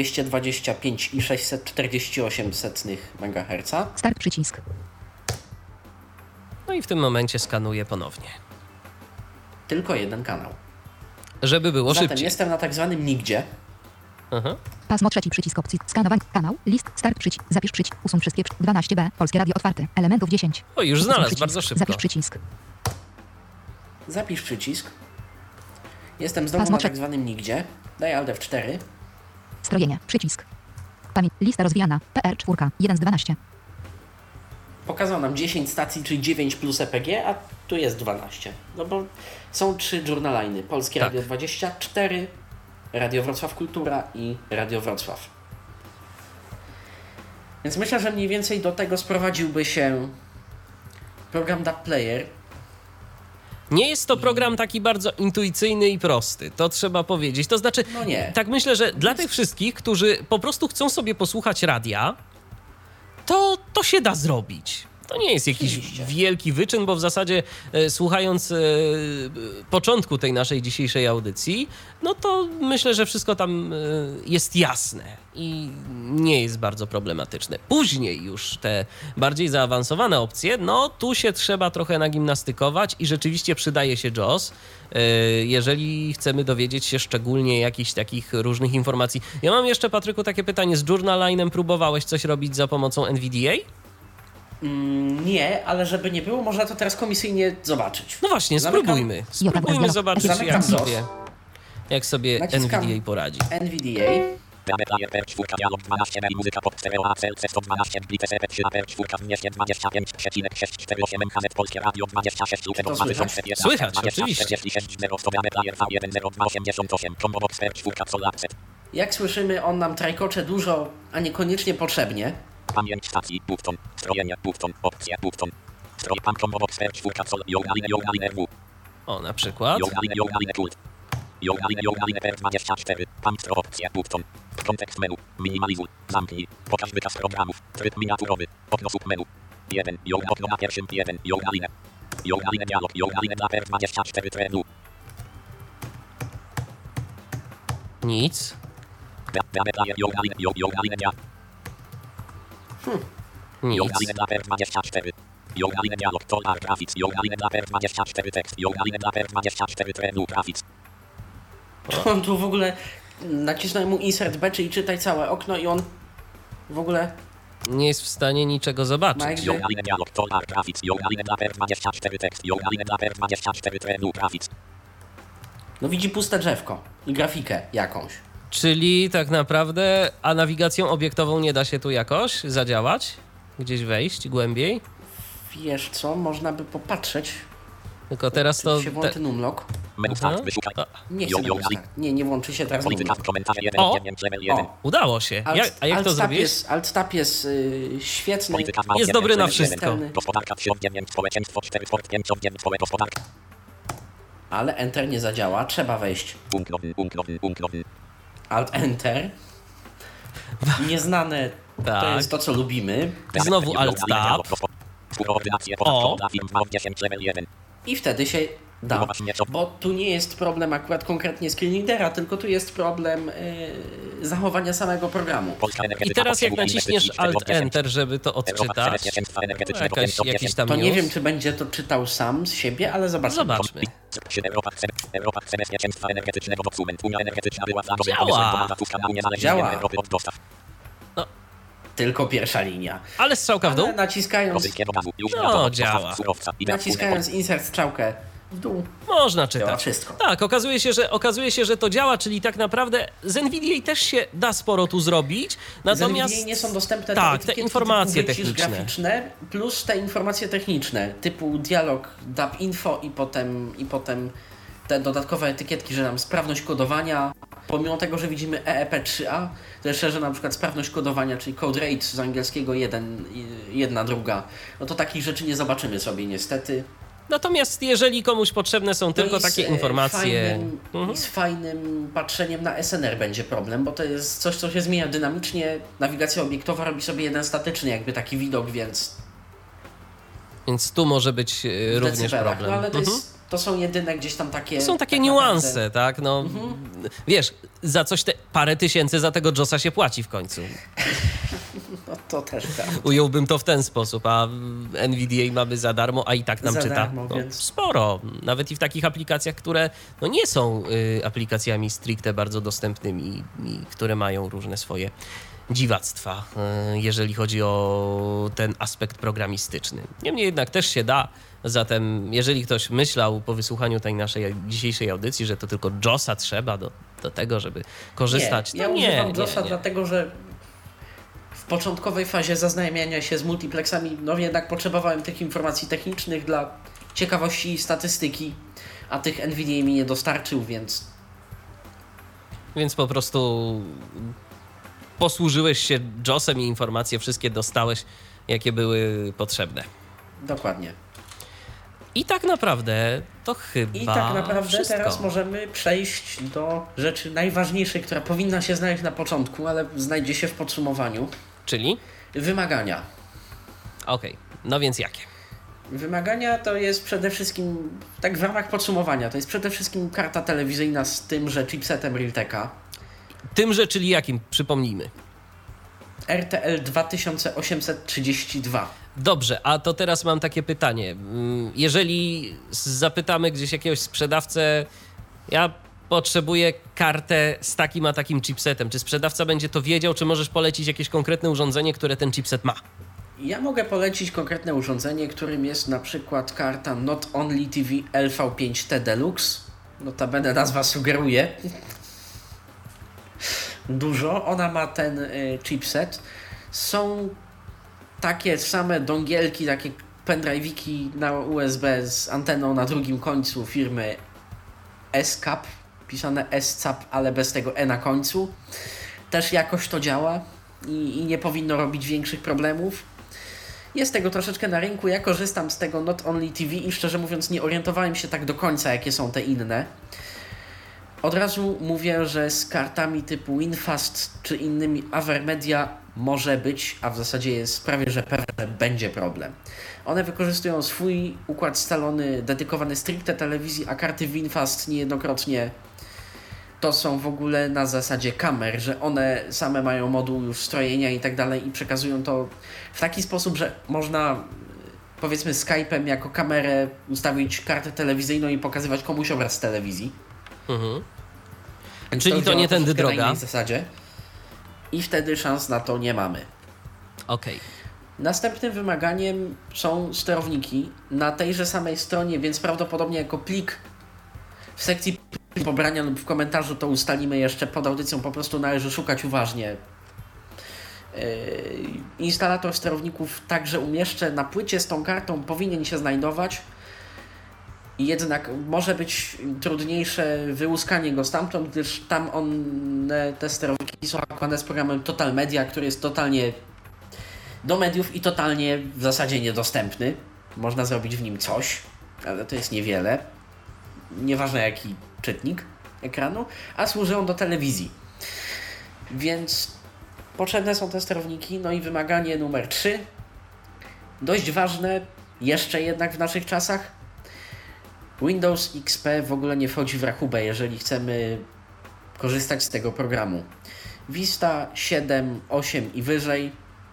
225,648 MHz. Start przycisk. No i w tym momencie skanuję ponownie. Tylko jeden kanał. Żeby było Zatem szybciej. jestem na tak zwanym nigdzie. Pasmo trzeci przycisk opcji. Skanowanie kanał. List start przycisk. Zapisz przycisk. Usuń wszystkie 12B. Polskie radio otwarte. Elementów 10. O, już znalazł bardzo szybko. Zapisz przycisk. Zapisz przycisk. Jestem znowu na tak zwanym nigdzie. Daję Alt F4. Strojenie. Przycisk. Pamięć. Lista rozwijana. PR4. 1 z 12. Pokazał nam 10 stacji, czyli 9 plus EPG, a tu jest 12. No bo są 3 journaliny. Polskie Radio 24, Radio Wrocław Kultura i Radio Wrocław. Więc myślę, że mniej więcej do tego sprowadziłby się program DAB Player. Nie jest to program taki bardzo intuicyjny i prosty, to trzeba powiedzieć. To znaczy, tak myślę, że dla tych wszystkich, którzy po prostu chcą sobie posłuchać radia, to się da zrobić. To nie jest jakiś wielki wyczyn, bo w zasadzie słuchając początku tej naszej dzisiejszej audycji, no to myślę, że wszystko tam jest jasne i nie jest bardzo problematyczne. Później już te bardziej zaawansowane opcje, no tu się trzeba trochę nagimnastykować i rzeczywiście przydaje się JAWS, jeżeli chcemy dowiedzieć się szczególnie jakichś takich różnych informacji. Ja mam jeszcze, Patryku, takie pytanie. Z Journalinem próbowałeś coś robić za pomocą NVDA? Nie, ale żeby nie było, można to teraz komisyjnie zobaczyć. No właśnie, spróbujmy. Spróbujmy zobaczyć, jak sobie Naciskam NVDA poradzi. NVDA. Gramy player per 4 dialog 12 i muzyka pop stereo ACLC 112 blice CP3 per 4 w mieście 25,648 MHz Polskie Radio 26 lutego 2001. Słychać, oczywiście. 46 0 gramy player V10288 combo box per 4 sol accept. Jak słyszymy, on nam trajkocze dużo, a niekoniecznie potrzebnie. Pamięć stacji, button, strojenie, button, opcje, button. Stroj pan combo box per 4 sol, yogaline RW. O, na przykład. Yogaline kult. Yogaline per 24. Pamstro opcje, button. Kontekst menu. Minimalizuj. Zamknij. Pokaż wykaz programów. Tryb miniaturowy. Okno submenu. 1. Okno na pierwszym 1. Yogaline. Yogaline dialog. Yogaline dla per 24 trenu. Nic. Gramy player Yogaline dialog. Nic. Yogaline dla per 24. Yogaline dialog. Tolar graphics. Yogaline dla per 24 tekst. Yogaline dla per 24 trenu graphics. On tu w ogóle nacisnąłem mu insert B, czyli czytaj całe okno i on w ogóle nie jest w stanie niczego zobaczyć. Yogaline dialog, tolar graphics, yogaline dla per 24 tekst, yogaline dla per 24 trenu graphics. No widzi puste drzewko i grafikę jakąś. Czyli tak naprawdę, a nawigacją obiektową nie da się tu jakoś zadziałać? Gdzieś wejść głębiej? Wiesz co, można by popatrzeć. Tylko teraz to... się włączy numlock. Menu start, wyszukaj. Nie chcę menu start. Nie włączy się teraz numlock. O, udało się. A jak to zrobisz? Alt-tab jest świetny. Jest dobry na wszystko. Gospodarka, wśród 9, społeczeństwo, 4, sport, 5, 9, gospodarka. Ale Enter nie zadziała, trzeba wejść. Alt-Enter. Nieznane, tak. To jest to, co lubimy. Znowu Alt-Tab. O. I wtedy się da. Bo tu nie jest problem akurat konkretnie screenreadera, tylko tu jest problem zachowania samego programu. I teraz jak naciśniesz Alt-Enter, żeby to odczytać, jakiś tam to news. nie wiem, czy będzie to czytał sam z siebie, ale zobaczymy. Zobaczmy. Działa. No. Tylko pierwsza linia. Ale strzałka w dół? Ale naciskając... No, działa. Naciskając insert strzałkę w dół. Można czytać. Wszystko. Tak, okazuje się, że to działa, czyli tak naprawdę z NVDA też się da sporo tu zrobić. Natomiast z NVDA nie są dostępne te informacje techniczne. Graficzne plus te informacje techniczne typu dialog DAB info i potem te dodatkowe etykietki, że nam sprawność kodowania, pomimo tego, że widzimy EEP3A, to jeszcze, że na przykład sprawność kodowania, czyli code rate z angielskiego 1/2, no to takich rzeczy nie zobaczymy sobie niestety. Natomiast jeżeli komuś potrzebne są tylko takie informacje... Z fajnym patrzeniem na SNR będzie problem, bo to jest coś, co się zmienia dynamicznie. Nawigacja obiektowa robi sobie jeden statyczny jakby taki widok, więc tu może być również problem. No ale to są jedyne gdzieś tam takie... Są takie niuanse, tak? No, wiesz, za coś te parę tysięcy za tego JOSa się płaci w końcu. No to też tak. Ująłbym to w ten sposób, a NVDA mamy za darmo, a i tak nam czyta darmo, więc... sporo. Nawet i w takich aplikacjach, które nie są aplikacjami stricte bardzo dostępnymi i które mają różne swoje dziwactwa, jeżeli chodzi o ten aspekt programistyczny. Niemniej jednak też się da. Zatem, jeżeli ktoś myślał po wysłuchaniu tej naszej dzisiejszej audycji, że to tylko JOSa trzeba do tego, żeby korzystać, ja używam JOSa dlatego, że w początkowej fazie zaznajamiania się z multiplexami, jednak potrzebowałem tych informacji technicznych dla ciekawości i statystyki, a tych NVDA mi nie dostarczył, Więc po prostu posłużyłeś się JOSem i informacje wszystkie dostałeś, jakie były potrzebne. Dokładnie. I tak naprawdę to chyba I tak naprawdę wszystko. Teraz możemy przejść do rzeczy najważniejszej, która powinna się znaleźć na początku, ale znajdzie się w podsumowaniu. Czyli? Wymagania. Okej, no więc jakie? Wymagania to jest przede wszystkim, tak w ramach podsumowania, to jest przede wszystkim karta telewizyjna z tymże chipsetem Realteka. Tymże, czyli jakim? Przypomnijmy. RTL 2832. Dobrze, a to teraz mam takie pytanie. Jeżeli zapytamy gdzieś jakiegoś sprzedawcę, ja potrzebuję kartę z takim a takim chipsetem, czy sprzedawca będzie to wiedział, czy możesz polecić jakieś konkretne urządzenie, które ten chipset ma? Ja mogę polecić konkretne urządzenie, którym jest na przykład karta Not Only TV LV5T Deluxe. Notabene nazwa sugeruje. dużo. Ona ma ten chipset. Są takie same dongielki, takie pendrive'iki na USB z anteną na drugim końcu firmy SCAP, pisane SCAP, ale bez tego E na końcu. Też jakoś to działa i nie powinno robić większych problemów. Jest tego troszeczkę na rynku. Ja korzystam z tego Not Only TV i szczerze mówiąc nie orientowałem się tak do końca, jakie są te inne. Od razu mówię, że z kartami typu WinFast czy innymi Avermedia może być, a w zasadzie jest prawie że pewne, będzie problem. One wykorzystują swój układ scalony dedykowany stricte telewizji, a karty WinFast niejednokrotnie to są w ogóle na zasadzie kamer, że one same mają moduł już strojenia i tak dalej i przekazują to w taki sposób, że można powiedzmy Skype'em jako kamerę ustawić kartę telewizyjną i pokazywać komuś obraz z telewizji. Czyli to nie tędy droga. Na innej zasadzie. I wtedy szans na to nie mamy. Okej. Następnym wymaganiem są sterowniki na tejże samej stronie, więc prawdopodobnie jako plik w sekcji pobrania lub w komentarzu to ustalimy jeszcze pod audycją, po prostu należy szukać uważnie. Instalator sterowników także umieszczę na płycie z tą kartą, powinien się znajdować. Jednak może być trudniejsze wyłuskanie go stamtąd, gdyż tam te sterowniki są pakowane z programem Total Media, który jest totalnie do mediów i totalnie w zasadzie niedostępny. Można zrobić w nim coś, ale to jest niewiele. Nieważne jaki czytnik ekranu, a służy on do telewizji. Więc potrzebne są te sterowniki. No i wymaganie numer 3. Dość ważne, jeszcze jednak w naszych czasach. Windows XP w ogóle nie wchodzi w rachubę, jeżeli chcemy korzystać z tego programu. Vista 7, 8 i wyżej.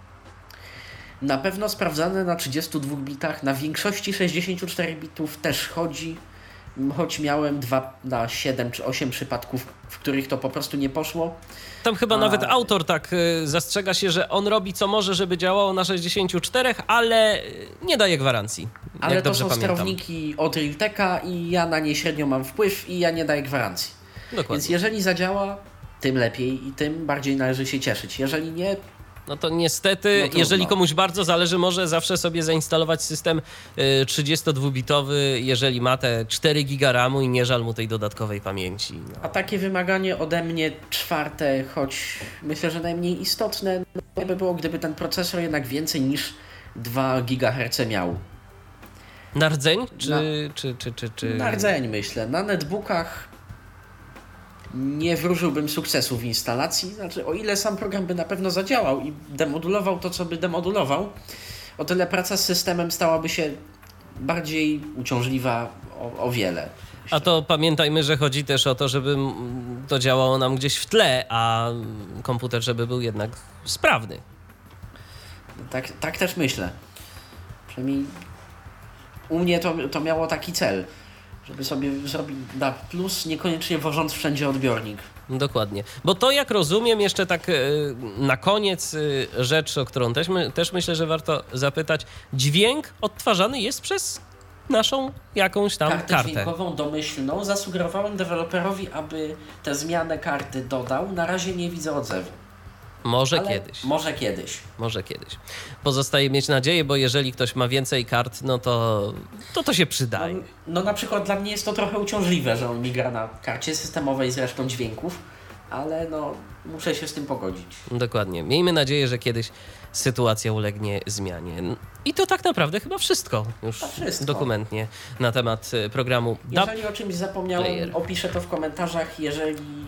Na pewno sprawdzane na 32 bitach, na większości 64 bitów też chodzi, choć miałem 2 na 7 czy 8 przypadków, w których to po prostu nie poszło. Tam chyba nawet autor tak zastrzega się, że on robi co może, żeby działało na 64, ale nie daje gwarancji. Ale jak to dobrze są pamiętam. sterowniki od Realteka i ja na nie średnio mam wpływ i ja nie daję gwarancji. Dokładnie. Więc jeżeli zadziała, tym lepiej i tym bardziej należy się cieszyć. Jeżeli nie, no to niestety, jeżeli komuś bardzo zależy, może zawsze sobie zainstalować system 32-bitowy, jeżeli ma te 4 giga RAMu i nie żal mu tej dodatkowej pamięci. No. A takie wymaganie ode mnie 4, choć myślę, że najmniej istotne, by było, gdyby ten procesor jednak więcej niż 2 GHz miał. Na rdzeń? Czy... Na rdzeń myślę. Na netbookach nie wróżyłbym sukcesu w instalacji. Znaczy, o ile sam program by na pewno zadziałał i demodulował to, co by demodulował, o tyle praca z systemem stałaby się bardziej uciążliwa o wiele. A to pamiętajmy, że chodzi też o to, żeby to działało nam gdzieś w tle, a komputer, żeby był jednak sprawny. Tak też myślę. Przynajmniej u mnie to miało taki cel, żeby sobie zrobić DAB+, niekoniecznie wożąc wszędzie odbiornik. Dokładnie. Bo to, jak rozumiem, jeszcze tak na koniec rzecz, o którą też myślę, że warto zapytać. Dźwięk odtwarzany jest przez naszą jakąś tam kartę. Dźwiękową domyślną. Zasugerowałem deweloperowi, aby tę zmianę karty dodał. Na razie nie widzę odzewu. Może kiedyś. Może kiedyś. Pozostaje mieć nadzieję, bo jeżeli ktoś ma więcej kart, no to się przydaje. No na przykład dla mnie jest to trochę uciążliwe, że on mi gra na karcie systemowej z resztą dźwięków, ale muszę się z tym pogodzić. Dokładnie. Miejmy nadzieję, że kiedyś sytuacja ulegnie zmianie. I to tak naprawdę chyba wszystko już dokumentnie na temat programu DAB. Jeżeli o czymś zapomniałem, opiszę to w komentarzach. Jeżeli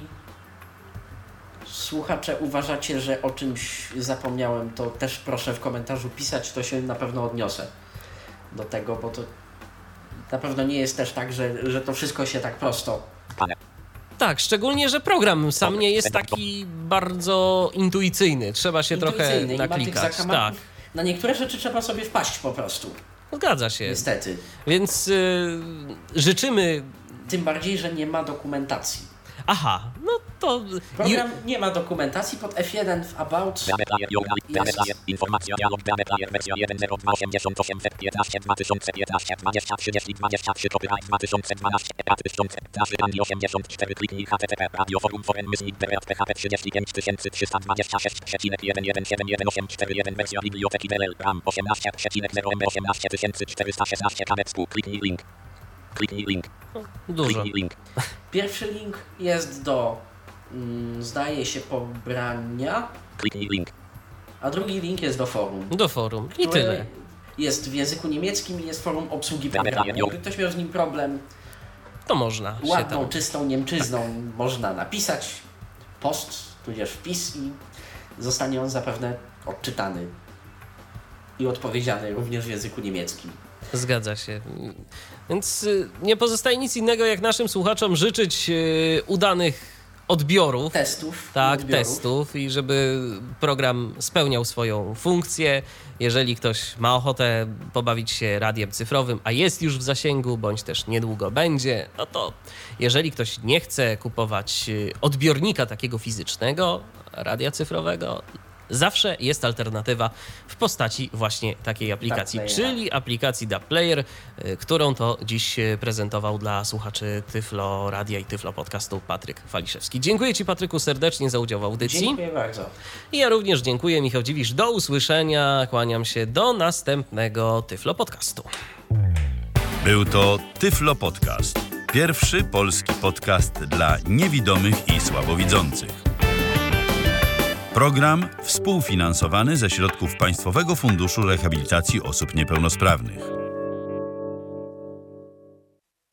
słuchacze uważacie, że o czymś zapomniałem, to też proszę w komentarzu pisać, to się na pewno odniosę do tego, bo to na pewno nie jest też tak, że to wszystko się tak prosto. Tak, szczególnie, że program sam nie jest taki bardzo intuicyjny. Trzeba się trochę naklikać. Tak. Na niektóre rzeczy trzeba sobie wpaść po prostu. Zgadza się. Niestety. Więc życzymy... Tym bardziej, że nie ma dokumentacji. Aha, no to... Program nie ma dokumentacji pod F1 w About. Informacja dialog player wersja 1.02.88 2015 20 30 23 copyright 2012 Ani 84 kliknij http radioforum forum php 35326,11,416 wersja biblioteki DLL RAM 18,0 kb kliknij link. Dużo. Kliknij link. Pierwszy link jest do, zdaje się, pobrania. Kliknij link. A drugi link jest do forum. Do forum. I tyle. Jest w języku niemieckim i jest forum obsługi programu. Jakby ktoś miał z nim problem, to można ładną, się tam... czystą Niemczyzną można napisać post, tudzież wpis i zostanie on zapewne odczytany i odpowiedziany również w języku niemieckim. Zgadza się. Więc nie pozostaje nic innego, jak naszym słuchaczom życzyć udanych odbiorów. Testów. Tak, testów i żeby program spełniał swoją funkcję. Jeżeli ktoś ma ochotę pobawić się radiem cyfrowym, a jest już w zasięgu, bądź też niedługo będzie, no to jeżeli ktoś nie chce kupować odbiornika takiego fizycznego, radia cyfrowego, zawsze jest alternatywa w postaci właśnie takiej aplikacji, czyli aplikacji DAB Player, którą to dziś prezentował dla słuchaczy Tyflo Radia i Tyflo Podcastu Patryk Waliszewski. Dziękuję Ci, Patryku, serdecznie za udział w audycji. Dziękuję bardzo. I ja również dziękuję, Michał Dziwisz. Do usłyszenia. Kłaniam się do następnego Tyflo Podcastu. Był to Tyflo Podcast. Pierwszy polski podcast dla niewidomych i słabowidzących. Program współfinansowany ze środków Państwowego Funduszu Rehabilitacji Osób Niepełnosprawnych.